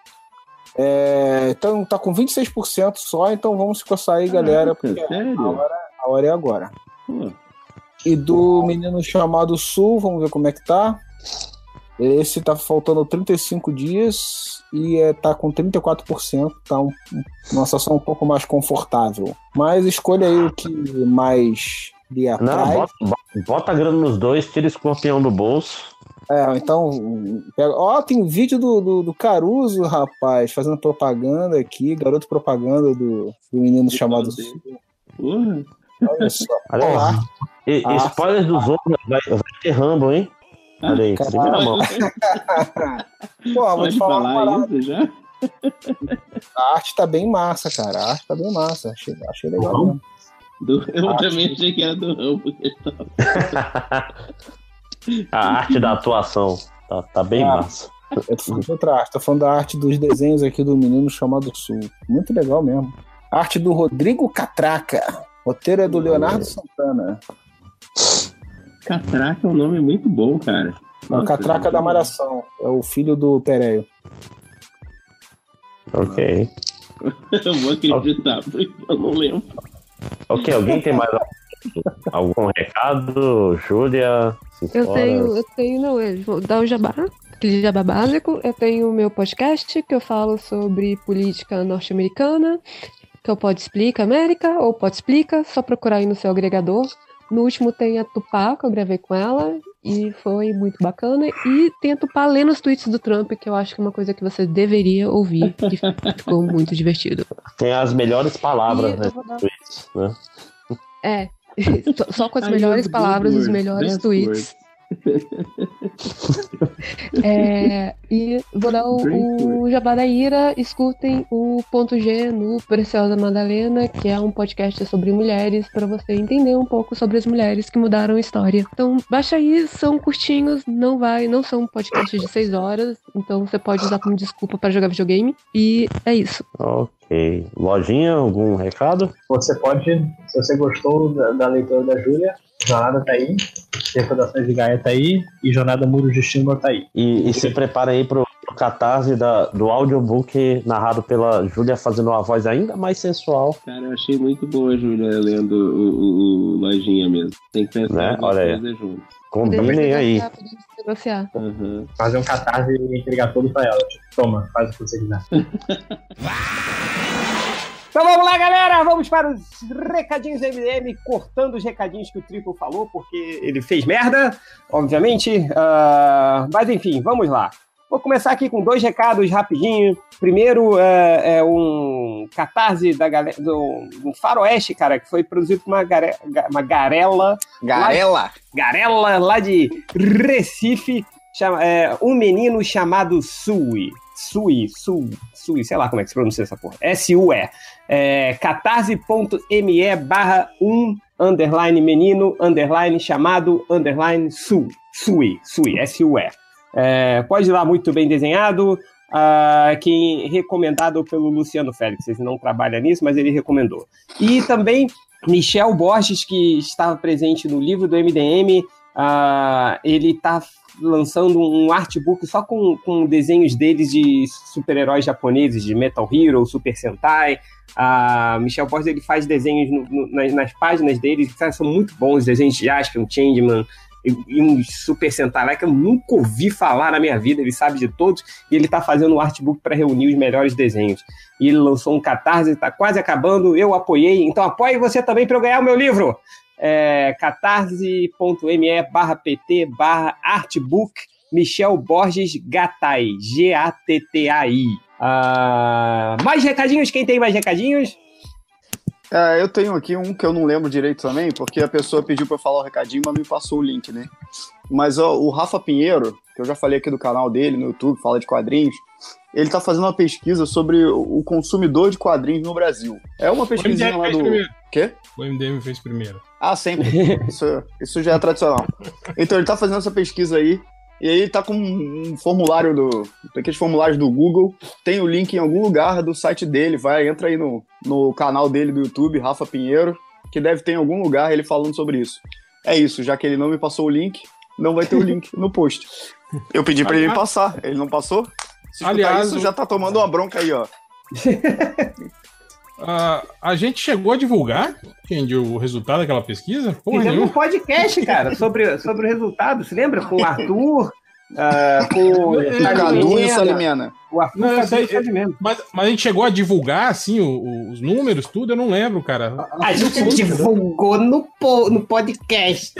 Então tá com 26% só, então vamos se coçar aí, galera, porque a hora é agora. E do Menino Chamado Sul, vamos ver como é que tá. Esse tá faltando 35 dias e tá com 34%, tá uma situação um pouco mais confortável. Mas escolha aí o que mais lhe atrai. Não, bota a grana nos dois, tira o escorpião do bolso. Então, tem vídeo do Caruso, rapaz, fazendo propaganda aqui, garoto propaganda do Menino Chamado Sul. Olha só. Spoiler dos outros, vai ter Rambo, hein? Olha aí, primeira mão. Pô, vou te falar isso já? A arte tá bem massa, cara. A arte tá bem massa. Achei legal mesmo. Eu também achei que era do Rambo. A arte da atuação tá bem massa. Eu tô falando de outra arte. Tô falando da arte dos desenhos aqui do Menino Chamado Sul. Muito legal mesmo. Arte do Rodrigo Catraca. Roteiro é do Leonardo Santana. Catraca é um nome muito bom, cara. Nossa, Catraca da Malhação. É o filho do Pereio. Ok. Eu vou acreditar, porque eu não lembro. Ok, alguém tem mais algum recado? Júlia? Eu tenho, vou dar o jabá, aquele jabá básico. Eu tenho o meu podcast que eu falo sobre política norte-americana, que é o Pode Explica América, ou Pode Explica, só procurar aí no seu agregador. No último tem a Tupá, que eu gravei com ela, e foi muito bacana. E tem a Tupá lendo os tweets do Trump, que eu acho que é uma coisa que você deveria ouvir, que ficou muito divertido. Tem as melhores palavras nos tweets, né? Só com as melhores palavras, os melhores tweets. E vou dar o jabá da Ira. Escutem o Ponto G no Preciosa Madalena, que é um podcast sobre mulheres, para você entender um pouco sobre as mulheres que mudaram a história. Então baixa aí, são curtinhos, não são podcasts de 6 horas, então você pode usar como desculpa para jogar videogame, e é isso. Ok. Lojinha, algum recado? Você pode, se você gostou da leitura da Júlia, Jornada tá aí, Recordações de Gaia tá aí, e Jornada Muro de Destino tá aí. E se prepara aí pro no Catarse do audiobook narrado pela Júlia, fazendo uma voz ainda mais sensual. Cara, eu achei muito boa a Júlia lendo o Lojinha mesmo. Tem que pensar Né? em Olha aí. coisa junto. Combinem aí. Podemos negociar. Uhum. Fazer um catarse e entregar tudo pra ela. Tipo, toma, faz o que você quiser. Então vamos lá, galera! Vamos para os recadinhos do MDM, cortando os recadinhos que o Triplo falou, porque ele fez merda, obviamente. Mas enfim, vamos lá. Vou começar aqui com 2 recados rapidinho. Primeiro é um catarse da galera do Faroeste, cara, que foi produzido por uma garela. Garela lá de Recife. Um menino chamado Sui, sei lá como é que se pronuncia essa porra. S-U-E. catarse.me/menino_chamado_Sui, S-U-E. Pode ir lá, muito bem desenhado. Recomendado pelo Luciano Félix. Ele não trabalha nisso, mas ele recomendou. E também Michel Borges, que estava presente no livro do MDM. Ele está lançando um artbook só com desenhos deles de super-heróis japoneses, de Metal Hero, Super Sentai. Michel Borges, ele faz desenhos nas páginas dele, que são muito bons, desenhos de Jaspion, Changeman e um Super Sentai lá que eu nunca ouvi falar na minha vida, ele sabe de todos, e ele está fazendo um artbook para reunir os melhores desenhos. E ele lançou um catarse, está quase acabando, eu apoiei, então apoie você também para eu ganhar o meu livro. catarse.me/pt/artbook Michel Borges Gattai, Gattai. Mais recadinhos? Quem tem mais recadinhos? Eu tenho aqui um que eu não lembro direito também, porque a pessoa pediu pra eu falar o recadinho, mas me passou o link, né? Mas o Rafa Pinheiro, que eu já falei aqui do canal dele no YouTube, fala de quadrinhos, ele tá fazendo uma pesquisa sobre o consumidor de quadrinhos no Brasil. É uma pesquisinha lá do... Quê? O MDM fez primeiro. Sempre. Isso já é tradicional. Então ele tá fazendo essa pesquisa aí, e aí ele tá com um formulário aqueles formulários do Google, tem o link em algum lugar do site dele, entra aí no canal dele do YouTube, Rafa Pinheiro, que deve ter em algum lugar ele falando sobre isso. É isso, já que ele não me passou o link, não vai ter o link no post. Eu pedi pra ele me passar, ele não passou? Se aliás, isso, já tá tomando uma bronca aí, ó. A gente chegou a divulgar, Kendi, o resultado daquela pesquisa? Fizemos um podcast, cara, sobre o resultado. Se lembra? Com o Arthur, com o Cadu e o Salimena. O Arthur e o Salimena. Mas a gente chegou a divulgar, assim, os números, tudo? Eu não lembro, cara. A gente divulgou no podcast.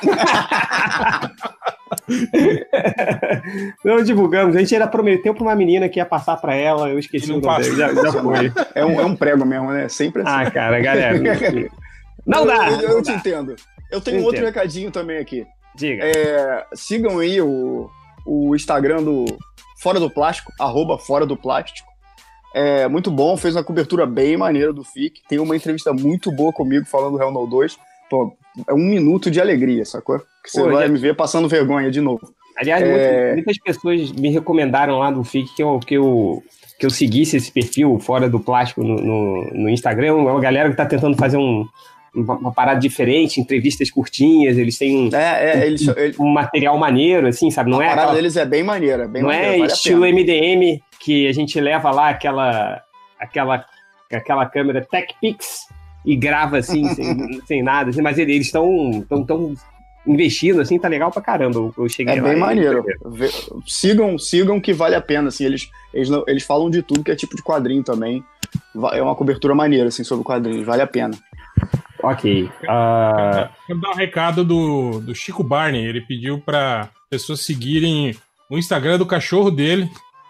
Não divulgamos, a gente ainda prometeu pra uma menina que ia passar pra ela, eu esqueci o nome dele, já foi. É um prego mesmo, né? Sempre assim. Cara, galera. Não dá! Eu te entendo. Eu tenho outro recadinho também aqui. Diga. Sigam aí o Instagram do Fora do Plástico, @Fora do Plástico. É muito bom, fez uma cobertura bem maneira do FIC. Tem uma entrevista muito boa comigo falando do Hell No 2. Pô, é 1 minuto de alegria, sacou? Que você vai me ver passando vergonha de novo. Aliás, muitas pessoas me recomendaram lá do FIC que eu seguisse esse perfil Fora do Plástico no Instagram. É uma galera que tá tentando fazer uma parada diferente, entrevistas curtinhas, eles têm um material maneiro, assim, sabe? Não a parada deles é bem maneira, bem não maneira, é vale estilo MDM, que a gente leva lá aquela câmera TechPix e grava assim, sem nada, assim, mas eles estão investindo, assim, tá legal pra caramba. Eu cheguei lá. É bem maneiro. Sigam que vale a pena, assim, eles falam de tudo que é tipo de quadrinho também. É uma cobertura maneira, assim, sobre quadrinhos, vale a pena. Ok. Quero dar um recado do Chico Barney. Ele pediu para pessoas seguirem o Instagram do cachorro dele.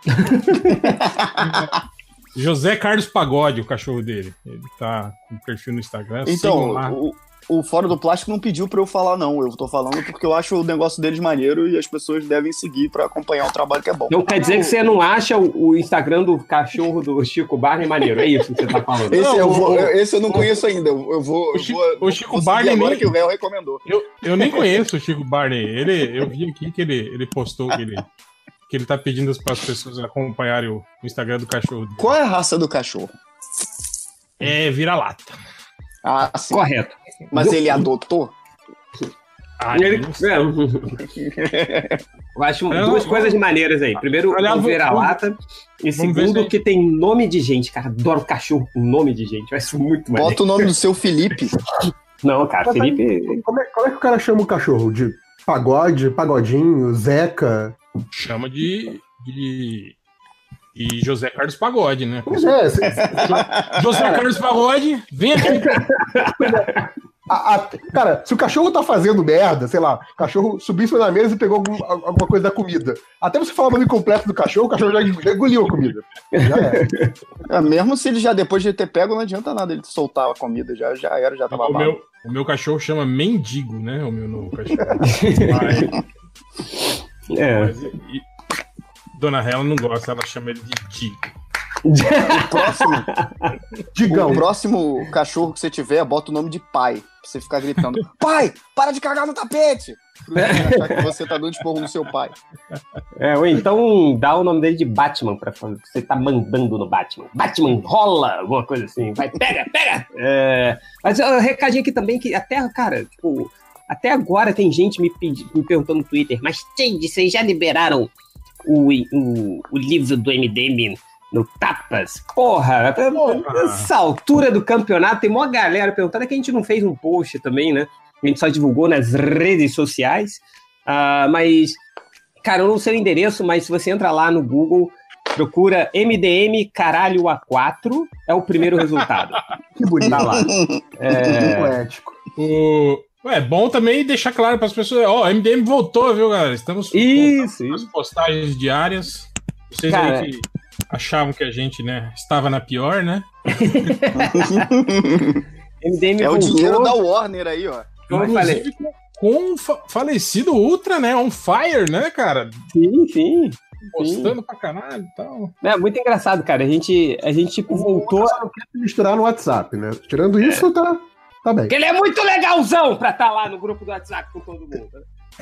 José Carlos Pagode, o cachorro dele. Ele tá com perfil no Instagram. Então, o Fora do Plástico não pediu pra eu falar, não. Eu tô falando porque eu acho o negócio deles maneiro e as pessoas devem seguir pra acompanhar um trabalho que é bom. Não quer dizer que você não acha o Instagram do cachorro do Chico Barney maneiro. É isso que você tá falando. Esse eu não conheço ainda. Eu vou o Chico Barney agora que o Léo recomendou. Eu nem conheço o Chico Barney. Eu vi aqui que ele postou que ele tá pedindo para as pessoas acompanharem o Instagram do cachorro dele. Qual é a raça do cachorro? É vira-lata. Ah, sim. Correto. Mas ele adotou? Eu acho duas coisas maneiras aí. Primeiro, o vira-lata. E segundo, que tem nome de gente. Cara, adoro cachorro com nome de gente. Eu acho muito maneiro. Bota o nome do seu Felipe. Não, cara, Felipe... Como é que o cara chama o cachorro? De pagode, pagodinho, Zeca? Chama de José Carlos Pagode, né? Pois é. José Carlos Pagode, vem aqui. Cara, se o cachorro tá fazendo merda, sei lá, o cachorro subisse na mesa e pegou alguma coisa da comida. Até você falar o nome completo do cachorro, o cachorro já engoliu a comida. Já era. Mesmo se ele já, depois de ter pego, não adianta nada ele soltar a comida, já era, já tava mal. O meu cachorro chama Mendigo, né? O meu novo cachorro. Mas, Dona Hela não gosta, ela chama ele de Digo. O próximo cachorro que você tiver, bota o nome de pai. Pra você ficar gritando: pai, para de cagar no tapete! Pra achar que você tá dando esporro no seu pai. Ou então dá o nome dele de Batman pra falar que você tá mandando no Batman. Batman rola, alguma coisa assim. Vai, pega! Mas um recadinho aqui também que até, cara, tipo, até agora tem gente me perguntando no Twitter: mas Change, vocês já liberaram o livro do MDM no Tapas? Porra, essa altura do campeonato tem uma galera perguntando, que a gente não fez um post também, né? A gente só divulgou nas redes sociais. Mas, cara, eu não sei o endereço, mas se você entra lá no Google, procura MDM caralho A4, é o primeiro resultado. Que bonito. Tá lá. Que poético. É bom também deixar claro para as pessoas, MDM voltou, viu, galera? Estamos com as postagens diárias. Vocês aí que achavam que a gente, né, estava na pior, né? MDM voltou. O dinheiro da Warner aí, ó. Como eu falei. Com o falecido Ultra, né? On fire, né, cara? Sim. Postando pra caralho e tal. É muito engraçado, cara. A gente tipo, voltou. Só não quer se misturar no WhatsApp, né? Tirando isso, tá bem. Porque ele é muito legalzão pra estar lá no grupo do WhatsApp com todo mundo.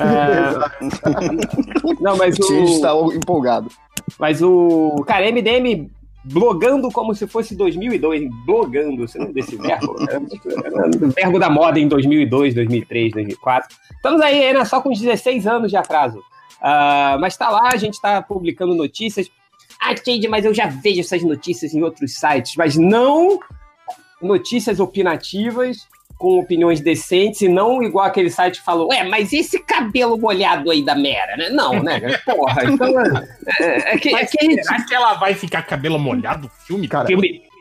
Não, mas o Change está empolgado. Mas cara, MDM blogando como se fosse 2002. Blogando, você não desse verbo? O verbo da moda em 2002, 2003, 2004. Estamos aí, né? Só com 16 anos de atraso. Mas tá lá, a gente tá publicando notícias. Change, mas eu já vejo essas notícias em outros sites. Mas não notícias opinativas, com opiniões decentes, e não igual aquele site que falou, mas esse cabelo molhado aí da Mera, né? Não, né? Porra, então... Será que ela vai ficar cabelo molhado no filme? Cara,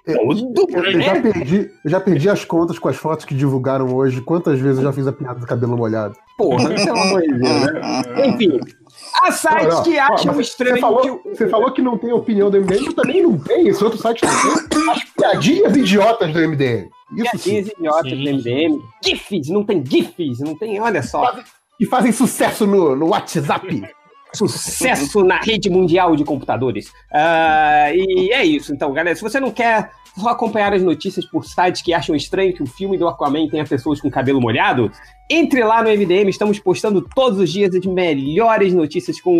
eu já perdi as contas com as fotos que divulgaram hoje. Quantas vezes eu já fiz a piada do cabelo molhado? Porra, pelo amor de Deus, né? Enfim, há sites que acham estranho... Você falou que não tem opinião do MDM, mas também não tem. Esse outro site tem as piadinhas idiotas do MDM. Piadinhas idiotas do MDM. GIFs, não tem GIFs, não tem, olha só. Que fazem sucesso no WhatsApp. Sucesso na rede mundial de computadores. E é isso, então, galera. Se você não quer só acompanhar as notícias por sites que acham estranho que o filme do Aquaman tenha pessoas com cabelo molhado, entre lá no MDM. Estamos postando todos os dias as melhores notícias com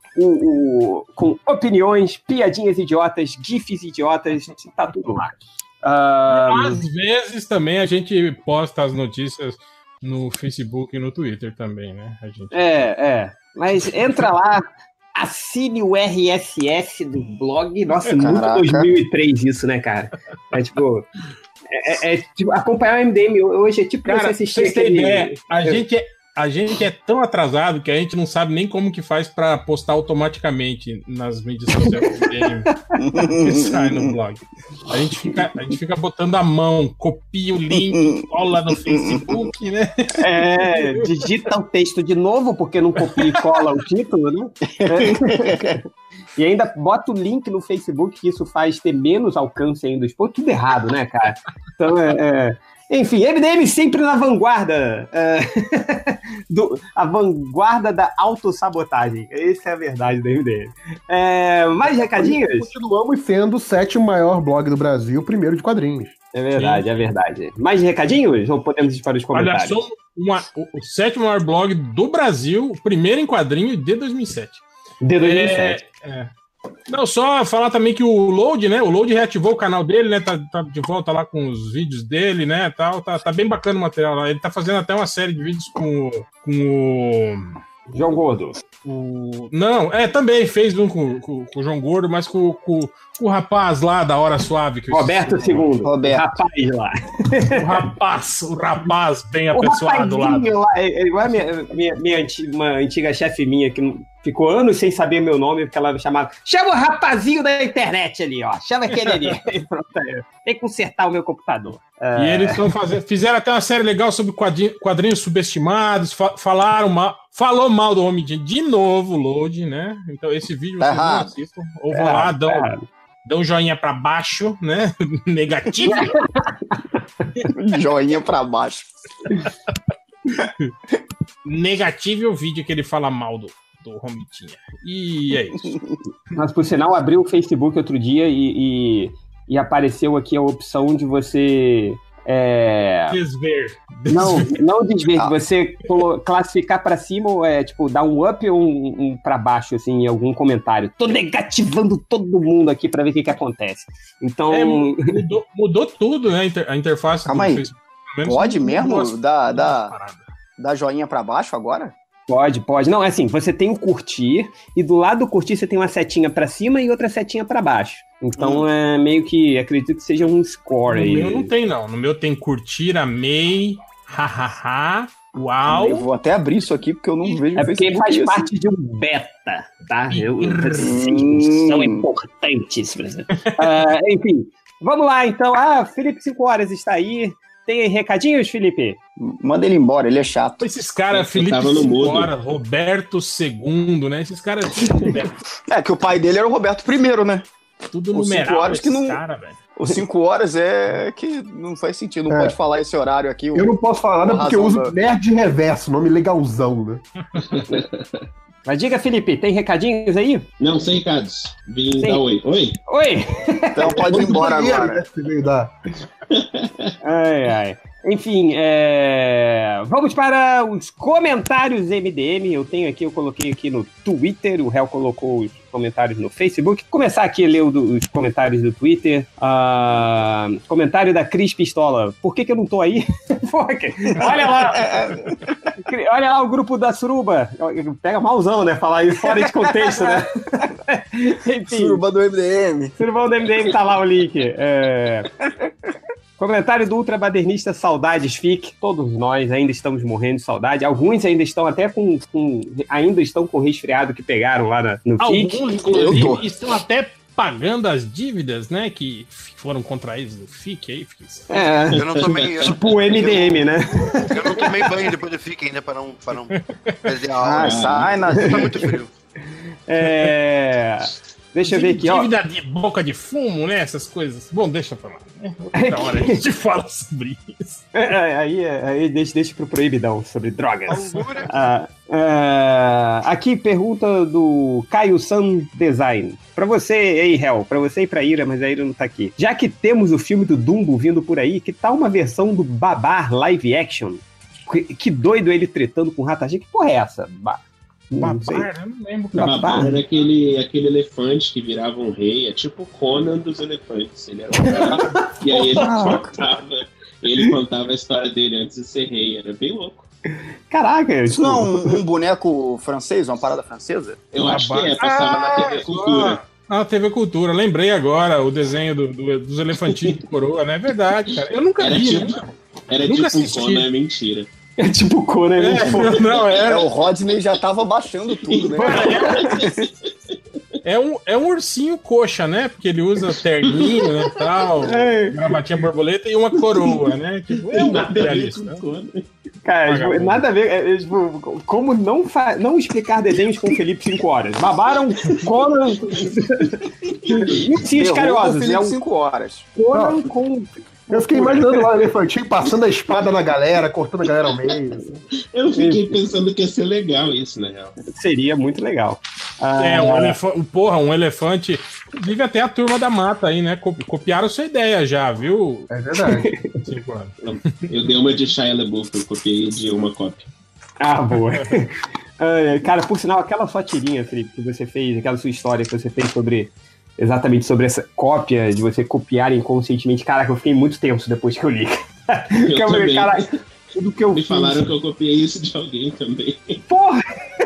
opiniões, piadinhas idiotas, GIFs idiotas, tá tudo lá. Às vezes também a gente posta as notícias no Facebook e no Twitter também, né? Mas entra lá, assine o RSS do blog. Nossa, muito 2003 isso, né, cara? Tipo, acompanhar o MDM hoje é tipo você assistir aquele... ideia, a gente é tão atrasado que a gente não sabe nem como que faz pra postar automaticamente nas mídias sociais do MDM que sai no blog. A gente fica botando a mão, copia o link, cola no Facebook, né? Digita o texto de novo, porque não copia e cola o título, né? E ainda bota o link no Facebook, que isso faz ter menos alcance ainda. Tudo errado, né, cara? Então, Enfim, MDM sempre na vanguarda. A vanguarda da autossabotagem. Essa é a verdade do MDM. Mais recadinhos? Continuamos sendo o 7º maior blog do Brasil, o primeiro de quadrinhos. É verdade, é verdade. Mais recadinhos? Ou podemos ir para os comentários? Olha, somos o 7º maior blog do Brasil, o primeiro em quadrinho de 2007. De 2007. Não, só falar também que o Load, né? O Load reativou o canal dele, né? Tá de volta lá com os vídeos dele, né? Tal, tá bem bacana o material lá. Ele tá fazendo até uma série de vídeos com o João Gordo. Não, também fez um com o João Gordo, mas com o rapaz lá da Hora Suave. Que Roberto II. Roberto. Rapaz lá. O rapaz bem apessoado lá. É igual uma antiga chefe minha que ficou anos sem saber meu nome, porque ela me chamava. Chama o rapazinho da internet ali, ó. Chama aquele ali. Pronto, tem que consertar o meu computador. E eles fizeram até uma série legal sobre quadrinhos subestimados, falou mal do Homem de novo, Load, né? Então esse vídeo vocês não assistam. Ou vão lá, dão um joinha pra baixo, né? Negativo. Joinha pra baixo. Negativo é o vídeo que ele fala mal do Romitinha. E é isso. Mas, por sinal, abri o Facebook outro dia e apareceu aqui a opção de você... Desver. Não desver, de você classificar pra cima, tipo, dar um up ou um pra baixo, assim, em algum comentário. Tô negativando todo mundo aqui pra ver o que acontece. Então... mudou tudo, né? A interface. Calma aí. Pode mesmo dar joinha pra baixo agora? Pode. Não, é assim, você tem o curtir, e do lado do curtir você tem uma setinha pra cima e outra setinha pra baixo. Então é meio que, acredito que seja um score aí. No meu não tem, não. No meu tem curtir, amei, hahaha, uau. Eu vou até abrir isso aqui, porque eu não vejo. É porque faz parte de um beta, tá? São importantes. Enfim, vamos lá então. Felipe 5 horas está aí. Tem recadinhos, Felipe? Manda ele embora, ele é chato. Esses caras, Felipe Sincora, Roberto II, né? Esses caras... que o pai dele era o Roberto I, né? Tudo numerado, horas que não... cara, velho. Os 5 horas que não faz sentido, não pode falar esse horário aqui. Eu não posso falar nada porque eu uso nerd de reverso, nome legalzão, né? Mas diga, Felipe, tem recadinhos aí? Não, sem recados. Vim dar oi. Oi? Então pode ir embora agora. Ai. Enfim, vamos para os comentários MDM. Eu coloquei aqui no Twitter, o Hel colocou os comentários no Facebook. Vou começar aqui a ler os comentários do Twitter. Comentário da Cris Pistola. Por que eu não tô aí? Olha lá! Olha lá o grupo da Suruba. Pega malzão, né? Falar isso fora de contexto, né? Enfim, Suruba do MDM. Suruba do MDM, tá lá o link. Comentário do ultrabadernista Saudades FIC. Todos nós ainda estamos morrendo de saudade. Alguns ainda estão até ainda estão com resfriado que pegaram lá no FIC. Alguns, inclusive, estão até pagando as dívidas, né? Que foram contraídas no FIC aí. Eu não tomei... Tipo o MDM, né? Eu não tomei banho depois do FIC ainda para não perder a aula. Sai, tá muito frio. Deixa eu ver aqui, ó. Dívida de boca de fumo, né? Essas coisas. Bom, deixa pra lá. Outra hora a gente fala sobre isso. Aí deixa pro proibidão sobre drogas. Aqui pergunta do Caio San Design. Pra você, Hel, pra você e pra Ira, mas a Ira não tá aqui. Já que temos o filme do Dumbo vindo por aí, que tal uma versão do Babar live action? Que doido ele tretando com o Ratagê. Que porra é essa? Babar, eu não lembro. Babar era aquele elefante que virava um rei, é tipo o Conan dos elefantes. Ele era um rei, e aí ele contava a história dele antes de ser rei, era bem louco. Caraca, isso não é um boneco francês, uma parada francesa? Eu acho que passava na TV Cultura. TV Cultura, lembrei agora o desenho dos elefantinhos de coroa, né? É verdade, cara. Eu nunca vi, Era nunca tipo um Conan, é mentira. É tipo o Conan, né? Não, era. O Rodney já tava baixando tudo, né? É um ursinho coxa, né? Porque ele usa terninho, né, tal, gravatinha borboleta e uma coroa, né? Tipo, é um realista. Cara, nada a ver. Como não explicar desenhos com Felipe 5 horas? Babaram Conan. Ursinhos carinhosos. Felipe 5 horas. Conan com... Eu fiquei imaginando lá o elefantinho passando a espada na galera, cortando a galera ao meio. Eu fiquei pensando que ia ser legal isso, na real. Seria muito legal. Um elefante. Inclusive até a turma da mata aí, né? Copiaram sua ideia já, viu? É verdade. Eu dei uma de Shia LaBeouf, eu copiei de uma cópia. Boa. Cara, por sinal, aquela sua tirinha, Felipe, que você fez, aquela sua história que você fez exatamente sobre essa cópia, de você copiar inconscientemente. Caraca, eu fiquei muito tenso depois que eu li. Eu também. Cara, tudo que eu Me fiz... falaram que eu copiei isso de alguém também. Porra!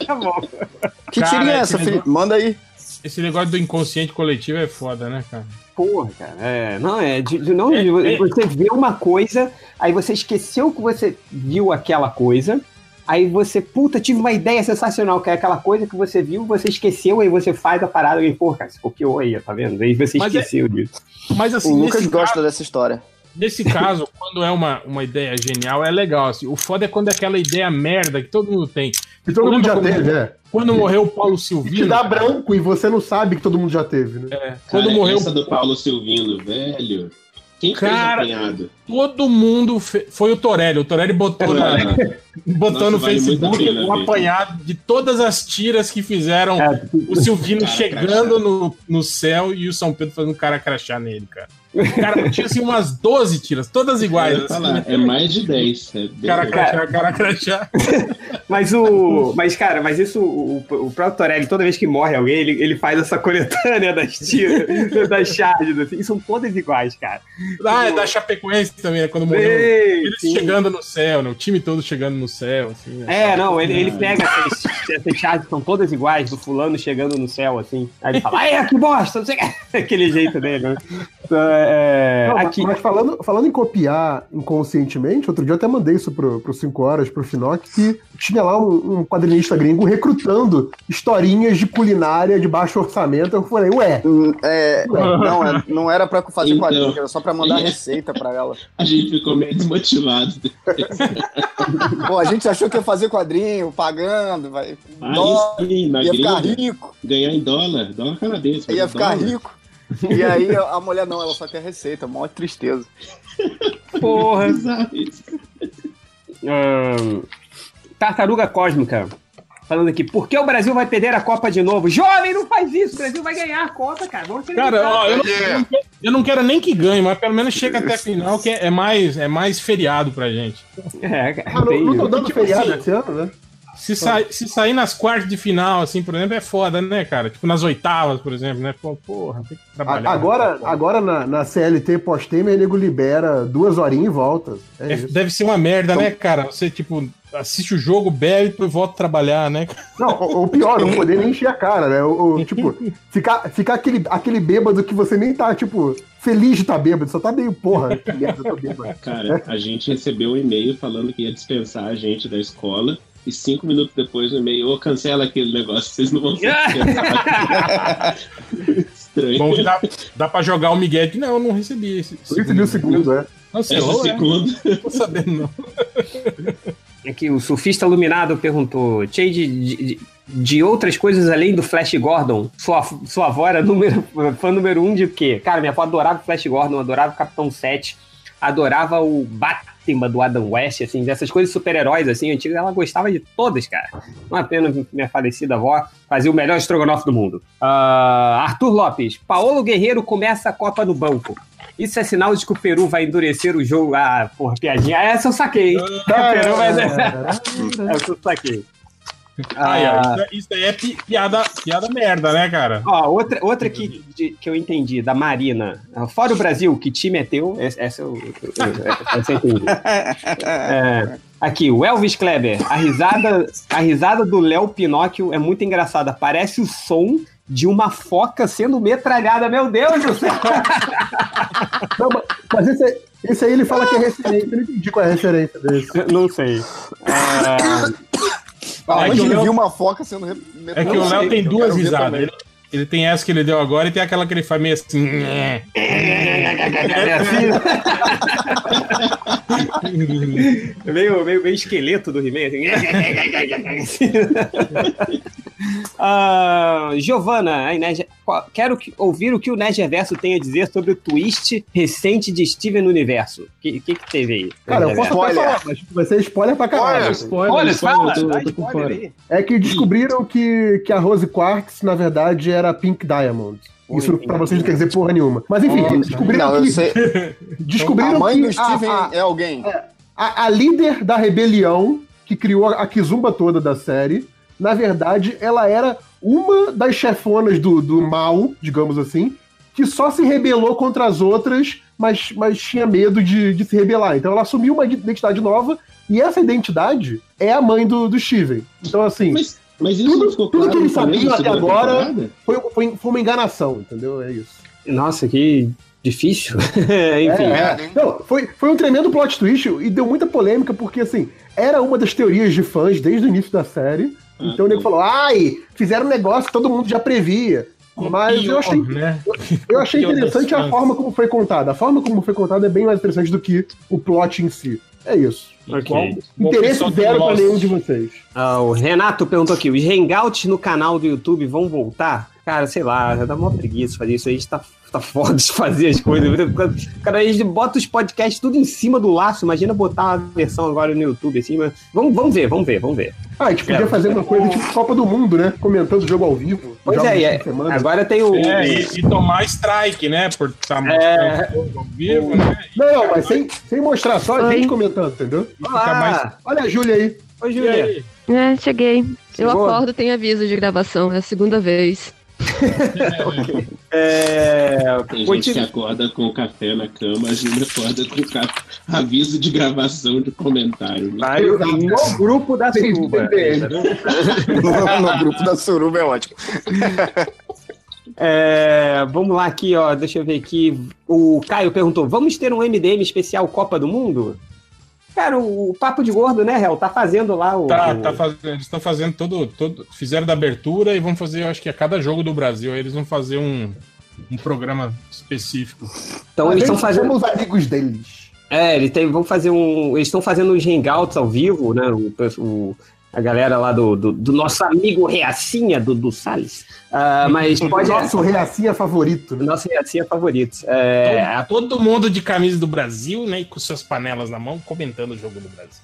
Tá bom. Que tirinha é essa, Felipe? Manda aí. Esse negócio do inconsciente coletivo é foda, né, cara? Porra, cara. Você vê uma coisa, aí você esqueceu que você viu aquela coisa, aí você, tive uma ideia sensacional, que é aquela coisa que você viu, você esqueceu, aí você faz a parada e, cara, você copiou aí, tá vendo? Aí você esqueceu disso. Mas assim, o Lucas gosta dessa história. Nesse caso, quando é uma ideia genial, é legal. Assim, o foda é quando é aquela ideia merda que todo mundo tem. Que todo mundo já teve, Quando morreu o Paulo Silvino... Te dá branco e você não sabe que todo mundo já teve, né? Quando morreu essa do Paulo Silvino, velho... Quem fez o apanhado? Todo mundo foi o Torelli. O Torelli botou, no Facebook um apanhado de todas as tiras que fizeram o Silvino chegando no céu e o São Pedro fazendo cara crachá nele, cara. Cara, tinha assim umas 12 tiras, todas iguais. Assim, é mais de 10. Cara crachá. Mas isso, o próprio Torelli, toda vez que morre alguém, ele faz essa coletânea das tiras, das charges, assim, e são todas iguais, cara. É da Chapecoense também, né? Quando morreu. Eles chegando no céu, né? O time todo chegando no céu, assim. Ele pega essas charges, são todas iguais, do fulano chegando no céu, assim. Aí ele fala, que bosta, não sei o que. Aquele jeito dele, né? Mas falando em copiar inconscientemente, outro dia eu até mandei isso pro 5 Horas, pro Finoc, que tinha lá um quadrinista gringo recrutando historinhas de culinária de baixo orçamento. Eu falei, não era pra fazer quadrinho, era só pra mandar receita pra ela. A gente ficou meio desmotivado. Pô, a gente achou que ia fazer quadrinho, pagando, ia ficar rico. Ganhar em dólar canadense. Ia ficar rico. E aí a mulher não, ela só quer receita, maior tristeza. Porra. Tartaruga Cósmica falando aqui, por que o Brasil vai perder a Copa de novo? Jovem, não faz isso, o Brasil vai ganhar a Copa, cara. Eu não quero nem que ganhe, mas pelo menos chega até a final, que é mais feriado pra gente. Cara. Não tô dando feriado esse ano, né? Se sair nas quartas de final, assim, por exemplo, é foda, né, cara? Tipo, nas oitavas, por exemplo, né? Porra, tem que trabalhar. Agora na CLT pós-Temer, o nego libera 2 horinhas e volta. Deve ser uma merda, né, cara? Você, tipo, assiste o jogo, bebe e depois volta a trabalhar, né? Não, ou pior, não poder nem encher a cara, né? Tipo, ficar aquele bêbado que você nem tá, tipo... Feliz de estar bêbado, só tá meio porra. Que merda, eu tô bêbado. Cara, a gente recebeu um e-mail falando que ia dispensar a gente da escola e 5 minutos depois no e-mail, cancela aquele negócio, vocês não vão ser estranho. Bom, dá pra jogar o Miguel que não recebi esse. Eu recebi o segundo, Nossa, segundo. Não tô sabendo, não. Aqui, o surfista iluminado perguntou, cheio de outras coisas além do Flash Gordon, sua avó era fã número 1 de quê? Cara, minha avó adorava o Flash Gordon, adorava o Capitão 7, adorava o Batman do Adam West, assim, dessas coisas super-heróis, assim, antigas, ela gostava de todas, cara. Uma pena que minha falecida avó fazia o melhor estrogonofe do mundo. Arthur Lopes, Paulo Guerreiro começa a Copa no banco. Isso é sinal de que o Peru vai endurecer o jogo. Ah, porra, piadinha. Essa eu saquei. Peru vai... Essa eu saquei. Isso aí é piada merda, né, cara? Ó, outra que eu entendi, da Marina. Fora o Brasil, que time é teu? Essa eu entendi. Aqui, o Elvis Kleber. A risada do Léo Pinóquio é muito engraçada. Parece o som de uma foca sendo metralhada. Meu Deus do céu! Não, mas esse aí ele fala que é referência. Eu não entendi qual é a referência desse. Não sei. Onde ele viu uma foca sendo... É que o Léo tem duas risadas. Ele tem essa que ele deu agora e tem aquela que ele faz meio assim... meio esqueleto do He-Man, assim. Giovana, quero ouvir o que o Nerd Reverso tem a dizer sobre o twist recente de Steven no Universo. O que teve aí? Cara, eu posso falar, mas vai ser spoiler pra caralho. Spoiler, fala, dá spoiler aí. É que descobriram que a Rose Quartz, na verdade, era Pink Diamond. Isso pra vocês não quer dizer porra nenhuma. Mas enfim, descobriram a mãe do Steven é alguém. A líder da rebelião, que criou a Kizumba toda da série, na verdade, ela era uma das chefonas do mal, digamos assim, que só se rebelou contra as outras, mas tinha medo de se rebelar. Então ela assumiu uma identidade nova, e essa identidade é a mãe do Steven. Então, assim... Mas isso tudo que eles sabiam até agora foi uma enganação, entendeu? É isso. Nossa, que difícil. Enfim. Não, foi um tremendo plot twist e deu muita polêmica, porque, assim, era uma das teorias de fãs desde o início da série. Então o nego falou, fizeram um negócio que todo mundo já previa. Mas pior, eu achei interessante a forma como foi contada. A forma como foi contada é bem mais interessante do que o plot em si. É isso. Okay. Interesse zero pra nenhum de vocês. O Renato perguntou aqui: os hangouts no canal do YouTube vão voltar? Cara, sei lá, já dá uma preguiça fazer isso aí, tá foda de fazer as coisas. Cara, a gente bota os podcasts tudo em cima do laço, imagina botar uma versão agora no YouTube assim, mas vamos ver. A gente podia fazer uma coisa tipo Copa do Mundo, né? Comentando o jogo ao vivo. Pois agora tem o... E tomar strike, né? Por estar mostrando o jogo ao vivo, né? Não, mas sem mostrar, só a gente comentando, entendeu? Olha a Júlia aí. Oi, Júlia. Cheguei. Eu acordo, tem aviso de gravação, é a segunda vez. Tem gente que acorda com o café na cama, a gente acorda com aviso de gravação de comentário. Né? No grupo da Suruba. No grupo da Suruba é ótimo. Vamos lá aqui, ó. Deixa eu ver aqui. O Caio perguntou: vamos ter um MDM especial Copa do Mundo? Cara, o Papo de Gordo, né, Hel? Tá fazendo lá o... Tá fazendo, eles estão fazendo todo... Fizeram da abertura e vão fazer, eu acho que a cada jogo do Brasil, aí eles vão fazer um programa específico. Então eles estão fazendo... os amigos deles. Eles estão fazendo os hangouts ao vivo, né? A galera lá do nosso amigo Reacinha, do Salles. Mas pode... Nosso Reacinha favorito. Nosso Reacinha favorito. Todo mundo de camisa do Brasil, né? E com suas panelas na mão, comentando o jogo do Brasil.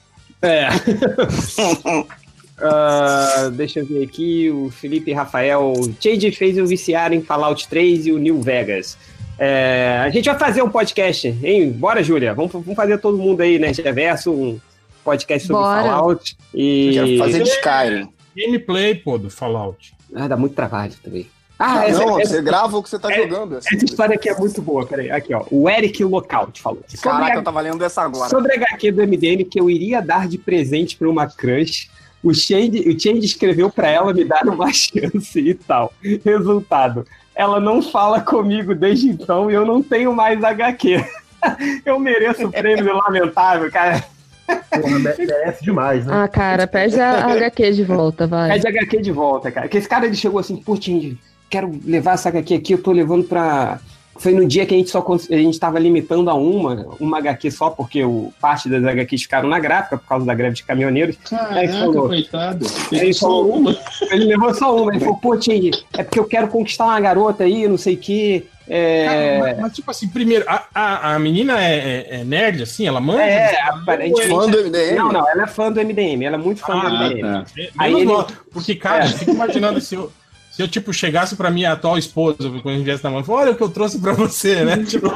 Deixa eu ver aqui. O Felipe Rafael. Chade fez eu viciar em Fallout 3 e o New Vegas. A gente vai fazer um podcast, hein? Bora, Júlia. Vamos fazer todo mundo aí, né? Reverso, um podcast sobre Fallout. E... Quero fazer de Skyrim. Gameplay, do Fallout. Dá muito trabalho também. Você grava o que você tá jogando. Essa história aqui é muito boa, peraí. Aqui, ó. O Eric Lockout falou. Caraca, eu tava lendo essa agora. Sobre a HQ do MDM que eu iria dar de presente pra uma crush, o Change escreveu pra ela me dar uma chance e tal. Resultado, ela não fala comigo desde então e eu não tenho mais HQ. Eu mereço o prêmio lamentável, cara. Porra, merece demais, né? Cara, pede a HQ de volta, vai. Pede a HQ de volta, cara. Porque esse cara, ele chegou assim, Tindy, quero levar essa HQ aqui, eu tô levando pra... Foi no dia que a gente tava limitando a uma HQ só, porque parte das HQs ficaram na gráfica, por causa da greve de caminhoneiros. Caraca, coitado. Ele levou só uma. Ele falou, Tindy, é porque eu quero conquistar uma garota aí, não sei o quê. Mas tipo assim, primeiro, a menina é nerd, assim? Ela manja? Aparentemente. Fã do MDM? Não, ela é fã do MDM, ela é muito fã do MDM. Tá. Aí porque, cara, eu fico imaginando se eu, tipo, chegasse pra minha atual esposa, quando a gente viesse na mão, olha o que eu trouxe pra você, né? Tipo...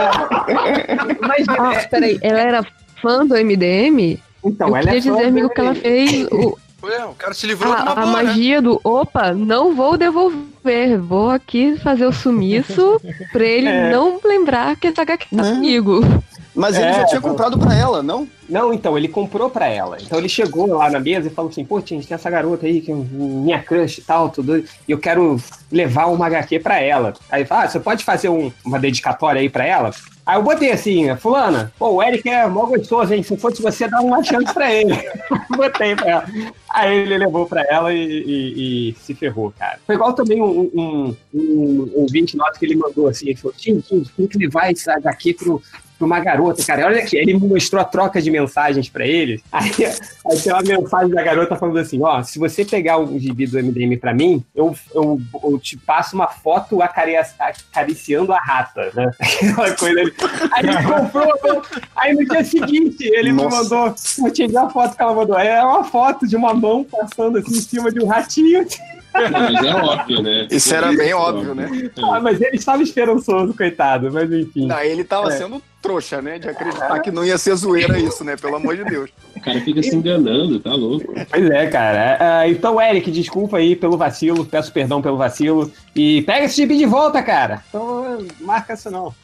Mas, peraí, ela era fã do MDM? Então, eu queria dizer, amigo, que ela fez... O cara se livrou de uma boa, magia, né? Não vou devolver, vou aqui fazer o sumiço pra ele não lembrar que essa HQ tá comigo. Mas ele já tinha comprado pra ela, não? Não, então, ele comprou pra ela. Então ele chegou lá na mesa e falou assim, gente, tem essa garota aí, que é minha crush e tal, tudo, e eu quero levar uma HQ pra ela. Aí ele fala, você pode fazer uma dedicatória aí pra ela? Aí eu botei assim, fulana, o Eric é mó gostoso, hein? Se fosse você, dá uma chance pra ele. Botei pra ela. Aí ele levou pra ela e se ferrou, cara. Foi igual também um ouvinte nosso que ele mandou assim, ele falou, tem que levar esse HQ pra uma garota, cara. Olha aqui, ele me mostrou a troca de mensagens pra ele. Aí tem uma mensagem da garota falando assim, se você pegar o gibi do MDM pra mim, eu te passo uma foto acariciando a rata, né? Aquela coisa ali. Aí ele comprou, aí no dia seguinte ele me mandou, eu tinha visto a foto que ela mandou, é uma foto de uma mão passando assim em cima de um ratinho. Mas é óbvio, né? Isso era bem óbvio, né? Mas ele estava esperançoso, coitado, mas enfim. Não, ele tava sendo trouxa, né? De acreditar que não ia ser zoeira isso, né? Pelo amor de Deus. O cara fica se enganando, tá louco. Pois é, cara. Então, Eric, desculpa aí pelo vacilo, peço perdão pelo vacilo. E pega esse gibi de volta, cara. Então, marca isso não.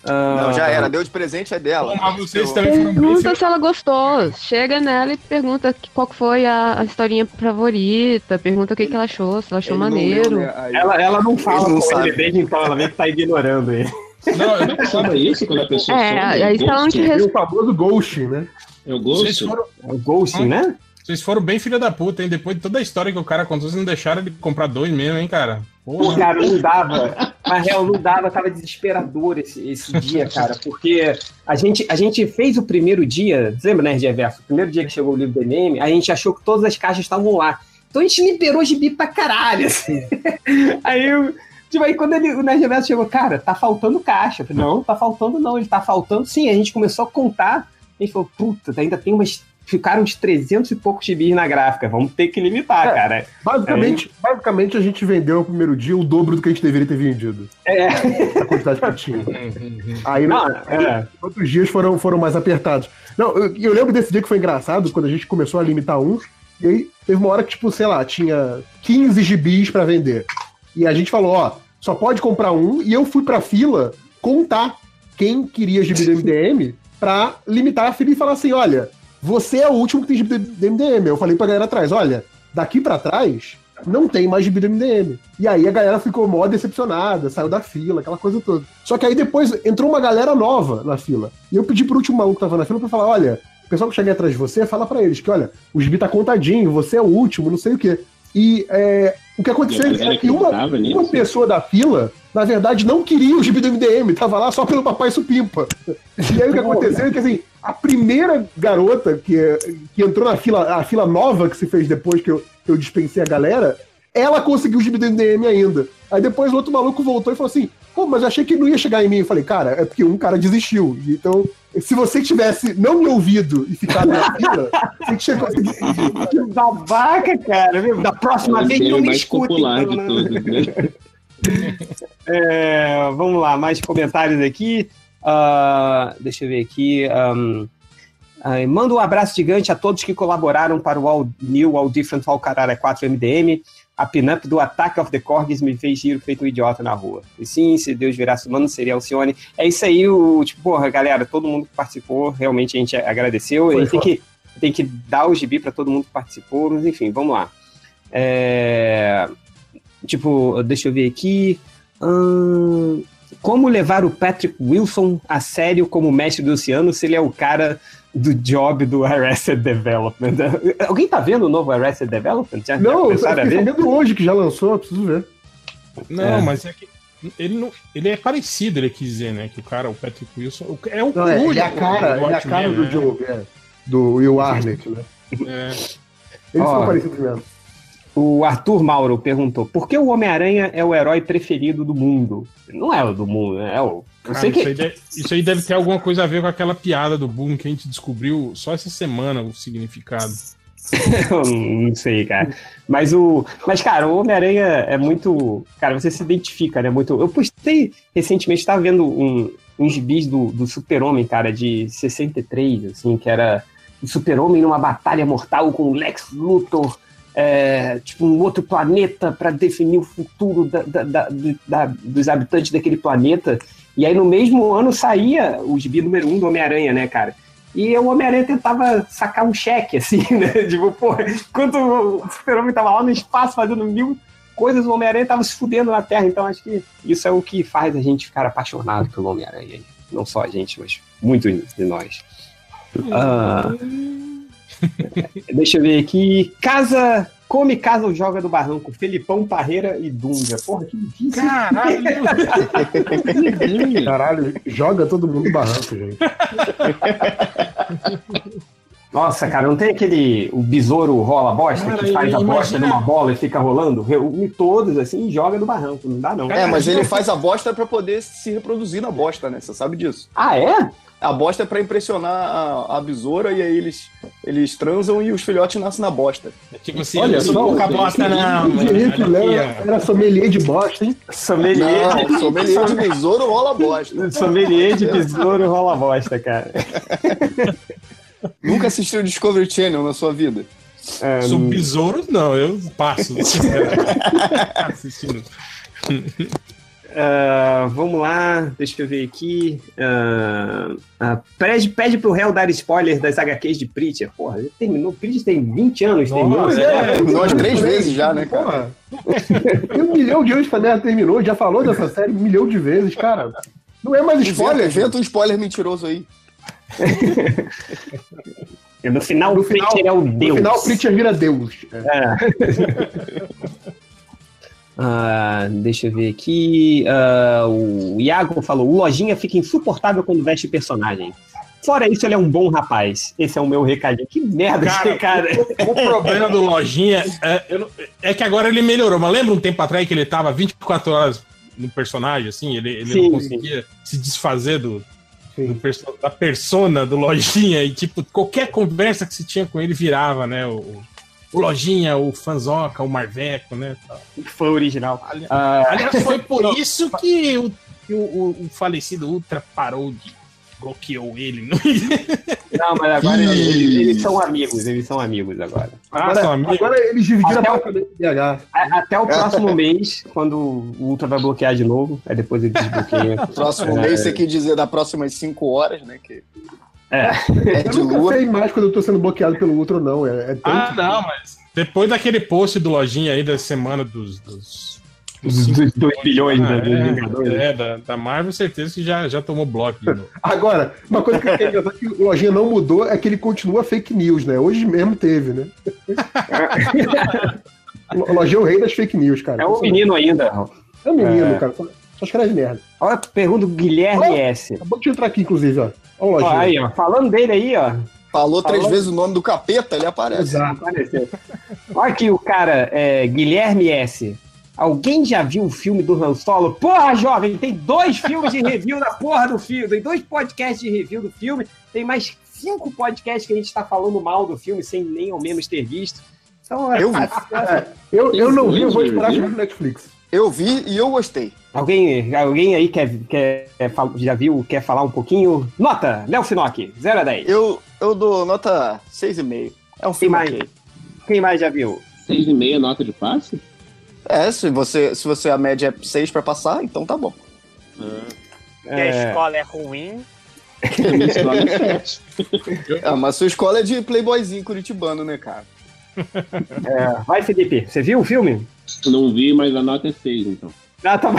Não, já era. Deu de presente, é dela. Mas vocês também foram bem Pergunta se ela gostou. Chega nela e pergunta qual que foi a historinha favorita. Pergunta o que ela achou, se ela achou maneiro. Ela não fala com ele desde então, ela vem que tá ignorando ele. Não, eu não sabe isso quando a pessoa aí se ela não te É o responde. famoso ghosting, né? É o Ghost? É o ghosting, né? Vocês foram bem filha da puta, hein? Depois de toda a história que o cara contou, vocês não deixaram ele comprar 2 mesmo, hein, cara? Pô, cara, não dava. Na real, não dava, tava desesperador esse dia, cara, porque a gente fez o primeiro dia, você lembra, né, Reverso? O primeiro dia que chegou o livro do MM, a gente achou que todas as caixas estavam lá. Então a gente liberou gibi pra caralho, assim. Aí quando o Nerd Reverso chegou, cara, tá faltando caixa. Eu falei, não, tá faltando não, ele tá faltando sim. A gente começou a contar, a gente falou, puta, ainda tem umas... Ficaram uns 300 e poucos gibis na gráfica. Vamos ter que limitar, cara. Basicamente, a gente vendeu no primeiro dia o dobro do que a gente deveria ter vendido. A quantidade que tinha. Aí, outros dias foram mais apertados. Não, eu lembro desse dia que foi engraçado, quando a gente começou a limitar uns, e aí teve uma hora que, tipo, sei lá, tinha 15 gibis pra vender. E a gente falou, ó, só pode comprar um, e eu fui pra fila contar quem queria gibi do MDM pra limitar a fila e falar assim, olha... Você é o último que tem gibi do MDM. Eu falei pra galera atrás, olha, daqui pra trás não tem mais gibi do MDM. E aí a galera ficou mó decepcionada, saiu da fila, aquela coisa toda. Só que aí depois entrou uma galera nova na fila. E eu pedi pro último maluco que tava na fila pra falar, olha, o pessoal que chega atrás de você, fala pra eles que, olha, o gibi tá contadinho, você é o último, não sei o quê. E o que aconteceu é que uma pessoa da fila, na verdade, não queria o gibi do MDM, tava lá só pelo Papai Supimpa. E aí o que aconteceu é que, assim, a primeira garota que entrou na fila, a fila nova que se fez depois que eu dispensei a galera, ela conseguiu o gibi do MDM ainda. Aí depois o outro maluco voltou e falou assim, pô, mas eu achei que não ia chegar em mim. Eu falei, cara, é porque um cara desistiu. Então, se você tivesse não me ouvido e ficado na fila, você tinha conseguido. Que babaca, cara. Da próxima vez não me escuta. Então, né? Vamos lá, mais comentários aqui. Deixa eu ver aqui. Manda um abraço gigante a todos que colaboraram para o All New, All Different, All Caralho 4 MDM. A pin-up do Attack of the Corgis me fez giro feito um idiota na rua. E sim, se Deus virasse humano, seria Alcione. É isso aí, porra, galera, todo mundo que participou, realmente a gente agradeceu. A gente tem que dar o gibi para todo mundo que participou, mas enfim, vamos lá. Deixa eu ver aqui. Como levar o Patrick Wilson a sério como mestre do oceano se ele é o cara do job do Arrested Development? Alguém tá vendo o novo Arrested Development? Não, eu fiquei sabendo hoje que já lançou, eu preciso ver. Não, mas é que ele é parecido, ele quis dizer, né? Que o cara, o Patrick Wilson, é o ele é a cara do job, do Will Arnett, né? Eles são parecidos mesmo. O Arthur Mauro perguntou, por que o Homem-Aranha é o herói preferido do mundo? Não é o do mundo, é o... Isso aí deve ter alguma coisa a ver com aquela piada do Boom que a gente descobriu só essa semana o significado. Não sei, cara. Mas, cara, o Homem-Aranha é muito... Cara, você se identifica, né? Muito... Eu postei recentemente, estava vendo uns gibis do Super-Homem, cara, de 63, assim, que era o Super-Homem numa batalha mortal com o Lex Luthor, um outro planeta para definir o futuro dos habitantes daquele planeta. E aí no mesmo ano saía o gibi número 1 do Homem-Aranha, né, cara? E o Homem-Aranha tentava sacar um cheque, assim, né? Enquanto o Super-Homem tava lá no espaço fazendo 1000 coisas, o Homem-Aranha tava se fudendo na Terra. Então acho que isso é o que faz a gente ficar apaixonado pelo Homem-Aranha. Não só a gente, mas muitos de nós. Deixa eu ver aqui. Casa ou joga do Barranco? Felipão, Parreira e Dunga. Porra, que difícil. Caralho, joga todo mundo do Barranco, gente. Nossa, cara, não tem o besouro rola bosta, que faz a bosta numa bola e fica rolando? Reúne todos assim e joga do Barranco. Não dá, não. Mas ele faz a bosta pra poder se reproduzir na bosta, né? Você sabe disso. Ah, é? A bosta é pra impressionar a besoura e aí eles transam e os filhotes nascem na bosta. Tipo assim, olha só, pouca bosta não. Era sommelier de bosta, hein? Sommelier de besouro rola bosta. Sommelier de besouro rola bosta, cara. Nunca assistiu Discovery Channel na sua vida? Sobre besouros, não, eu passo. Assistindo. Vamos lá, deixa eu ver aqui. Pede pro réu dar spoiler das HQs de Preacher. Porra, ele terminou. Preacher tem 20 anos. Terminou 3 vezes já, né, cara? Tem 1 milhão de anos que a merda terminou. Já falou dessa série 1 milhão de vezes, cara. Não é mais spoiler. Inventa um spoiler mentiroso aí. No final, Preacher é o Deus. No final, Preacher vira Deus. Deixa eu ver aqui. O Iago falou: o Lojinha fica insuportável quando veste personagem. Fora isso, ele é um bom rapaz. Esse é o meu recadinho. Que merda, cara. O problema do Lojinha é que agora ele melhorou. Mas lembra um tempo atrás que ele tava 24 horas no personagem, assim? Ele não conseguia se desfazer da persona do Lojinha. E, tipo, qualquer conversa que se tinha com ele virava, né? O Lojinha, o Fanzoca, o Marveco, né? O fã original. Aliás, foi por isso que o falecido Ultra bloqueou ele. Não, mas agora eles são amigos agora. São amigos? Agora eles dividiram a placa do BH. Até o próximo mês, quando o Ultra vai bloquear de novo, aí depois ele desbloqueia. Próximo mês, você quer dizer das próximas 5 horas, né? Eu nunca sei mais quando eu tô sendo bloqueado pelo Ultra ou não. Não, mas depois daquele post do Lojinha aí da semana dos 2 bilhões da Marvel, certeza que já tomou bloco de novo. Agora, uma coisa que eu quero dizer que o Lojinha não mudou é que ele continua fake news, né? Hoje mesmo teve, né? O Lojinha é o rei das fake news, cara. É um menino ainda. É um menino, cara. Só escreve merda. Olha a pergunta do Guilherme S. Acabou de entrar aqui, inclusive, ó. Olha o Lojinha. Aí, ó. Falando dele aí, ó. Falou 3 vezes o nome do capeta, ele aparece. Exato. Olha aqui o cara, Guilherme S. Alguém já viu o filme do Han Solo? Porra, jovem, tem 2 filmes de review da porra do filme, tem 2 podcasts de review do filme, tem mais 5 podcasts que a gente tá falando mal do filme sem nem ao menos ter visto. Então, eu não vi, eu vou esperar chegar no Netflix. Eu vi e eu gostei. Alguém aí já viu, quer falar um pouquinho? Nota, Léo Finocchi, 0 a 10. Eu dou nota 6,5. É um filme ok. Quem mais já viu? 6,5 nota de passe? Se você a média é 6 pra passar, então tá bom. Que a escola é ruim. A minha escola é 7. Mas sua escola é de playboyzinho curitibano, né, cara? Vai, Felipe, você viu o filme? Não vi, mas a nota é 6, então. Tá bom.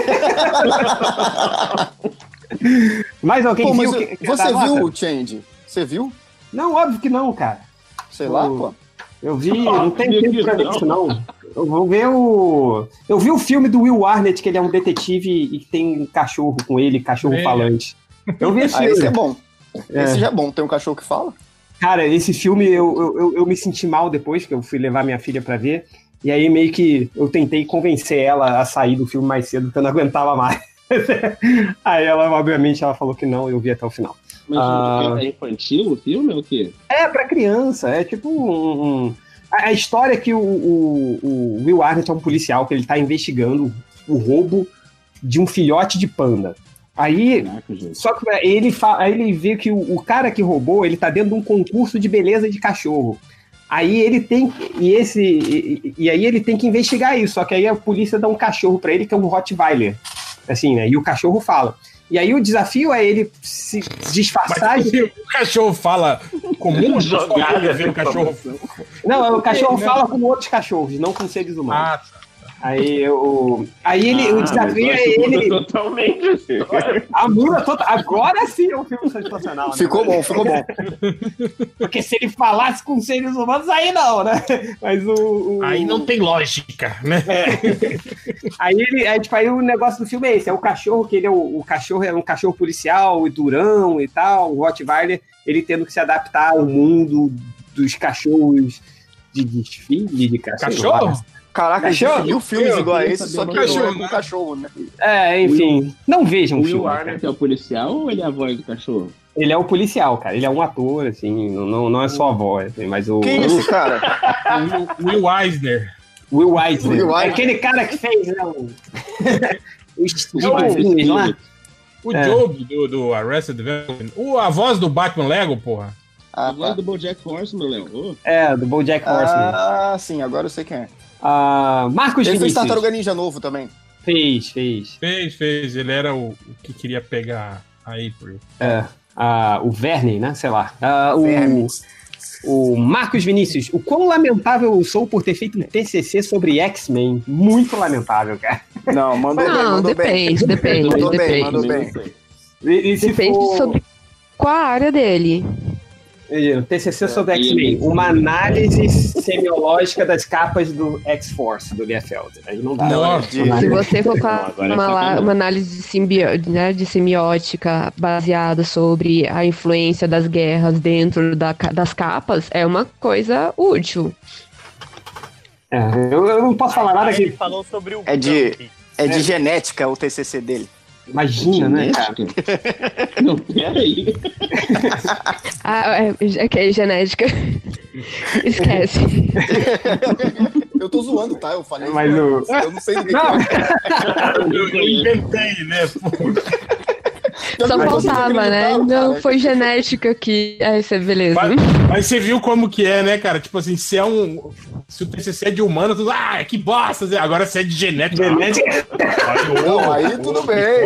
Mais alguém viu? Você viu o Change? Você viu? Não, óbvio que não, cara. Sei lá, pô. Eu vi, não tem tempo pra ver isso, não. Eu vou ver Eu vi o filme do Will Arnett, que ele é um detetive e tem um cachorro com ele, cachorro falante. Eu vi esse filme. Esse é bom. Esse já é bom, tem um cachorro que fala. Cara, esse filme eu me senti mal depois, que eu fui levar minha filha pra ver. E aí meio que eu tentei convencer ela a sair do filme mais cedo, porque eu não aguentava mais. Aí ela, obviamente, ela falou que não, eu vi até o final. Mas é infantil o filme ou o quê? É pra criança, é tipo a história é que o Will Arnett é um policial, que ele tá investigando o roubo de um filhote de panda. Aí, só que ele vê que o cara que roubou, ele tá dentro de um concurso de beleza de cachorro. Aí ele tem aí ele tem que investigar isso, só que aí a polícia dá um cachorro pra ele, que é um Rottweiler, assim, né? E o cachorro fala. E aí o desafio é ele se disfarçar. Mas, o cachorro fala comum? Jogada, ver o cachorro. Não, o cachorro fala com outros cachorros, não com seres humanos. Aí o desafio é ele. Totalmente assim. A muda total. Agora sim é um filme sensacional. Né? Ficou bom. Porque se ele falasse com seres humanos, aí não, né? Mas aí não tem lógica, né? Aí o negócio do filme é esse: é o cachorro, que ele é o cachorro é um cachorro policial, e durão e tal, o Rottweiler, ele tendo que se adaptar ao mundo dos cachorros de desfile, de cachorro. Caraca, a gente viu filmes igual a esse, só que cachorro, com cachorro, né? Enfim, não vejam o filme. O Will Arnett é o policial ou ele é a voz do cachorro? Ele é o policial, cara. Ele é um ator, assim, não é só a voz, assim, mas o... Quem é esse cara? Will Eisner. Will Eisner. É aquele cara que fez, né, o Steve lá. O Job do Arrested Development. A voz do Batman Lego, porra. A voz do BoJack Horseman, Léo. Do BoJack Horseman. Sim, agora eu sei quem é. Marcos Ele fez Vinícius. Tartaruga Ninja novo também. Fez. Fez. Ele era o que queria pegar a April. O Verne, né? Sei lá. Verne. O Marcos Vinícius. O quão lamentável eu sou por ter feito um TCC sobre X-Men. Muito lamentável, cara. Não, mandou bem. Depende. Mandou bem. E se Depende for... sobre qual a área dele. O TCC sobre X-Men. Uma análise semiológica das capas do X-Force, do Liefeld. Aí não dá. Se você for uma análise de semiótica baseada sobre a influência das guerras dentro das capas, é uma coisa útil. Eu não posso falar nada Ele que... falou sobre o É de genética o TCC dele. Imagina, né, cara? Não, peraí. É genética. Esquece. Eu tô zoando, tá? Eu falei. Mas eu não sei ninguém. Eu inventei, né? Só faltava, né? Não, foi genética que... beleza. Mas você viu como que é, né, cara? Tipo assim, se o TCC é de humano, tudo... que bosta! Agora se é de genética... Não, aí tudo bem.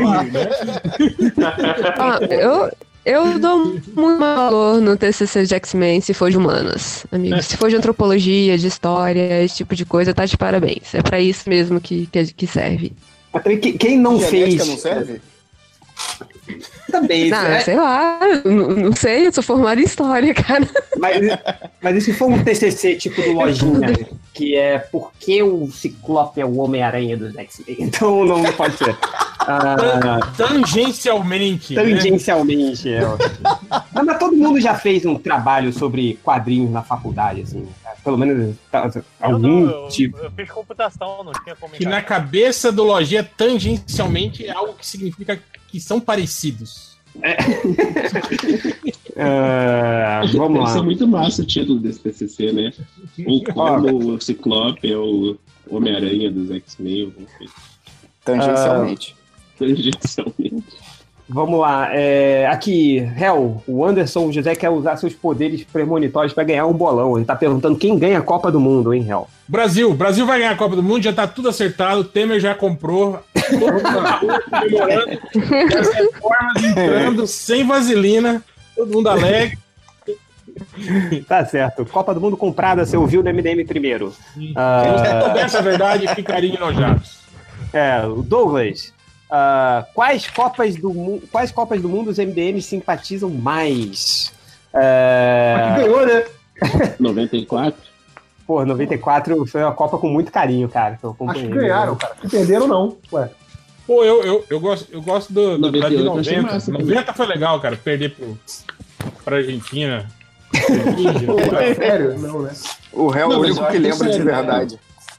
Eu dou muito valor no TCC de X-Men se for de humanas, amigo. Se for de antropologia, de história, esse tipo de coisa, tá de parabéns. É pra isso mesmo que serve. Quem não fez... não serve? Também. Sei lá, não sei, eu sou formada em história, cara. Mas e se for um TCC tipo do Lojinha, que é por que o Ciclope é o Homem-Aranha dos X-Men? Então não pode ser. Tangencialmente. Tangencialmente, Mas todo mundo já fez um trabalho sobre quadrinhos na faculdade, assim. Pelo menos algum tipo. Eu fiz computação, não tinha como. Que na cabeça do Lojinha, tangencialmente é algo que significa que são parecidos. Vamos lá. Deve ser muito massa o título desse TCC, né? Ou como o Ciclope é o Homem-Aranha dos X-Men. Tangencialmente. Vamos lá. Aqui, o Anderson José quer usar seus poderes premonitórios para ganhar um bolão. Ele tá perguntando quem ganha a Copa do Mundo, hein, Hel? Brasil vai ganhar a Copa do Mundo, já tá tudo acertado, o Temer já comprou, comemorando, as reformas entrando, sem vaselina, todo mundo alegre. Tá certo. Copa do Mundo comprada, você ouviu no MDM primeiro. Essa verdade, ficaria enojados. O Douglas, quais Copas do Mundo os MDM simpatizam mais? Que ganhou, né? 94. Pô, 94 foi uma Copa com muito carinho, cara. Acho que ganharam, cara. Que perderam, não. Ué. Pô, eu gosto do 90. 90 foi legal, cara. Perder pra Argentina. Sério? Não, né? O réu é o único que lembra de verdade.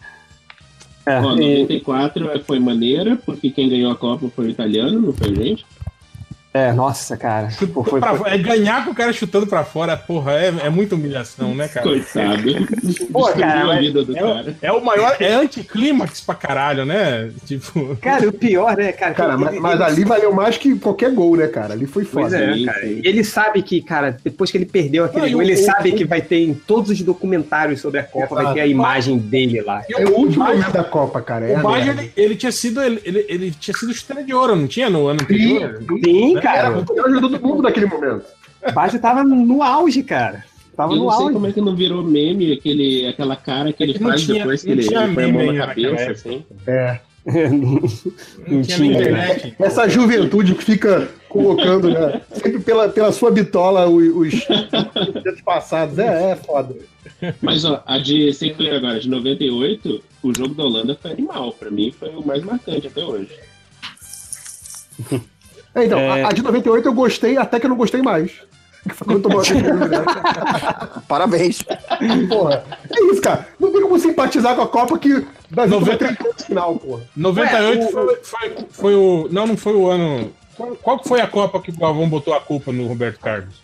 94 foi maneira, porque quem ganhou a Copa foi o italiano, não foi a gente? Nossa, cara. Foi. Ganhar com o cara chutando pra fora, porra, é muita humilhação, né, cara? Coitado. Pô, cara, a vida do cara. É o maior, é anticlímax pra caralho, né? Tipo... Cara, o pior, né, cara? Cara, mas ali valeu mais que qualquer gol, né, cara? Ali foi foda. Cara. Ele sabe que, cara, depois que ele perdeu aquele gol, ele sabe que vai ter em todos os documentários sobre a Copa, vai ter a imagem dele lá. É o último momento da Copa, cara. O Baggio, ele tinha sido chuteira de ouro, não tinha no ano anterior? Sim, cara. Era o melhor jogador do mundo naquele momento. O Baggio tava no auge, cara. Eu não sei como é que não virou meme aquela cara que ele faz depois que ele põe a mão na cabeça, assim. Não tinha internet. Essa juventude que fica colocando, né, sempre pela sua bitola os dedos passados. É foda. Mas, a de, sem ler agora, de 98, o jogo da Holanda foi animal. Pra mim, foi o mais marcante até hoje. Então, a de 98 eu gostei, até que eu não gostei mais. Quando tomou Parabéns. Porra, é isso, cara. Não tem como simpatizar com a Copa que o Brasil vai ter final, porra. 98 foi o... Não foi o ano... Qual que foi a Copa que o Galvão botou a culpa no Roberto Carlos?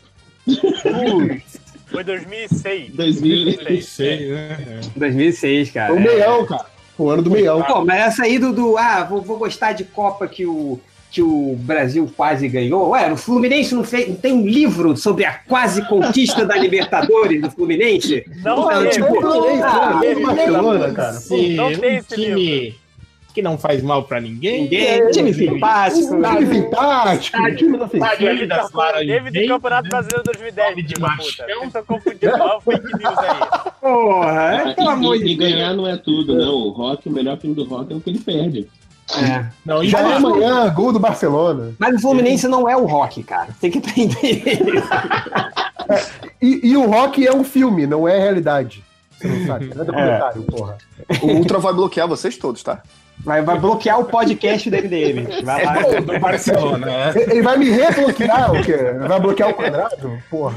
Foi 2006. 2006, né? 2006, cara. Foi o meião, cara. Foi o ano do meião. Pô, mas essa aí vou gostar de Copa que o Brasil quase ganhou. Ué, o Fluminense não tem um livro sobre a quase conquista da Libertadores do Fluminense? Não, não tem. tipo, Não tem esse livro. que não faz mal pra ninguém. Time simpático. Time simpático. Time da Teve do Campeonato Brasileiro 2010, filho da puta. Vocês estão confundindo mal fake news aí. Porra, pelo amor de E ganhar não é tudo, não. O Rock, o melhor filme do Rock é o que ele perde. Não, Já é amanhã, gol do Barcelona. Mas o Fluminense não é o Rock, cara. Tem que aprender isso. E o Rock é um filme, não é realidade. Você não sabe, não é documentário, porra. O Ultra vai bloquear vocês todos, tá? Vai bloquear o podcast do MDM. Vai lá. do Barcelona. Ele vai me rebloquear, o quê? Vai bloquear o quadrado? Porra.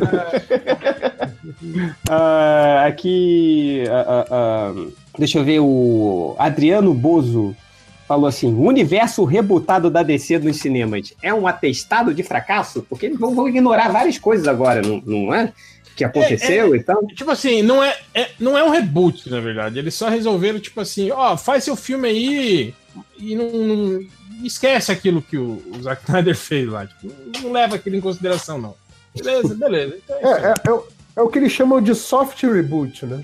Aqui. Deixa eu ver, o Adriano Bozo falou assim: o universo rebutado da DC nos cinemas é um atestado de fracasso? Porque eles vão ignorar várias coisas agora, não é? Que aconteceu e tal. Tipo assim, não é um reboot, na verdade. Eles só resolveram, tipo assim, faz seu filme aí e não esquece aquilo que o Zack Snyder fez lá. Tipo, não leva aquilo em consideração, não. Beleza. Então é o que eles chamam de soft reboot, né?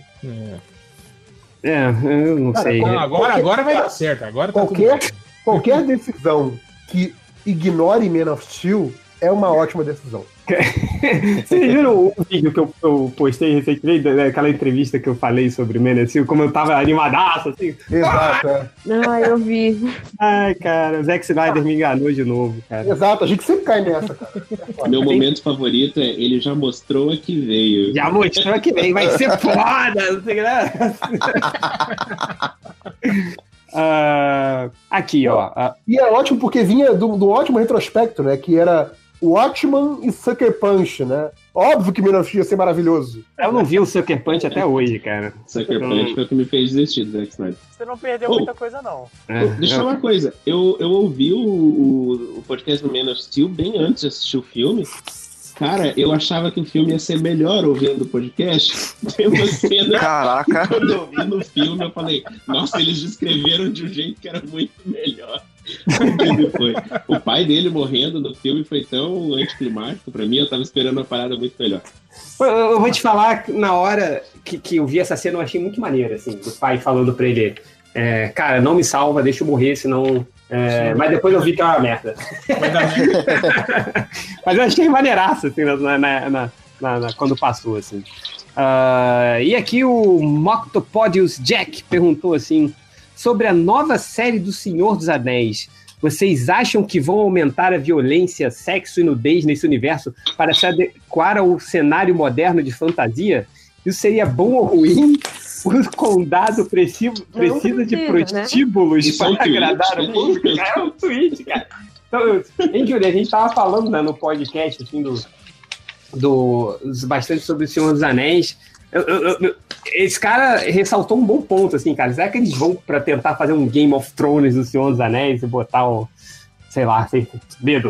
Eu não sei. Agora vai dar certo. Agora tá qualquer decisão que ignore Man of Steel é uma ótima decisão. Vocês viram o vídeo que eu postei recentemente, aquela entrevista que eu falei sobre Man of Steel, como eu tava animadaço, assim? Exato, eu vi. Ai, cara, o Zack Snyder me enganou de novo, cara. Exato, a gente sempre cai nessa, cara. Meu momento favorito é ele já mostrou que veio. Já mostrou que veio, vai ser foda, não sei o que, né? Aqui, ó. E é ótimo porque vinha do ótimo retrospecto, né? Que era Watchman e Sucker Punch, né? Óbvio que Man of Steel ia ser maravilhoso. Eu não vi o Sucker Punch até hoje, cara. Sucker Punch foi o que me fez desistir do Zack Snyder. Você não perdeu muita coisa, não. Deixa eu falar uma coisa. Eu ouvi o podcast do Man of Steel bem antes de assistir o filme. Cara, eu achava que o filme ia ser melhor ouvindo o podcast. Tem uma cena. Caraca! Quando eu vi no filme, eu falei, nossa, eles descreveram de um jeito que era muito melhor. O pai dele morrendo no filme foi tão anticlimático pra mim, eu tava esperando uma parada muito melhor. Eu vou te falar, na hora que eu vi essa cena, eu achei muito maneiro, assim, o pai falando pra ele, cara, não me salva, deixa eu morrer, senão... mas depois eu vi que é uma merda. Mas eu achei maneiraço, assim, quando passou, assim. E aqui o Moctopodius Jack perguntou, assim, sobre a nova série do Senhor dos Anéis. Vocês acham que vão aumentar a violência, sexo e nudez nesse universo para se adequar ao cenário moderno de fantasia? Isso seria bom ou ruim? O condado precisa de prostíbulos, né, para agradar o público? É um tweet, cara. Então, Júlia, a gente tava falando, né, no podcast, assim, bastante sobre o Senhor dos Anéis. Esse cara ressaltou um bom ponto, assim, cara. Será que eles vão pra tentar fazer um Game of Thrones do Senhor dos Anéis e botar o, sei lá, dedo?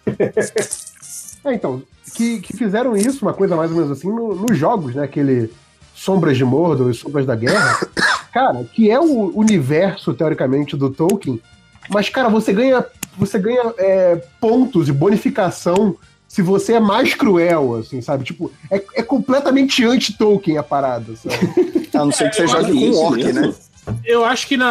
Então, que fizeram isso, uma coisa mais ou menos assim, nos jogos, né? Aquele Sombras de Mordor e Sombras da Guerra, cara, que é o universo, teoricamente, do Tolkien, mas, cara, você ganha pontos de bonificação se você é mais cruel, assim, sabe? Tipo, é completamente anti-Tolkien a parada, sabe? A não ser que você jogue com um orc, né? Eu acho que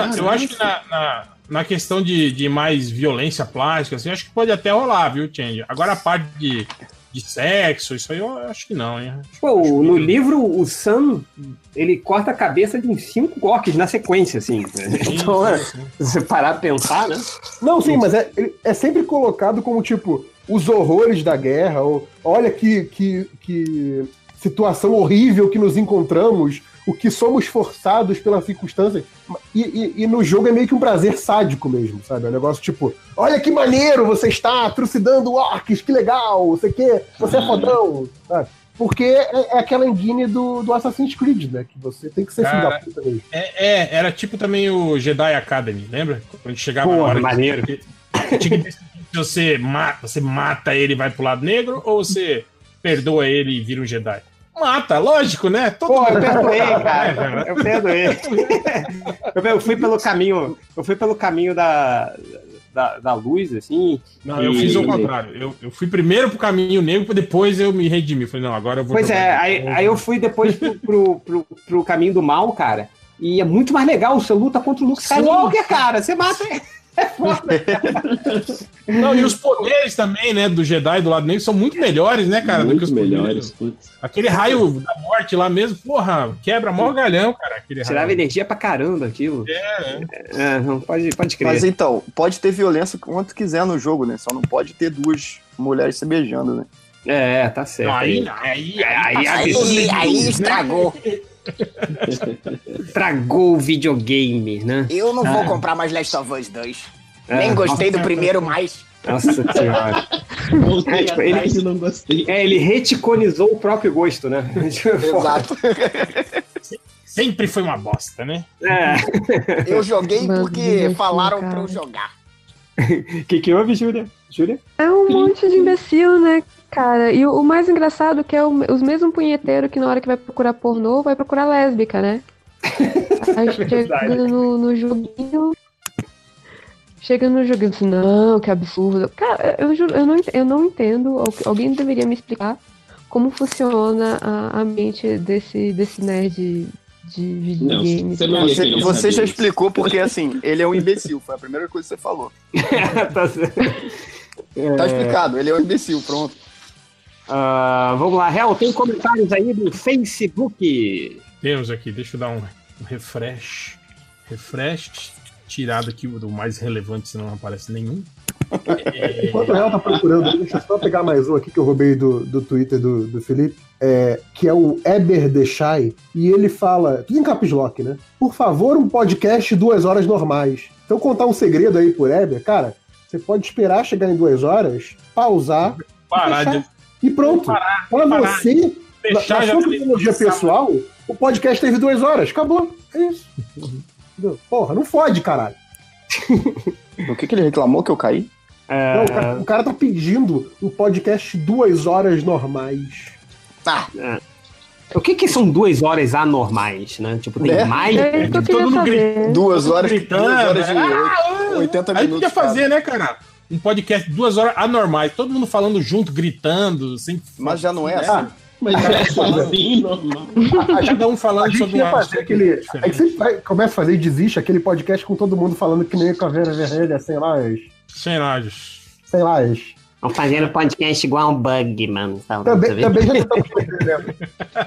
na questão de mais violência plástica, assim, acho que pode até rolar, viu, Change? Agora a parte de sexo, isso aí eu acho que não, hein? Pô, no livro, o Sam, ele corta a cabeça de uns 5 orcs na sequência, assim. Então, se você parar pra pensar, né? Não, sim, mas é sempre colocado como, tipo, os horrores da guerra, ou olha que situação horrível que nos encontramos, o que somos forçados pelas circunstâncias. E no jogo é meio que um prazer sádico mesmo, sabe? É um negócio tipo, olha que maneiro, você está trucidando orcs, que legal, você é fodão, sabe? Porque é aquela engine do Assassin's Creed, né? Que você tem que ser filho da puta mesmo. Era tipo também o Jedi Academy, lembra? Quando a gente chegava na hora maneiro. Tinha que decidir se você mata ele e vai pro lado negro, ou você perdoa ele e vira um Jedi. Mata, lógico, né? Eu perdoei, cara. Eu perdoei. Eu fui pelo caminho da luz, assim. Não, eu fiz o contrário. Eu fui primeiro pro caminho negro, depois eu me redimi. Falei, não, agora eu vou... Pois aí eu fui depois pro caminho do mal, cara. E é muito mais legal, você luta contra o Luke Skywalker, cara. Você mata. É foda. Não, e os poderes também, né, do Jedi do lado negro são muito melhores, né, cara, do que os melhores. Aquele raio da morte lá mesmo, porra, quebra mó galhão, cara. Tirava energia pra caramba aquilo. Não, pode crer. Mas então, pode ter violência quanto quiser no jogo, né? Só não pode ter duas mulheres se beijando, né? Tá certo. Aí estragou. Estragou o videogame, né? Eu não vou comprar mais Last of Us 2. Nem gostei do primeiro mais. Nossa senhora. Ele não gostei. Ele reticonizou o próprio gosto, né? Exato. Sempre foi uma bosta, né? Eu joguei porque falaram pra eu jogar. Que houve, Júlia? É um monte de imbecil, né, cara? E o mais engraçado é que é os mesmos punheteiros que na hora que vai procurar pornô, vai procurar lésbica, né? Aí chega no joguinho... Chega no joguinho assim, não, que absurdo. Cara, eu juro, eu não entendo. Alguém deveria me explicar como funciona a mente desse nerd de videogames. Você já explicou porque, assim, ele é um imbecil. Foi a primeira coisa que você falou. Tá explicado, ele é um imbecil, pronto. Vamos lá, Hel, tem comentários aí do Facebook? Temos aqui, deixa eu dar um refresh. Tirado aqui do mais relevante, senão não aparece nenhum. Enquanto o Real tá procurando, deixa eu só pegar mais um aqui que eu roubei do Twitter do Felipe, que é o Eber Dechai, e ele fala, tudo em caps lock, né? Por favor, um podcast 2 horas normais. Então, contar um segredo aí por Eber, cara, você pode esperar chegar em 2 horas, pausar, e pronto. Pra você, na sua tecnologia pessoal, o podcast teve 2 horas, acabou. É isso. Porra, não fode, caralho. O que ele reclamou que eu caí? Não, o cara tá pedindo um podcast 2 horas normais. O que são 2 horas anormais, né? Tipo, tem mais... todo mundo grita. 2 horas gritando, 2 horas de 80 minutos. Aí podia fazer, né, cara? Um podcast 2 horas anormais. Todo mundo falando junto, gritando. Sem... Mas já não é assim. Mas já é sozinho, normal. Cada um falando sobre uma fazer aquele. Aí sempre começa a fazer e desiste aquele podcast com todo mundo falando que nem Caveira Vermelha, sei lá. Estão fazendo podcast igual um bug, mano. Também já estamos entendendo.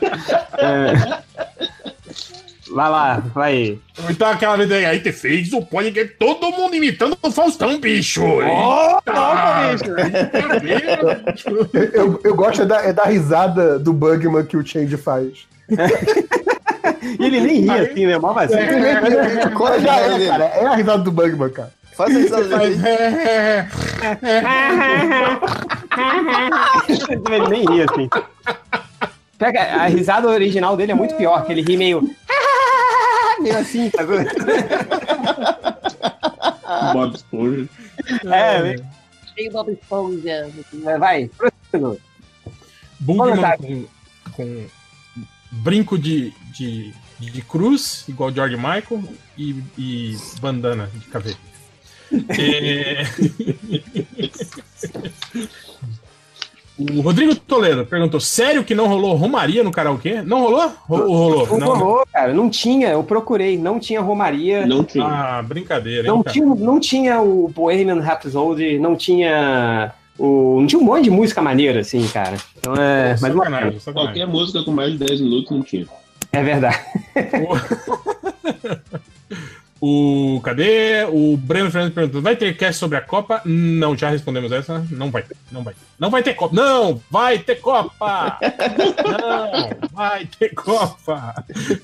Vai lá, vai. Então aquela vez aí te fez o podcast todo mundo imitando o Faustão, bicho. Eu gosto da risada do Bugman que o Change faz. E ele nem ri assim, né? Mó vazio. Cara, é a risada do Bugman, cara. Faz a risada dele. Ele nem ri assim. Pega, a risada original dele é muito pior, que ele ri meio assim, tá vendo? Bob Esponja. Meio Bob Esponja. Vai, Bugman com brinco de cruz, igual George Michael, e bandana de caveira. O Rodrigo Toledo perguntou: sério que não rolou romaria no karaokê? Não rolou? Rolou? Não rolou, cara. Não tinha. Eu procurei. Não tinha romaria. Não tinha. Ah, brincadeira, hein, não tinha o Bohemian Rhapsody. Não tinha um monte de música maneira, assim, cara. Então sacanagem. Qualquer música com mais de 10 minutos não tinha. É verdade. Cadê? O Breno Fernandes perguntou: vai ter cast sobre a Copa? Não, já respondemos essa. Não vai. Não vai ter Copa. Não, vai ter Copa! Não, vai ter Copa!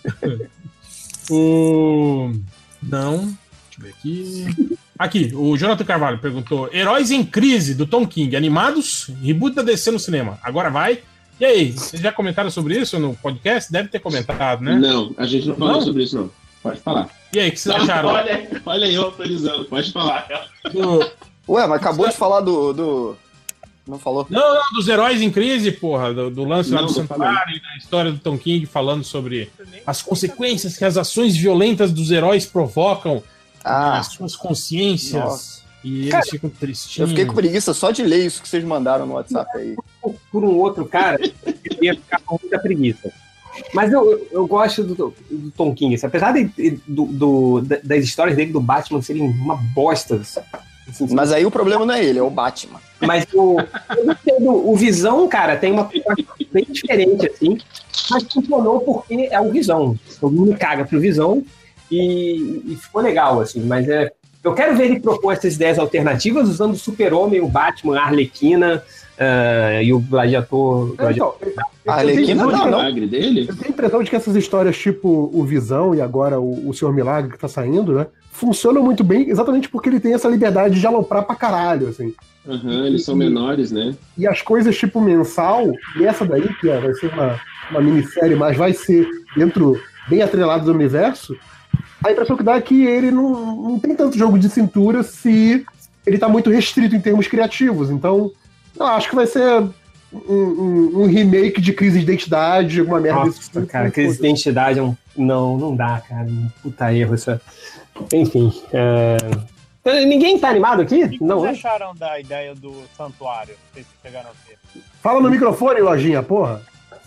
Não. Deixa eu ver aqui. Aqui, o Jonathan Carvalho perguntou: Heróis em Crise, do Tom King, animados? Reboot da DC no cinema. Agora vai. E aí, vocês já comentaram sobre isso no podcast? Deve ter comentado, né? Não, a gente não falou sobre isso, não. Pode falar. E aí, o que vocês acharam? Olha eu autorizando, pode falar. Ué, mas acabou de falar do... Não falou? Não, dos Heróis em Crise, porra, do lance lá do Santuário, da história do Tom King, falando sobre as consequências que as ações violentas dos heróis provocam nas suas consciências. Nossa. E eles ficam tristinhos. Eu fiquei com preguiça só de ler isso que vocês mandaram no WhatsApp aí. Por um outro cara, eu ia ficar com muita preguiça. Mas eu gosto do Tom King, assim, apesar das histórias dele do Batman serem uma bosta. Assim, mas aí o problema não é ele, é o Batman. Mas o Visão, cara, tem uma coisa bem diferente, assim, mas funcionou porque é o Visão. Todo mundo caga pro Visão e ficou legal, assim, mas eu quero ver ele propor essas ideias alternativas usando o Super-Homem, o Batman, a Arlequina e o Gladiador. A Arlequina não. Milagre dele? Eu tenho a impressão de que essas histórias tipo o Visão e agora o Senhor Milagre que tá saindo, né? Funcionam muito bem exatamente porque ele tem essa liberdade de aloprar pra caralho, assim. Eles são menores, né? E as coisas tipo mensal, e essa daí, que vai ser uma minissérie, mas vai ser dentro, bem atrelado do universo, a impressão que dá é que ele não tem tanto jogo de cintura se ele tá muito restrito em termos criativos. Então, eu acho que vai ser um remake de Crise de Identidade, alguma merda desse tipo. Cara, Crise de Identidade não dá, cara. Puta erro isso. Enfim. Ninguém tá animado aqui? O que vocês acharam da ideia do santuário? Não sei se chegaram a ver. Fala no microfone, Lojinha, porra.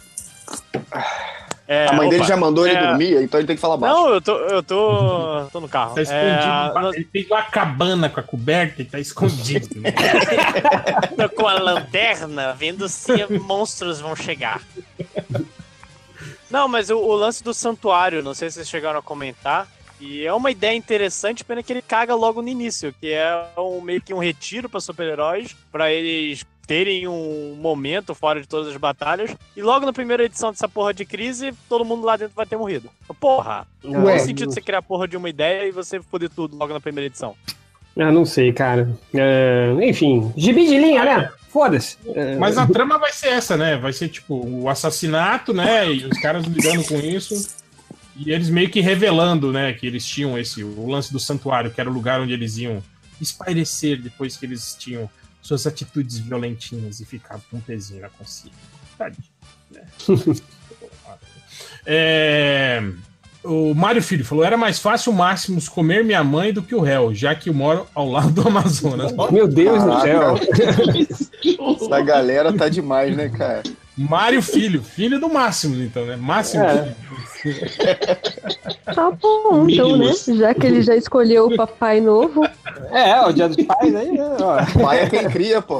A mãe dele já mandou ele dormir, então ele tem que falar baixo. Não, eu tô no carro. Tá escondido. Ele fez uma cabana com a coberta e tá escondido. Né? Tô com a lanterna vendo se monstros vão chegar. Não, mas o lance do santuário, não sei se vocês chegaram a comentar. E é uma ideia interessante, pena que ele caga logo no início, que é meio que um retiro para super-heróis, para eles terem um momento fora de todas as batalhas, e logo na primeira edição dessa porra de Crise, todo mundo lá dentro vai ter morrido. Porra! Não faz sentido você criar a porra de uma ideia e você foder tudo logo na primeira edição. Não sei, cara. Enfim, gibi de linha, né? Foda-se. Mas a trama vai ser essa, né? Vai ser tipo o assassinato, né? E os caras lidando com isso. E eles meio que revelando, né, que eles tinham o lance do santuário, que era o lugar onde eles iam espairecer depois que eles tinham suas atitudes violentinhas e ficavam com um pezinho na consciência. Tadinho, né? O Mário Filho falou, era mais fácil o Máximos comer minha mãe do que o réu, já que eu moro ao lado do Amazonas. Meu Deus do céu! Essa galera tá demais, né, cara? Mário Filho do Máximos, então, né? Máximo Filho. Tá bom, então, né? Já que ele já escolheu o papai novo. O Dia dos Pais aí, né? Pai é quem cria, pô.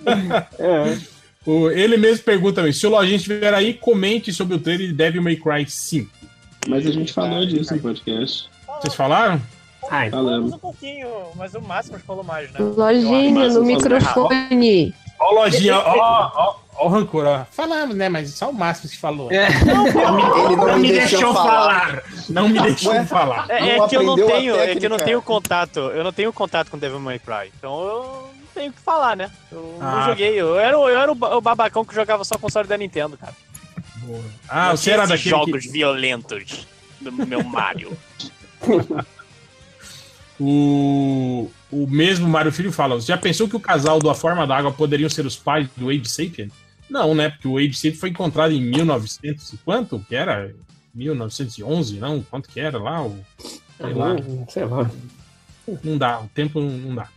Ele mesmo pergunta também, se o Lojinha estiver aí, comente sobre o trailer de Devil May Cry 5. Mas a gente falou disso no podcast. Vocês falaram? Falamos um pouquinho, mas o Máximo falou mais, né? Lojinha no microfone. Ó, Lojinha, ó o rancor, ó. Falamos, né? Mas só o Máximo que falou. Não me deixou falar. Não me deixou falar. É que eu não tenho contato. Eu não tenho contato com Devil May Cry. Então eu não tenho o que falar, né? Eu não joguei. Eu era o babacão que jogava só console da Nintendo, cara. Você era daquele jogos violentos do meu Mario. O mesmo Mário Filho fala, você já pensou que o casal do A Forma d'Água poderiam ser os pais do Abe Sapien? Não, né? Porque o Abe Sapien foi encontrado em 1900 e quanto? Que era? 1911, não? Quanto que era lá? Sei lá. Não dá, o tempo não dá.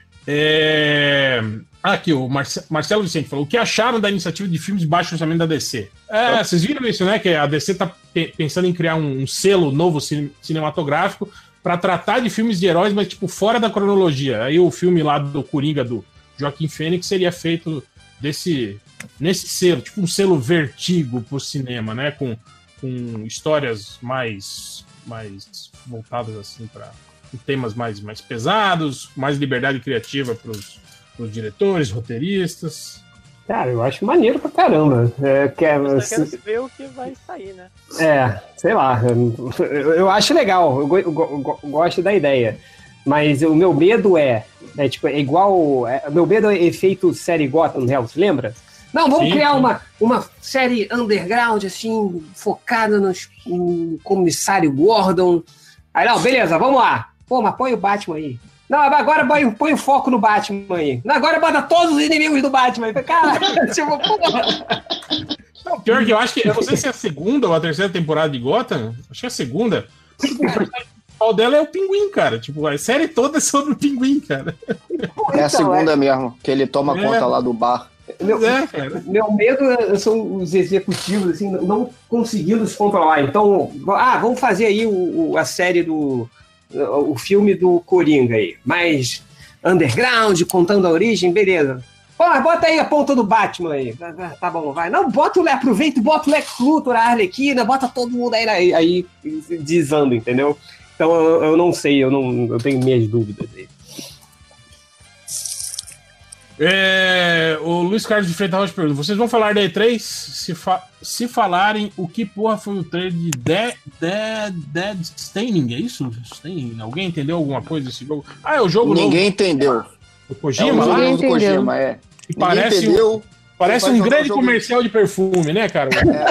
Aqui, o Marcelo Vicente falou, o que acharam da iniciativa de filmes de baixo orçamento da DC? Vocês viram isso, né? Que a DC tá pensando em criar um selo novo cinematográfico para tratar de filmes de heróis, mas tipo fora da cronologia. Aí o filme lá do Coringa do Joaquim Fênix seria feito nesse selo, tipo um selo Vertigo pro cinema, né? Com histórias mais voltadas assim para temas mais pesados, mais liberdade criativa para os diretores, roteiristas. Cara, eu acho maneiro pra caramba. Quero ver o que vai sair, né? Sei lá. Eu acho legal. Eu gosto da ideia. Mas o meu medo é igual. O meu medo é efeito série Gotham, você lembra? Não, vamos criar uma série underground, assim, focada no comissário Gordon. Aí, não, beleza, vamos lá. Pô, mas põe o Batman aí. Não, agora põe o foco no Batman aí. Agora bota todos os inimigos do Batman aí. Cara, tipo, porra. Não, pior que eu acho que, eu não sei se é a segunda ou a terceira temporada de Gotham, acho que é a segunda. O personagem principal dela é o Pinguim, cara. Tipo, a série toda é sobre o Pinguim, cara. É a segunda mesmo, que ele toma conta lá do bar. Meu medo são os executivos, assim, não conseguindo se controlar. Então, vamos fazer aí a série o filme do Coringa aí, mais underground, contando a origem, beleza. Pô, bota aí a ponta do Batman aí. Tá bom, vai. Não, aproveita e bota o Lex Luthor, a Arlequina, bota todo mundo aí desando, entendeu? Então eu não sei, eu tenho minhas dúvidas aí. O Luiz Carlos de Freitas Rocha pergunta: vocês vão falar da E3? Se falarem, o que porra foi o trailer de Dead Standing? É isso? Alguém entendeu alguma coisa desse jogo? É o jogo Ninguém novo. entendeu. O Kojima lá? Ninguém entendeu. Kojima, E parece um grande comercial de perfume, né, cara?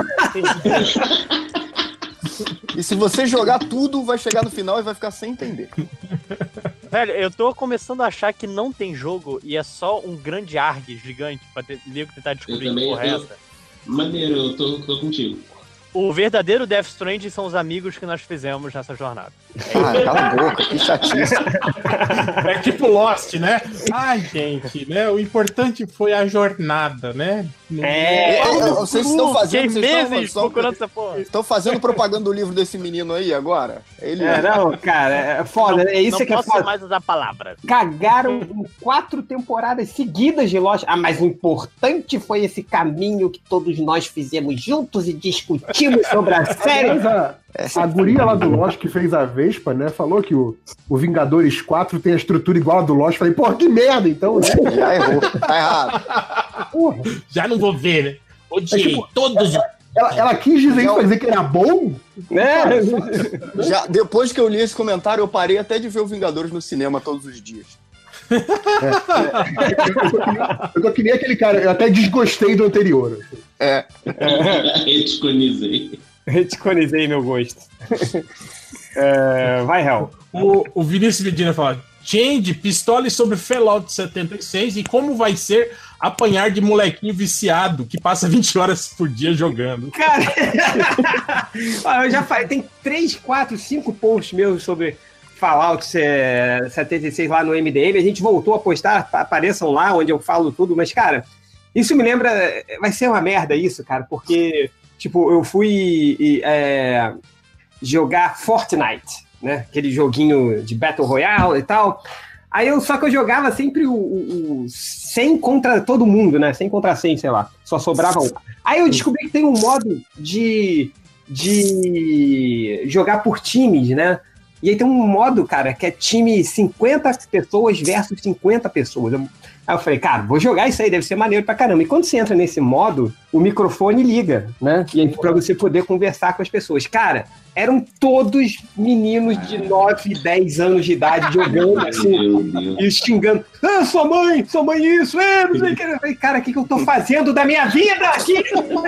E se você jogar tudo, vai chegar no final e vai ficar sem entender. Velho, eu tô começando a achar que não tem jogo e é só um grande ARG gigante pra nego tentar descobrir que porra é essa. Maneiro, eu tô contigo. O verdadeiro Death Stranding são os amigos que nós fizemos nessa jornada. Cala a boca, que chatice. É tipo Lost, né? Ai, gente, né? O importante foi a jornada, né? Vocês estão fazendo... meses procurando essa porra. Estão fazendo propaganda do livro desse menino aí agora? Não, cara, é foda. É isso que é foda. Não posso mais usar palavras. Cagaram em 4 temporadas seguidas de Lost. Mas o importante foi esse caminho que todos nós fizemos juntos e discutimos sobre a série. A guria lá do Lost que fez a Vespa, né, falou que o Vingadores 4 tem a estrutura igual a do Lost. Falei, porra, que merda, então, né? Já errou, tá errado. Porra. Já não vou ver, né? Odiei todos. Ela quis dizer que era bom? Já, depois que eu li esse comentário, eu parei até de ver o Vingadores no cinema todos os dias. Eu tô que nem aquele cara, eu até desgostei do anterior. Reticonizei meu gosto. Vai, Hel. O Vinícius Medina fala: Change, pistola sobre Fallout 76 e como vai ser apanhar de molequinho viciado que passa 20 horas por dia jogando. Cara, eu já falei, tem 3, 4, 5 posts meus sobre Fallout 76 lá no MDM. A gente voltou a postar, apareçam lá onde eu falo tudo, mas, cara, isso me lembra, vai ser uma merda isso, cara, porque, tipo, eu fui jogar Fortnite, né, aquele joguinho de Battle Royale e tal. Aí só que eu jogava sempre o 100 contra todo mundo, né? 100 contra 100, sei lá. Só sobrava um. Aí eu descobri que tem um modo de jogar por times, né? E aí tem um modo, cara, que é time 50 pessoas versus 50 pessoas. Aí eu falei, cara, vou jogar isso aí, deve ser maneiro pra caramba. E quando você entra nesse modo, o microfone liga, né? E aí pra você poder conversar com as pessoas. Cara, eram todos meninos de 9, 10 anos de idade jogando assim, e xingando. Sua mãe isso, não sei o que. Eu falei, cara, o que eu tô fazendo da minha vida aqui?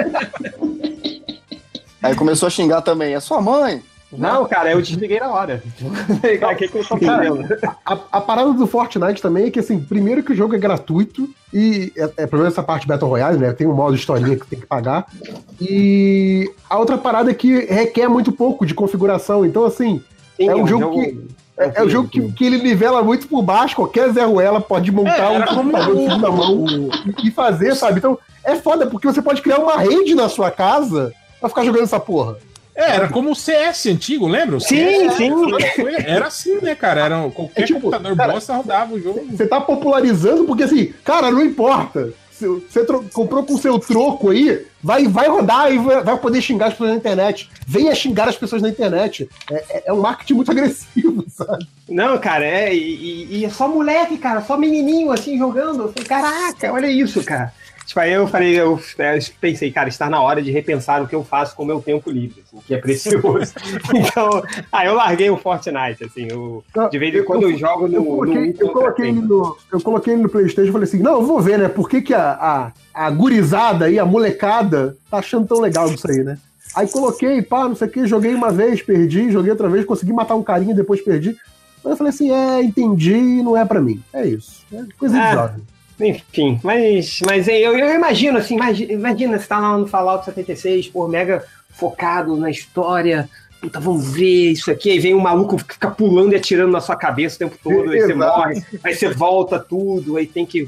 Aí começou a xingar também, é sua mãe. Não, cara, eu desliguei na hora. O que eu tô fazendo? A parada do Fortnite também é que, assim, primeiro que o jogo é gratuito e pelo menos essa parte Battle Royale, né? Tem um modo historinha que tem que pagar. E a outra parada é que requer muito pouco de configuração. Então, assim, sim, é um jogo que... É um jogo que ele nivela muito por baixo, qualquer Zé Ruela pode montar um computador de segunda mão e fazer, sabe? Então, é foda, porque você pode criar uma rede na sua casa pra ficar jogando essa porra. Era como o CS antigo, lembra? Sim. Era assim, né, cara? Qualquer computador bosta rodava o jogo. Você tá popularizando porque, assim, cara, não importa. Você comprou com o seu troco aí, vai rodar e vai poder xingar as pessoas na internet. Venha xingar as pessoas na internet. É um marketing muito agressivo, sabe? Não, cara, e é só moleque, cara, só menininho, assim, jogando. Eu falei, caraca, olha isso, cara. Tipo, aí eu pensei, cara, está na hora de repensar o que eu faço com o meu tempo livre, assim, que é precioso. Então, eu larguei o Fortnite, assim, de vez em quando eu jogo eu coloquei ele no PlayStation e falei assim, não, eu vou ver, né, por que a gurizada aí, a molecada, tá achando tão legal isso aí, né? Aí coloquei, não sei o que, joguei uma vez, perdi, joguei outra vez, consegui matar um carinha, depois perdi. Aí eu falei assim, entendi, não é pra mim. É isso, é coisa de jovem. Enfim, mas eu imagino, assim, imagina você tá lá no Fallout 76, mega focado na história, puta, vamos ver isso aqui, aí vem um maluco que fica pulando e atirando na sua cabeça o tempo todo, aí você morre, aí você volta tudo, aí tem que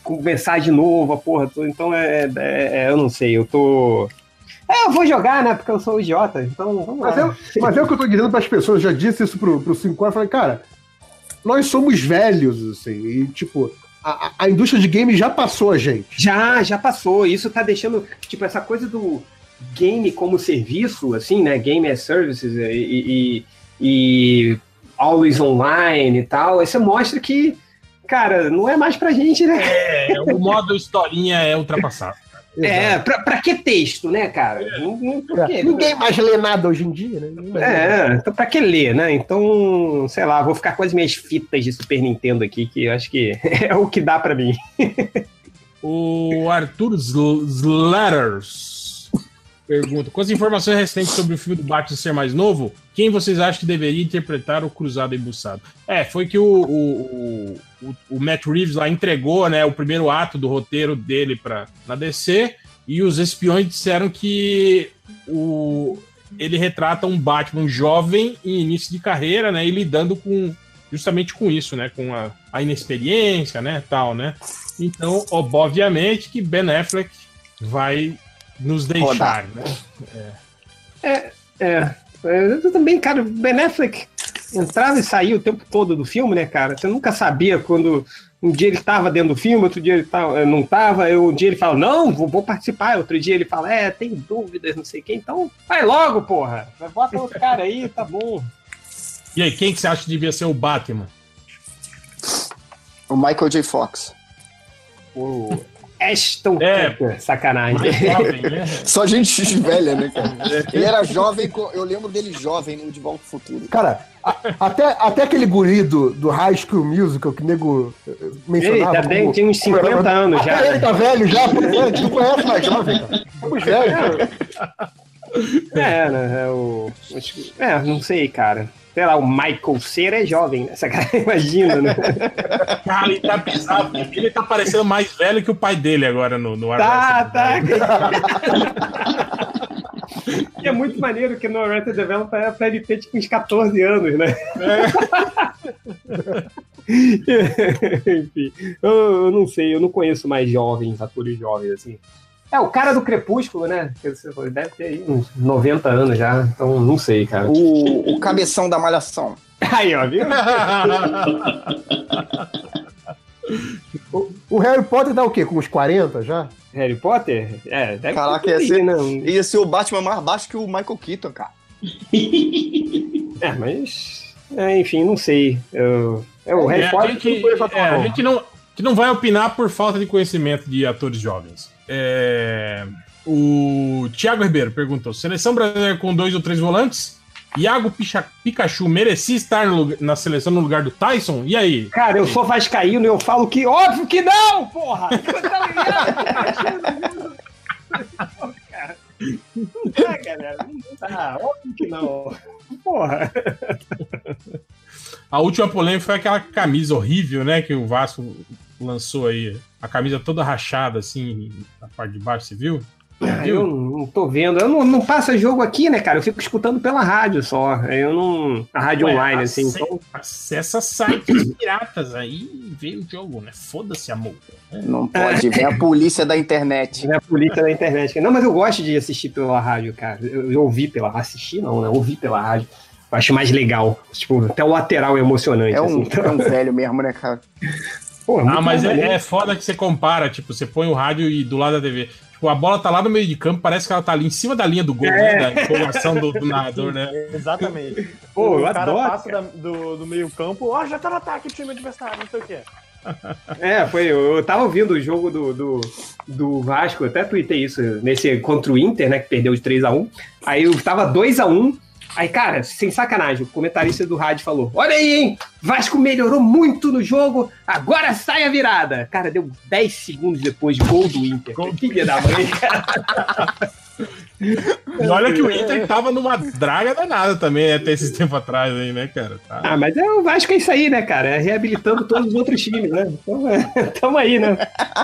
começar de novo, a porra toda. Então eu não sei, eu tô... eu vou jogar, né? Porque eu sou idiota, então vamos lá. Mas é o que eu tô dizendo pras pessoas, eu já disse isso pro 5 anos, eu falei, cara, nós somos velhos, assim, e tipo, a indústria de games já passou a gente. Já passou, isso tá deixando, tipo, essa coisa do game como serviço, assim, né? Game as services e always online e tal, isso mostra que, cara, não é mais pra gente, né? O modo historinha é ultrapassado. Pra que texto, né, cara? Ninguém mais lê nada hoje em dia, né? Então pra que ler, né? Então, sei lá, vou ficar com as minhas fitas de Super Nintendo aqui, que eu acho que é o que dá pra mim. O Arthur Slatters pergunta: com as informações recentes sobre o filme do Batman ser mais novo, quem vocês acham que deveria interpretar o Cruzado Embuçado? Foi que o Matt Reeves lá entregou, né, o primeiro ato do roteiro dele na DC, e os espiões disseram que ele retrata um Batman jovem em início de carreira, né, e lidando justamente com isso, né, com a inexperiência, né, tal, né. Então, obviamente que Ben Affleck vai nos deixar, né? Eu também, cara, o Ben Affleck entrava e saía o tempo todo do filme, né, cara? Você nunca sabia quando um dia ele estava dentro do filme, outro dia ele não estava, um dia ele fala, não, vou participar, outro dia ele fala, tem dúvidas, não sei o quê, então vai logo, porra, bota outro cara aí, tá bom. E aí, quem que você acha que devia ser o Batman? O Michael J. Fox. O Ashton Kutcher, sacanagem. Jovem, né? Só gente velha, né, cara? Ele era jovem, eu lembro dele jovem no De Volta ao Futuro. Cara, até aquele guri do High School Musical que o nego mencionava. Ele também tinha uns 50 anos já. Ele tá velho já, porque a gente não conhece mais jovem, cara. Somos velhos. Não sei, cara. Sei lá, o Michael Cera é jovem, né? Essa cara, imagina, né? Cara, ele tá bizarro. Ele tá parecendo mais velho que o pai dele agora no Tá. E é muito maneiro que no Arrested Development é pra ele ter tipo uns 14 anos, né? Enfim, eu não sei, eu não conheço mais jovens, atores jovens, assim. O cara do Crepúsculo, né? Deve ter aí uns 90 anos já, então não sei, cara. O cabeção da Malhação. Aí, ó, viu? O Harry Potter dá o quê? Com uns 40 já? Harry Potter? Deve Caraca, ia ser o Batman mais baixo que o Michael Keaton, cara. Mas... enfim, não sei. O Harry Potter... A gente não vai opinar por falta de conhecimento de atores jovens. O Thiago Ribeiro perguntou: seleção brasileira com 2 ou 3 volantes? Iago Pikachu merecia estar na seleção no lugar do Tyson? E aí? Cara, eu sou vascaíno e eu falo que óbvio que não, porra! Galera, não tá, óbvio que não. Porra! A última polêmica foi aquela camisa horrível, né, que o Vasco lançou aí. A camisa toda rachada, assim, na parte de baixo, você viu? Eu não tô vendo. Eu não passo jogo aqui, né, cara? Eu fico escutando pela rádio só. Eu não... A rádio online, assim. Então... Acessa sites piratas aí e vê o jogo, né? Foda-se, amor. Não pode, vem a polícia da internet. Vem a polícia da internet. Não, mas eu gosto de assistir pela rádio, cara. Eu ouvi pela... Assistir não, né? Ouvi pela rádio. Eu acho mais legal. Tipo, até o lateral é emocionante. É um assim. velho mesmo, né, cara? Pô, mas é foda que você compara, tipo, você põe o rádio e do lado da TV. Tipo, a bola tá lá no meio de campo, parece que ela tá ali em cima da linha do gol, né? Da empolgação do narrador, né? Exatamente. Pô, o eu cara adoro, passa do meio campo, já tá no ataque o time adversário, não sei o quê. Eu tava ouvindo o jogo do Vasco, eu até tuitei isso, nesse contra o Inter, né, que perdeu de 3-1. Aí eu tava 2-1. Aí, cara, sem sacanagem, o comentarista do rádio falou: olha aí, hein, Vasco melhorou muito no jogo, agora sai a virada. Cara, deu 10 segundos depois de gol do Inter. Filha da mãe, cara. E olha que o Inter tava numa draga danada também, né, até esses tempos atrás aí, né, cara? Tá. Mas o Vasco é isso aí, né, cara? É reabilitando todos os outros times, né? Então, tamo aí, né?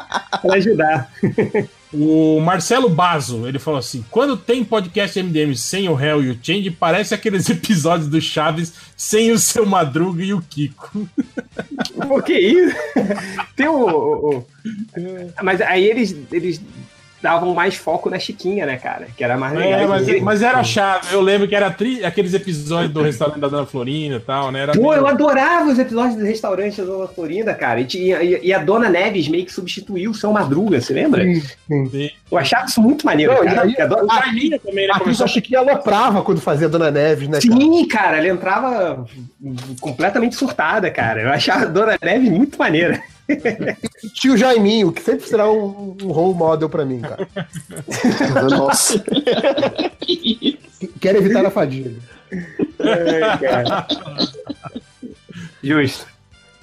pra ajudar. O Marcelo Bazo, ele falou assim: quando tem podcast MDM sem o Hell e o Change, parece aqueles episódios do Chaves sem o Seu Madruga e o Kiko. Por que isso? Tem Mas aí eles davam mais foco na Chiquinha, né, cara? Que era mais legal. Mas era chave. Eu lembro que era aqueles episódios do restaurante da Dona Florinda e tal, né? Eu adorava os episódios do restaurante da Dona Florinda, cara. E a Dona Neves meio que substituiu o Seu Madruga, você lembra? Sim. Eu achava isso muito maneiro, cara. A Chiquinha aloprava quando fazia a Dona Neves, né? Sim, cara, ela entrava completamente surtada, cara. Eu achava a Dona Neves muito maneira. Tio Jaiminho, que sempre será um role model pra mim, cara. Nossa. Quero evitar a fadiga. Justo.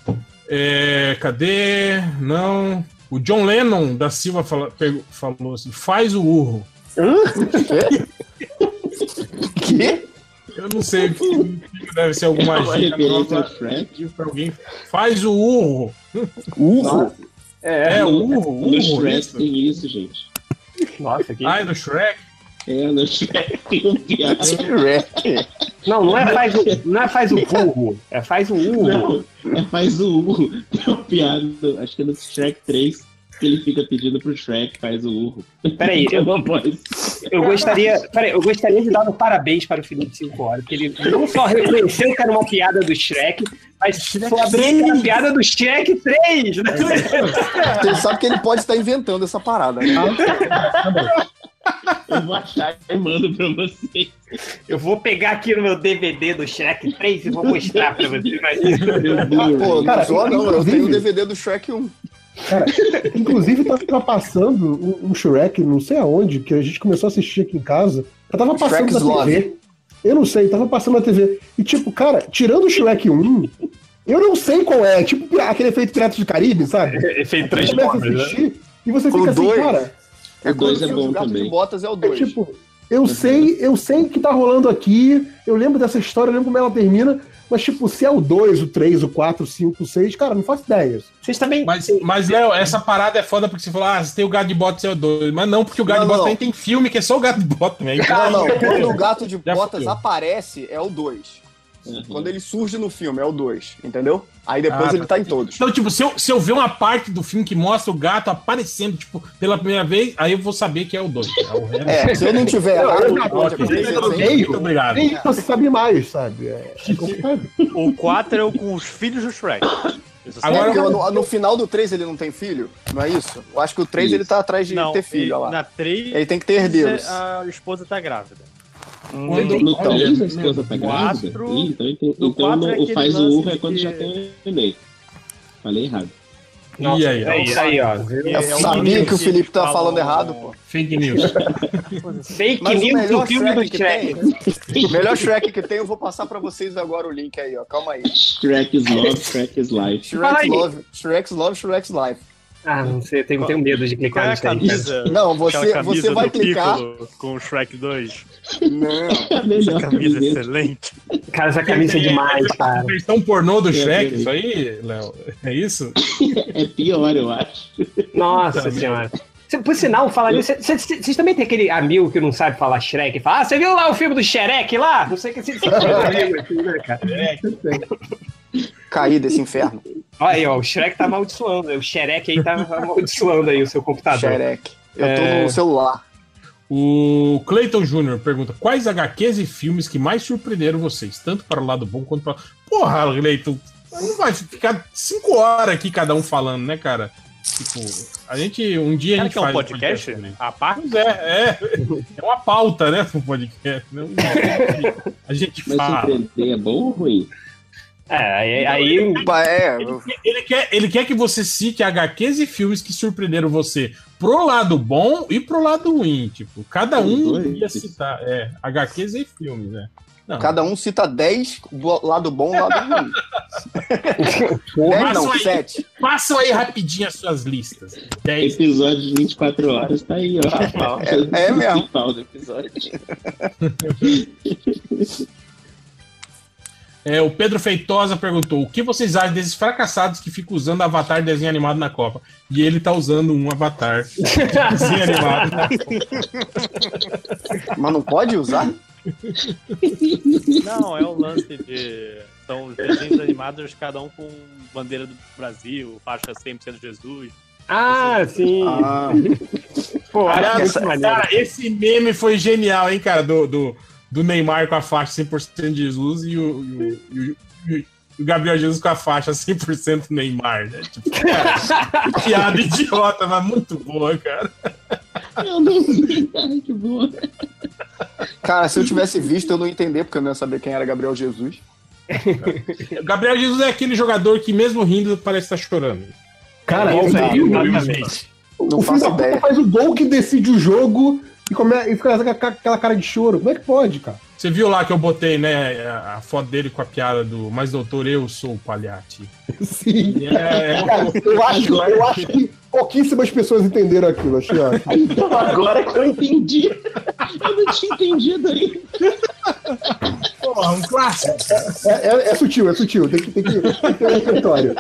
Cadê? Não. O John Lennon da Silva falou assim: faz o urro. Que? Eu não sei o que deve ser alguma magia nova pra alguém. Faz o urro. Urro? Urro. No Shrek tem isso, gente. Nossa, que... no Shrek? No Shrek tem um piada. Shrek. Não é faz o burro, é faz o urro. Não, faz o urro. Tem uma piada, acho que é no Shrek 3, que ele fica pedindo pro Shrek, faz o urro. Peraí, eu gostaria de dar um parabéns para o Felipe 5 Horas, porque ele não só reconheceu que era uma piada do Shrek, mas foi a piada do Shrek 3, né? Você sabe que ele pode estar inventando essa parada, né? Eu vou achar e mando pra você. Eu vou pegar aqui no meu DVD do Shrek 3 e vou mostrar pra você. Eu tenho o DVD do Shrek 1. Cara, inclusive tava passando um Shrek, não sei aonde, que a gente começou a assistir aqui em casa. Eu tava passando na TV. Eu não sei, tava passando na TV. E tipo, cara, tirando o Shrek 1, eu não sei qual é. Tipo aquele efeito Piratas do Caribe, sabe? Efeito Transformers, né? E você fica assim, cara... O 2 é bom também. De Botas é o 2. Tipo, eu sei o que tá rolando aqui, eu lembro dessa história, eu lembro como ela termina, mas tipo, se é o 2, o 3, o 4, o 5, o 6, cara, não faço ideia. Vocês também... Mas Léo, essa parada é foda porque você falou, você tem o Gato de Botas, é o 2, mas não, porque o Gato de Botas também tem filme que é só o Gato de Botas também. Não, quando o Gato de Botas aparece, é o 2. Quando ele surge no filme, é o 2, entendeu? Aí depois ele tá em todos. Então, tipo, se eu ver uma parte do filme que mostra o gato aparecendo, tipo, pela primeira vez, aí eu vou saber que é o 2. Se eu não tiver muito obrigado. Nem você sabe mais, sabe? O 4 é o com os filhos do Shrek. Agora, no final do 3 ele não tem filho? Não é isso? Eu acho que o 3 ele tá atrás de ter filho, olha lá. Na 3, ele tem que ter herdeiros. A esposa tá grávida. No 3 a esposa tá grávida? Então o faz o urro é quando já tem o neném. Falei errado. E aí, ó. Eu sabia que o Felipe tava falando errado, pô. Fake news. Fake news do filme do Shrek. O melhor Shrek que tem, eu vou passar pra vocês agora o link aí, ó. Calma aí. Shrek is love, Shrek is life. Shrek's love, Shrek's life. Não sei, eu tenho medo de clicar nisso. Camisa? Não, você vai clicar. Com o Shrek 2. Não. Essa camisa é excelente. Cara, essa camisa é demais, cara. A versão pornô do Shrek, isso aí, Léo? É isso? É pior, eu acho. Nossa senhora. Por sinal, falar nisso, vocês também tem aquele amigo que não sabe falar Shrek e fala, você viu lá o filme do Shrek lá? Não sei o que você Cair desse inferno. Olha aí, ó, o Shrek tá amaldiçoando, o Shrek aí tá amaldiçoando aí o seu computador. Shrek. Eu tô no celular. O Clayton Jr. pergunta, quais HQs e filmes que mais surpreenderam vocês, tanto para o lado bom quanto para... Porra, Clayton, não vai ficar 5 horas aqui cada um falando, né, cara? Tipo, a gente, um dia a gente faz um podcast? A parte? É uma pauta, né, pro podcast. A gente fala. Mas surpreender é bom ou ruim? Ele quer que você cite HQs e filmes que surpreenderam você pro lado bom e pro lado ruim. Tipo, cada um ia citar HQs e filmes, né? Não. Cada um cita 10 do lado bom e lado ruim. 10 não, 7. Passam aí rapidinho as suas listas. 10. Episódio de 24 horas tá aí, ó. É mesmo. Do episódio. O Pedro Feitosa perguntou: o que vocês acham desses fracassados que ficam usando avatar de desenho animado na Copa? E ele tá usando um avatar de desenho animado na Copa. Mas não pode usar? Não, é um lance de... São os desenhos animados, cada um com bandeira do Brasil, faixa 100% Jesus. Ah, sim. Pô, aliás, cara, esse meme foi genial, hein, cara, do Neymar com a faixa 100% de Jesus e o Gabriel Jesus com a faixa 100% Neymar, né? Tipo, cara, que piada idiota, mas muito boa, cara. Eu não vi, cara, que boa. Cara, se eu tivesse visto, eu não ia entender, porque eu não ia saber quem era Gabriel Jesus. Gabriel Jesus é aquele jogador que, mesmo rindo, parece estar chorando. Cara, exatamente. Não O filho faço da puta ideia. faz o gol que decide o jogo e fica com aquela cara de choro. Como é que pode, cara? Você viu lá que eu botei, né, a foto dele com a piada do "Mas doutor, eu sou o Palhati". Sim. Cara, eu acho que pouquíssimas pessoas entenderam aquilo, achei ótimo. Então agora que eu entendi. Eu não tinha entendido ainda. Porra, um clássico. É sutil. Tem que ter um repertório.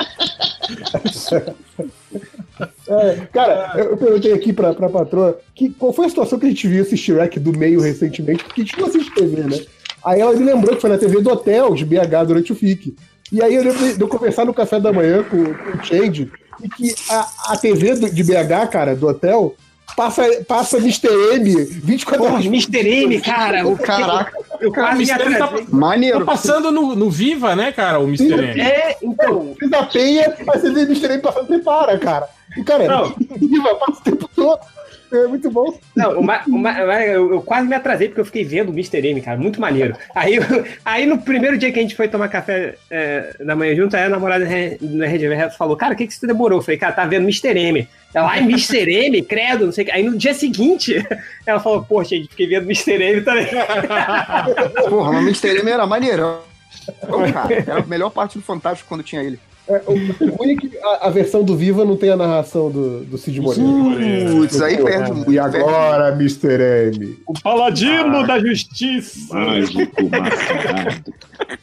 Cara, eu perguntei aqui pra patroa qual foi a situação que a gente viu esse Shrek do meio recentemente, porque a gente não assiste TV, né? Aí ela me lembrou que foi na TV do hotel de BH durante o FIC. E aí eu lembro de eu conversar no café da manhã com o Change, e que a TV de BH, cara, do hotel, passa Mr. M 24 horas. Mr. M, cara. Caraca. Eu quase me atrasei. Maneiro. Tá passando no Viva, né, cara, o Mr. M. Então. Fiz a penha, aí você vê Mr. M passando, você para, cara. E, cara, Viva passa o tempo todo. É muito bom. Não, eu quase me atrasei porque eu fiquei vendo o Mr. M, cara, muito maneiro. Aí no primeiro dia que a gente foi tomar café da manhã junto, aí a namorada da Rede Verso falou: cara, o que você demorou? Eu falei: cara, tá vendo Mr. M. Ela, ai, Mr. M, credo, não sei o que. Aí no dia seguinte, ela falou: poxa, gente, fiquei vendo Mr. M também. Porra, mas Mr. M era maneirão. Cara, era a melhor parte do Fantástico quando tinha ele. O ruim é que a versão do Viva não tem a narração do Cid Moreira. Putz, aí perde muito. E agora, Mr. M? O paladino da justiça. Mágico mascarado.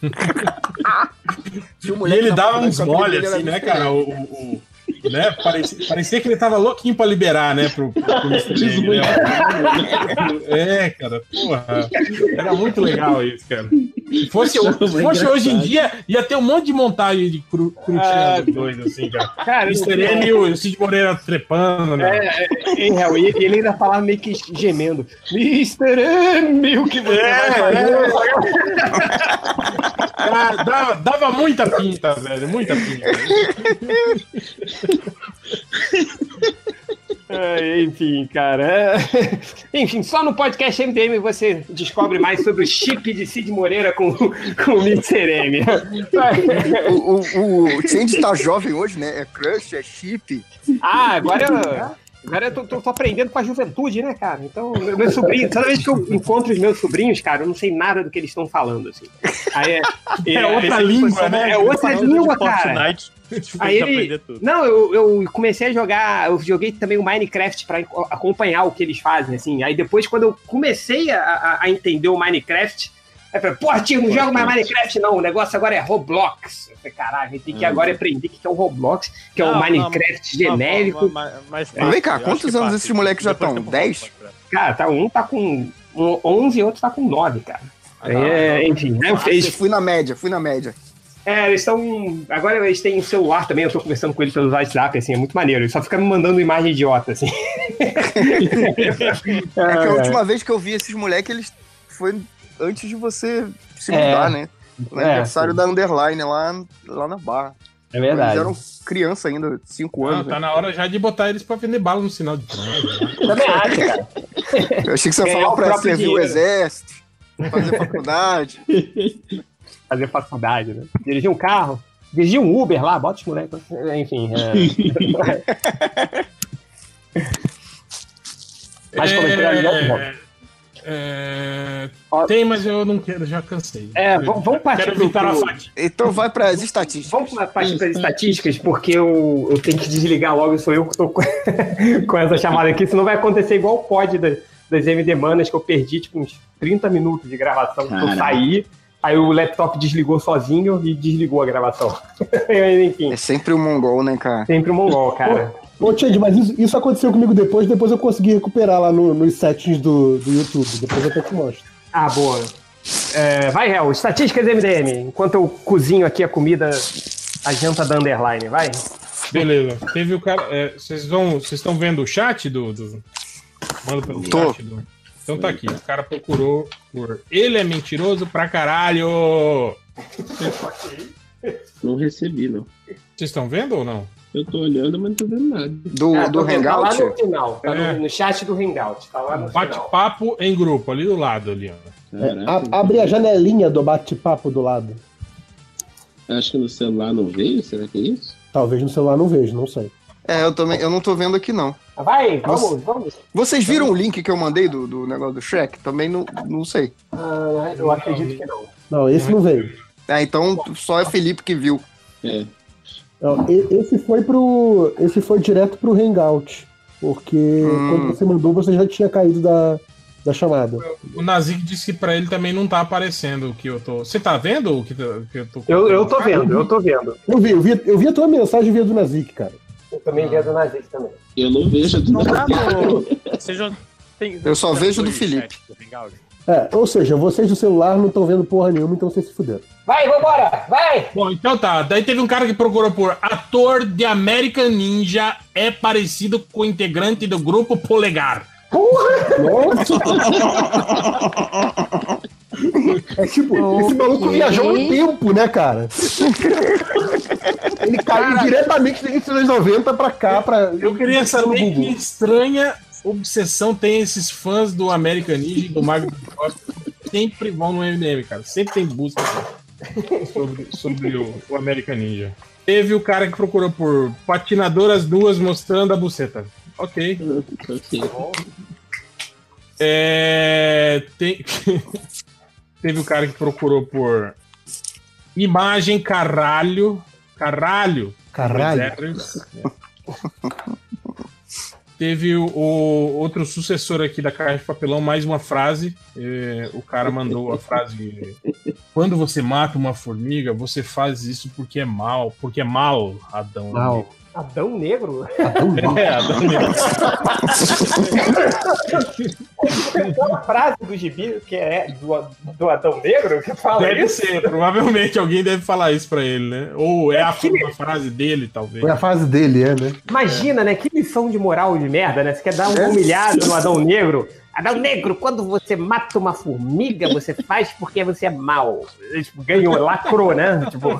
E ele dava uns mole, assim, né, cara? Né? Parecia que ele tava louquinho pra liberar, né, pro Mr. M, né? Cara, porra. Era muito legal isso, cara. Se fosse hoje em dia, ia ter um monte de montagem de crutinha dos dois, assim, cara. Mr. M e o Cid Moreira trepando, né? E ele ainda falava meio que gemendo. Mr. M, o que você vai fazer? Cara, dava muita pinta, velho, muita pinta. Enfim, cara. Enfim, só no podcast MDM você descobre mais sobre o chip de Cid Moreira com o Mr. M. O Change tá jovem hoje, né? É crush, é chip. Agora eu tô aprendendo com a juventude, né, cara? Então, meus sobrinhos, toda vez que eu encontro os meus sobrinhos, cara, eu não sei nada do que eles estão falando, assim. Aí é outra língua, né? É outra língua, cara. Aí ele... Não, eu comecei a jogar, eu joguei também o Minecraft pra acompanhar o que eles fazem, assim. Aí depois, quando eu comecei a entender o Minecraft, aí eu falei, pô, tio, não jogo mais Minecraft não, o negócio agora é Roblox. Eu falei, caralho, a gente tem que agora aprender o que é o Roblox, que é o Minecraft genérico. Vem cá, quantos anos esses moleques já estão? 10? Cara, um tá com 11 e outro tá com 9, cara. Enfim. Fui na média. Eles estão... Agora eles têm celular também, eu tô conversando com eles pelo WhatsApp, assim, é muito maneiro. Ele só fica me mandando imagem idiota, assim. Que a última vez que eu vi esses moleques, foi antes de você se mudar, né? No aniversário da Underline, lá na Barra. É verdade. Eles eram criança ainda, 5 anos. Tá na hora já de botar eles pra vender bala no sinal de trânsito. Também acho, cara. Eu achei que você ia falar pra servir o exército, fazer faculdade. Fazer faculdade, né? Dirigir um carro, dirigir um Uber lá, bota os moleques. Enfim. Mais comentário? Tem, mas eu não quero, já cansei. Vamos partir Então vai para as estatísticas. Vamos partir para as estatísticas, porque eu tenho que desligar logo, sou eu que estou com essa chamada aqui, senão vai acontecer igual o pod das MD Manas, que eu perdi tipo uns 30 minutos de gravação, que eu saí. Aí o laptop desligou sozinho e desligou a gravação. Enfim. É sempre o mongol, né, cara? Sempre o mongol, cara. Ô, Change, mas isso aconteceu comigo depois eu consegui recuperar lá nos settings do YouTube. Depois eu até te mostro. Ah, boa. Vai, Hel, estatísticas MDM. Enquanto eu cozinho aqui a comida, a janta da Underline, vai. Beleza. Teve o cara. Vocês estão vendo o chat do. Manda pelo chat do. Então tá aqui. O cara procurou por. Ele é mentiroso pra caralho! Não recebi, não. Vocês estão vendo ou não? Eu tô olhando, mas não tô vendo nada. Do Hangout? Tá lá no final. Tá no chat do Hangout. Tá lá no Bate-papo em grupo, ali do lado, ali, ó. Abre a janelinha do bate-papo do lado. Acho que no celular não veio, será que é isso? Talvez no celular não vejo, não sei. Eu não tô vendo aqui, não. Vai, vamos. Vocês viram o link que eu mandei do negócio do Shrek? Também não sei. Eu acredito que não. Não, esse não veio. Então só é Felipe que viu. Não, esse foi direto pro Hangout. Porque quando você mandou, você já tinha caído da chamada. O Nazik disse que pra ele também não tá aparecendo o que eu tô. Você tá vendo o que eu tô. Eu tô vendo. Eu vi a tua mensagem via do Nazik, cara. Eu também vi a do Nazik também. Eu não vejo a do Nazik. Eu só vejo do Felipe. Ou seja, vocês do celular não estão vendo porra nenhuma, então vocês se fuderam. Vai, vambora! Vai! Bom, então tá. Daí teve um cara que procurou por ator de American Ninja é parecido com o integrante do grupo Polegar. Porra! Nossa! É tipo, esse maluco viajou no tempo, né, cara? Ele caiu diretamente dos anos 90 pra cá. Eu queria saber que estranha obsessão tem esses fãs do American Ninja e do Mago do Cosmos. Sempre vão no MDM, cara. Sempre tem busca sobre o American Ninja. Teve o cara que procurou por patinadoras nuas mostrando a buceta. Ok. Teve o cara que procurou por imagem caralho. Teve o outro sucessor aqui da Caixa de Papelão, mais uma frase. O cara mandou a frase: quando você mata uma formiga, você faz isso porque é mal. Porque é mal, Adão. Mal. Adão Negro? Adão Negro. Adão Negro. Tem uma frase do gibi que é do Adão Negro que fala deve isso? Ser, provavelmente alguém deve falar isso pra ele, né? Ou é uma frase dele, talvez. Foi a frase dele, né? Imagina, né? Que lição de moral de merda, né? Você quer dar um humilhado no Adão Negro. Adão Negro, quando você mata uma formiga, você faz porque você é mau. Tipo, ganhou, lacrou, né? Tipo...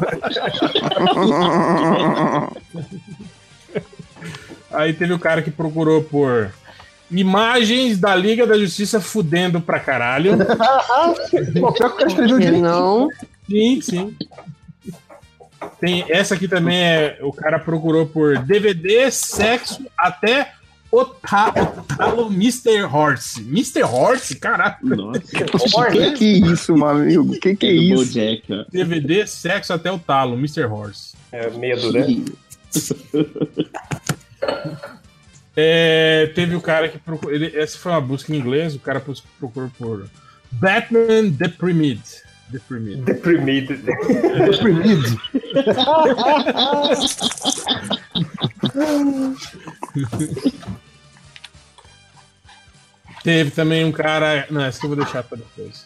Aí teve o cara que procurou por imagens da Liga da Justiça fudendo pra caralho. Pô, pior que o cara escreveu direito. Não. Sim. Tem essa aqui também, o cara procurou por DVD, sexo, até o talo Mr. Horse. Mr. Horse? Caraca. Nossa. Que isso, meu amigo? Que é isso? Jack, DVD, sexo, até o talo, Mr. Horse. Medo, né? Teve o cara que procurou. Essa foi uma busca em inglês. O cara procurou por Batman Deprimido. Teve também um cara. Não, essa que eu vou deixar pra depois.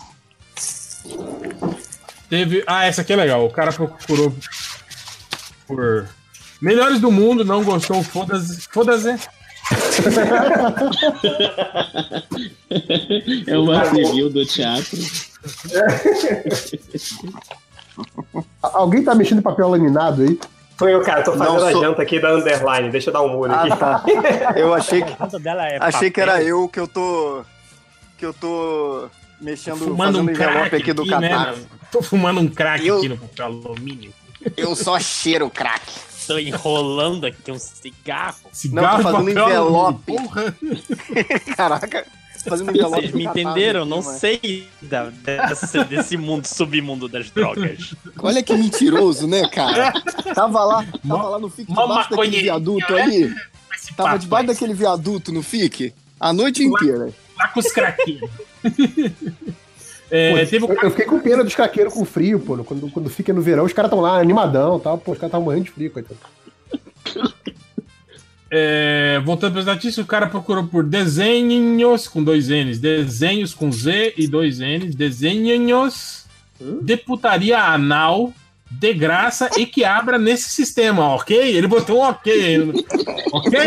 Teve. Essa aqui é legal. O cara procurou por melhores do mundo, não gostou, foda-se. É uma review do teatro. Alguém tá mexendo em papel laminado aí? Foi eu, cara, tô fazendo a janta aqui da Underline, deixa eu dar um muro aqui. Tá. Eu achei que era eu que eu tô mexendo, fumando um crack aqui do Catar. Né? Tô fumando um crack aqui no papel alumínio. Eu só cheiro crack. Tô enrolando aqui um cigarro. Não, tô fazendo envelope. Caraca. Vocês me entenderam? Não sei desse mundo, submundo das drogas. Olha que mentiroso, né, cara? Tava lá no FIC debaixo daquele viaduto ali. Tava debaixo daquele viaduto no FIC a noite inteira. Lá com os craquinhos. Eu fiquei com pena dos caqueiros com frio, pô. Quando fica no verão, os caras estão lá animadão e tal. Pô, os caras estavam morrendo de frio, coitado. Voltando para as notícias, o cara procurou por desenhos com 2 N's, desenhos com Z e 2 N's, desenhos de putaria anal de graça e que abra nesse sistema, ok? Ele botou um ok aí. Ok?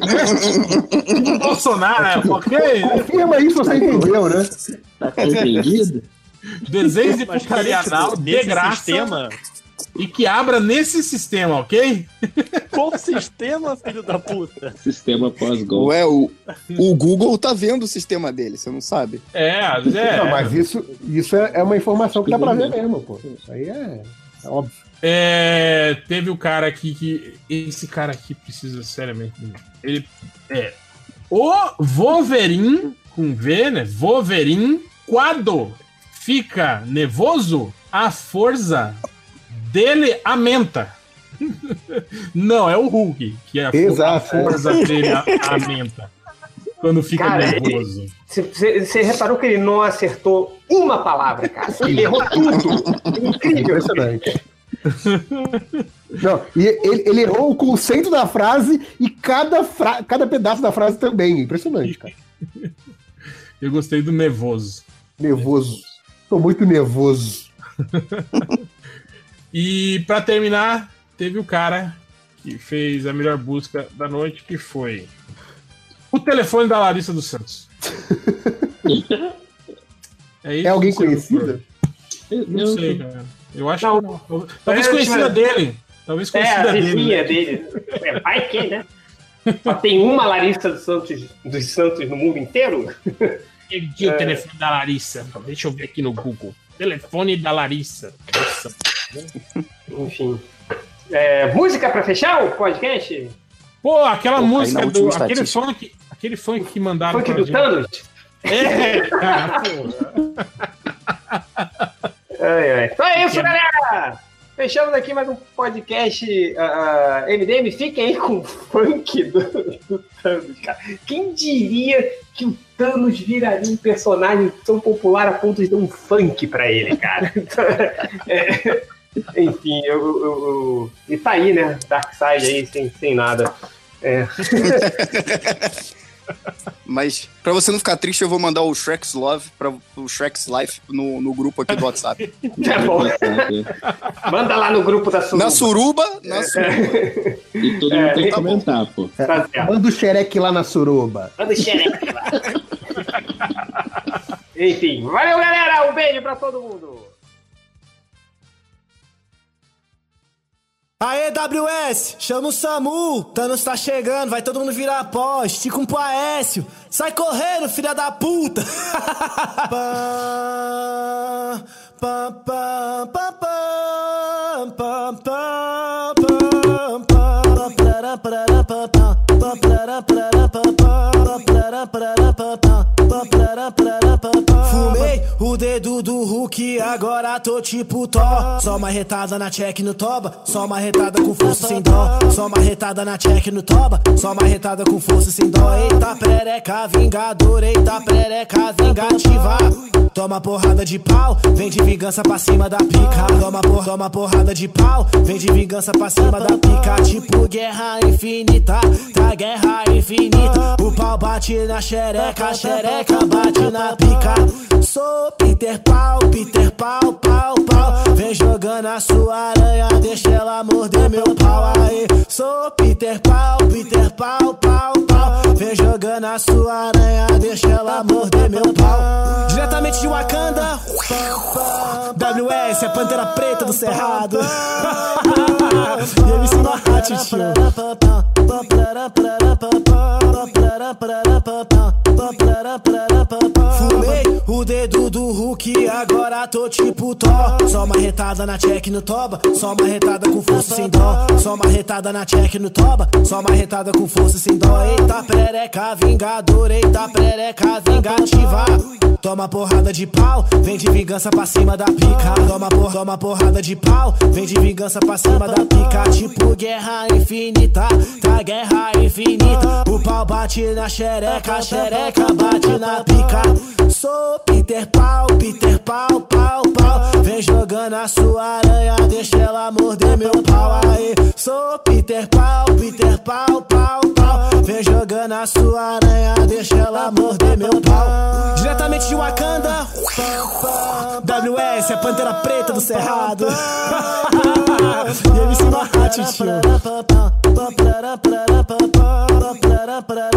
Bolsonaro, ok? Confirma isso, você entendeu, né? Tá entendido? Desenhos de putaria anal de graça sistema? E que abra nesse sistema, ok? Qual sistema, filho da puta? Sistema pós-gol. Ué, o Google tá vendo o sistema dele, você não sabe? Não, mas isso é uma informação que dá pra ver mesmo, pô. Isso aí é óbvio. Teve o cara aqui que... Esse cara aqui precisa seriamente... Ele o Wolverine, com V, né? Wolverine, quando fica nervoso, a força dele aumenta. Não, é o Hulk, que é a força dele aumenta. Quando fica nervoso. Você reparou que ele não acertou uma palavra, cara? Ele errou tudo. Incrível. Impressionante. Não, e ele errou o conceito da frase e cada pedaço da frase também. Impressionante, cara. Eu gostei do nervoso. Nervoso. Tô muito nervoso. E pra terminar, teve o cara que fez a melhor busca da noite, que foi o telefone da Larissa dos Santos. É alguém conhecida? Não sei, cara. Eu acho que não. Talvez conhecida dele. Talvez conhecida a vizinha dele. Vai que, né? Só tem uma Larissa dos Santos no mundo inteiro? Perdi o telefone da Larissa. Deixa eu ver aqui no Google. Telefone da Larissa. Enfim. Música pra fechar o podcast? Pô, aquela música do... Aquele funk que mandaram funk do Thanos? Cara, Então é isso, galera! Fechamos aqui mais um podcast MDM. Fiquem aí com o funk do Thanos, cara. Quem diria que o Thanos viraria um personagem tão popular a ponto de dar um funk pra ele, cara? Enfim, e tá aí, né? Darkseid aí, sem nada. Mas, pra você não ficar triste, eu vou mandar o Shrek's Love, o Shrek's Life no grupo aqui do WhatsApp. Tá bom. Manda lá no grupo da Suruba. Na Suruba. E todo mundo tem que comentar, pô. Manda o xereque lá na Suruba. Manda o xereque lá. Enfim, valeu, galera. Um beijo pra todo mundo. Aê, WS, chama o Samu, Thanos tá chegando, vai todo mundo virar pó, estica um Aécio, sai correndo, filha da puta! Fumei o dedo do Hulk, agora tô tipo Thor. Só uma retada na check no toba, só uma retada com força sem dó. Só uma retada na check no toba, só uma retada com força sem dó. Eita perereca vingador, eita perereca vingativa. Toma porrada de pau, vem de vingança pra cima da pica. Toma porrada de pau, vem de vingança pra cima da pica. Tipo guerra infinita, tá guerra infinita. O pau bate na xereca, a xereca bate na pica. Sou Peter Pau, pau, pau. Vem jogando a sua aranha, deixa ela morder meu pau. Aí, sou Peter Pau, pau. Vem jogando a sua aranha, deixa ela morder meu pau. Diretamente de Wakanda, WS, a Pantera Preta do Cerrado. E MC Marrate, tio. Fumei o dedo do Hulk, agora tô tipo Thor. Só uma retada na check no toba, só uma retada com força sem dó. Só uma retada na check no toba, só uma retada com força sem dó. Eita perereca vingador, eita perereca vingativa. Toma porrada de pau, vem de vingança pra cima da pica. Toma porrada de pau, vem de vingança pra cima da pica. Tipo guerra infinita, da guerra infinita. O pau bate na xereca, a xereca bate na pica. Sou Peter Pau, pau, pau. Vem jogando a sua aranha, deixa ela morder meu pau. Aí, sou Peter Pau, pau, pau. Vem jogando a sua aranha, deixa ela morder meu pau. Diretamente de Wakanda, WS, a Pantera Preta do Cerrado. E MC Marrate, tio.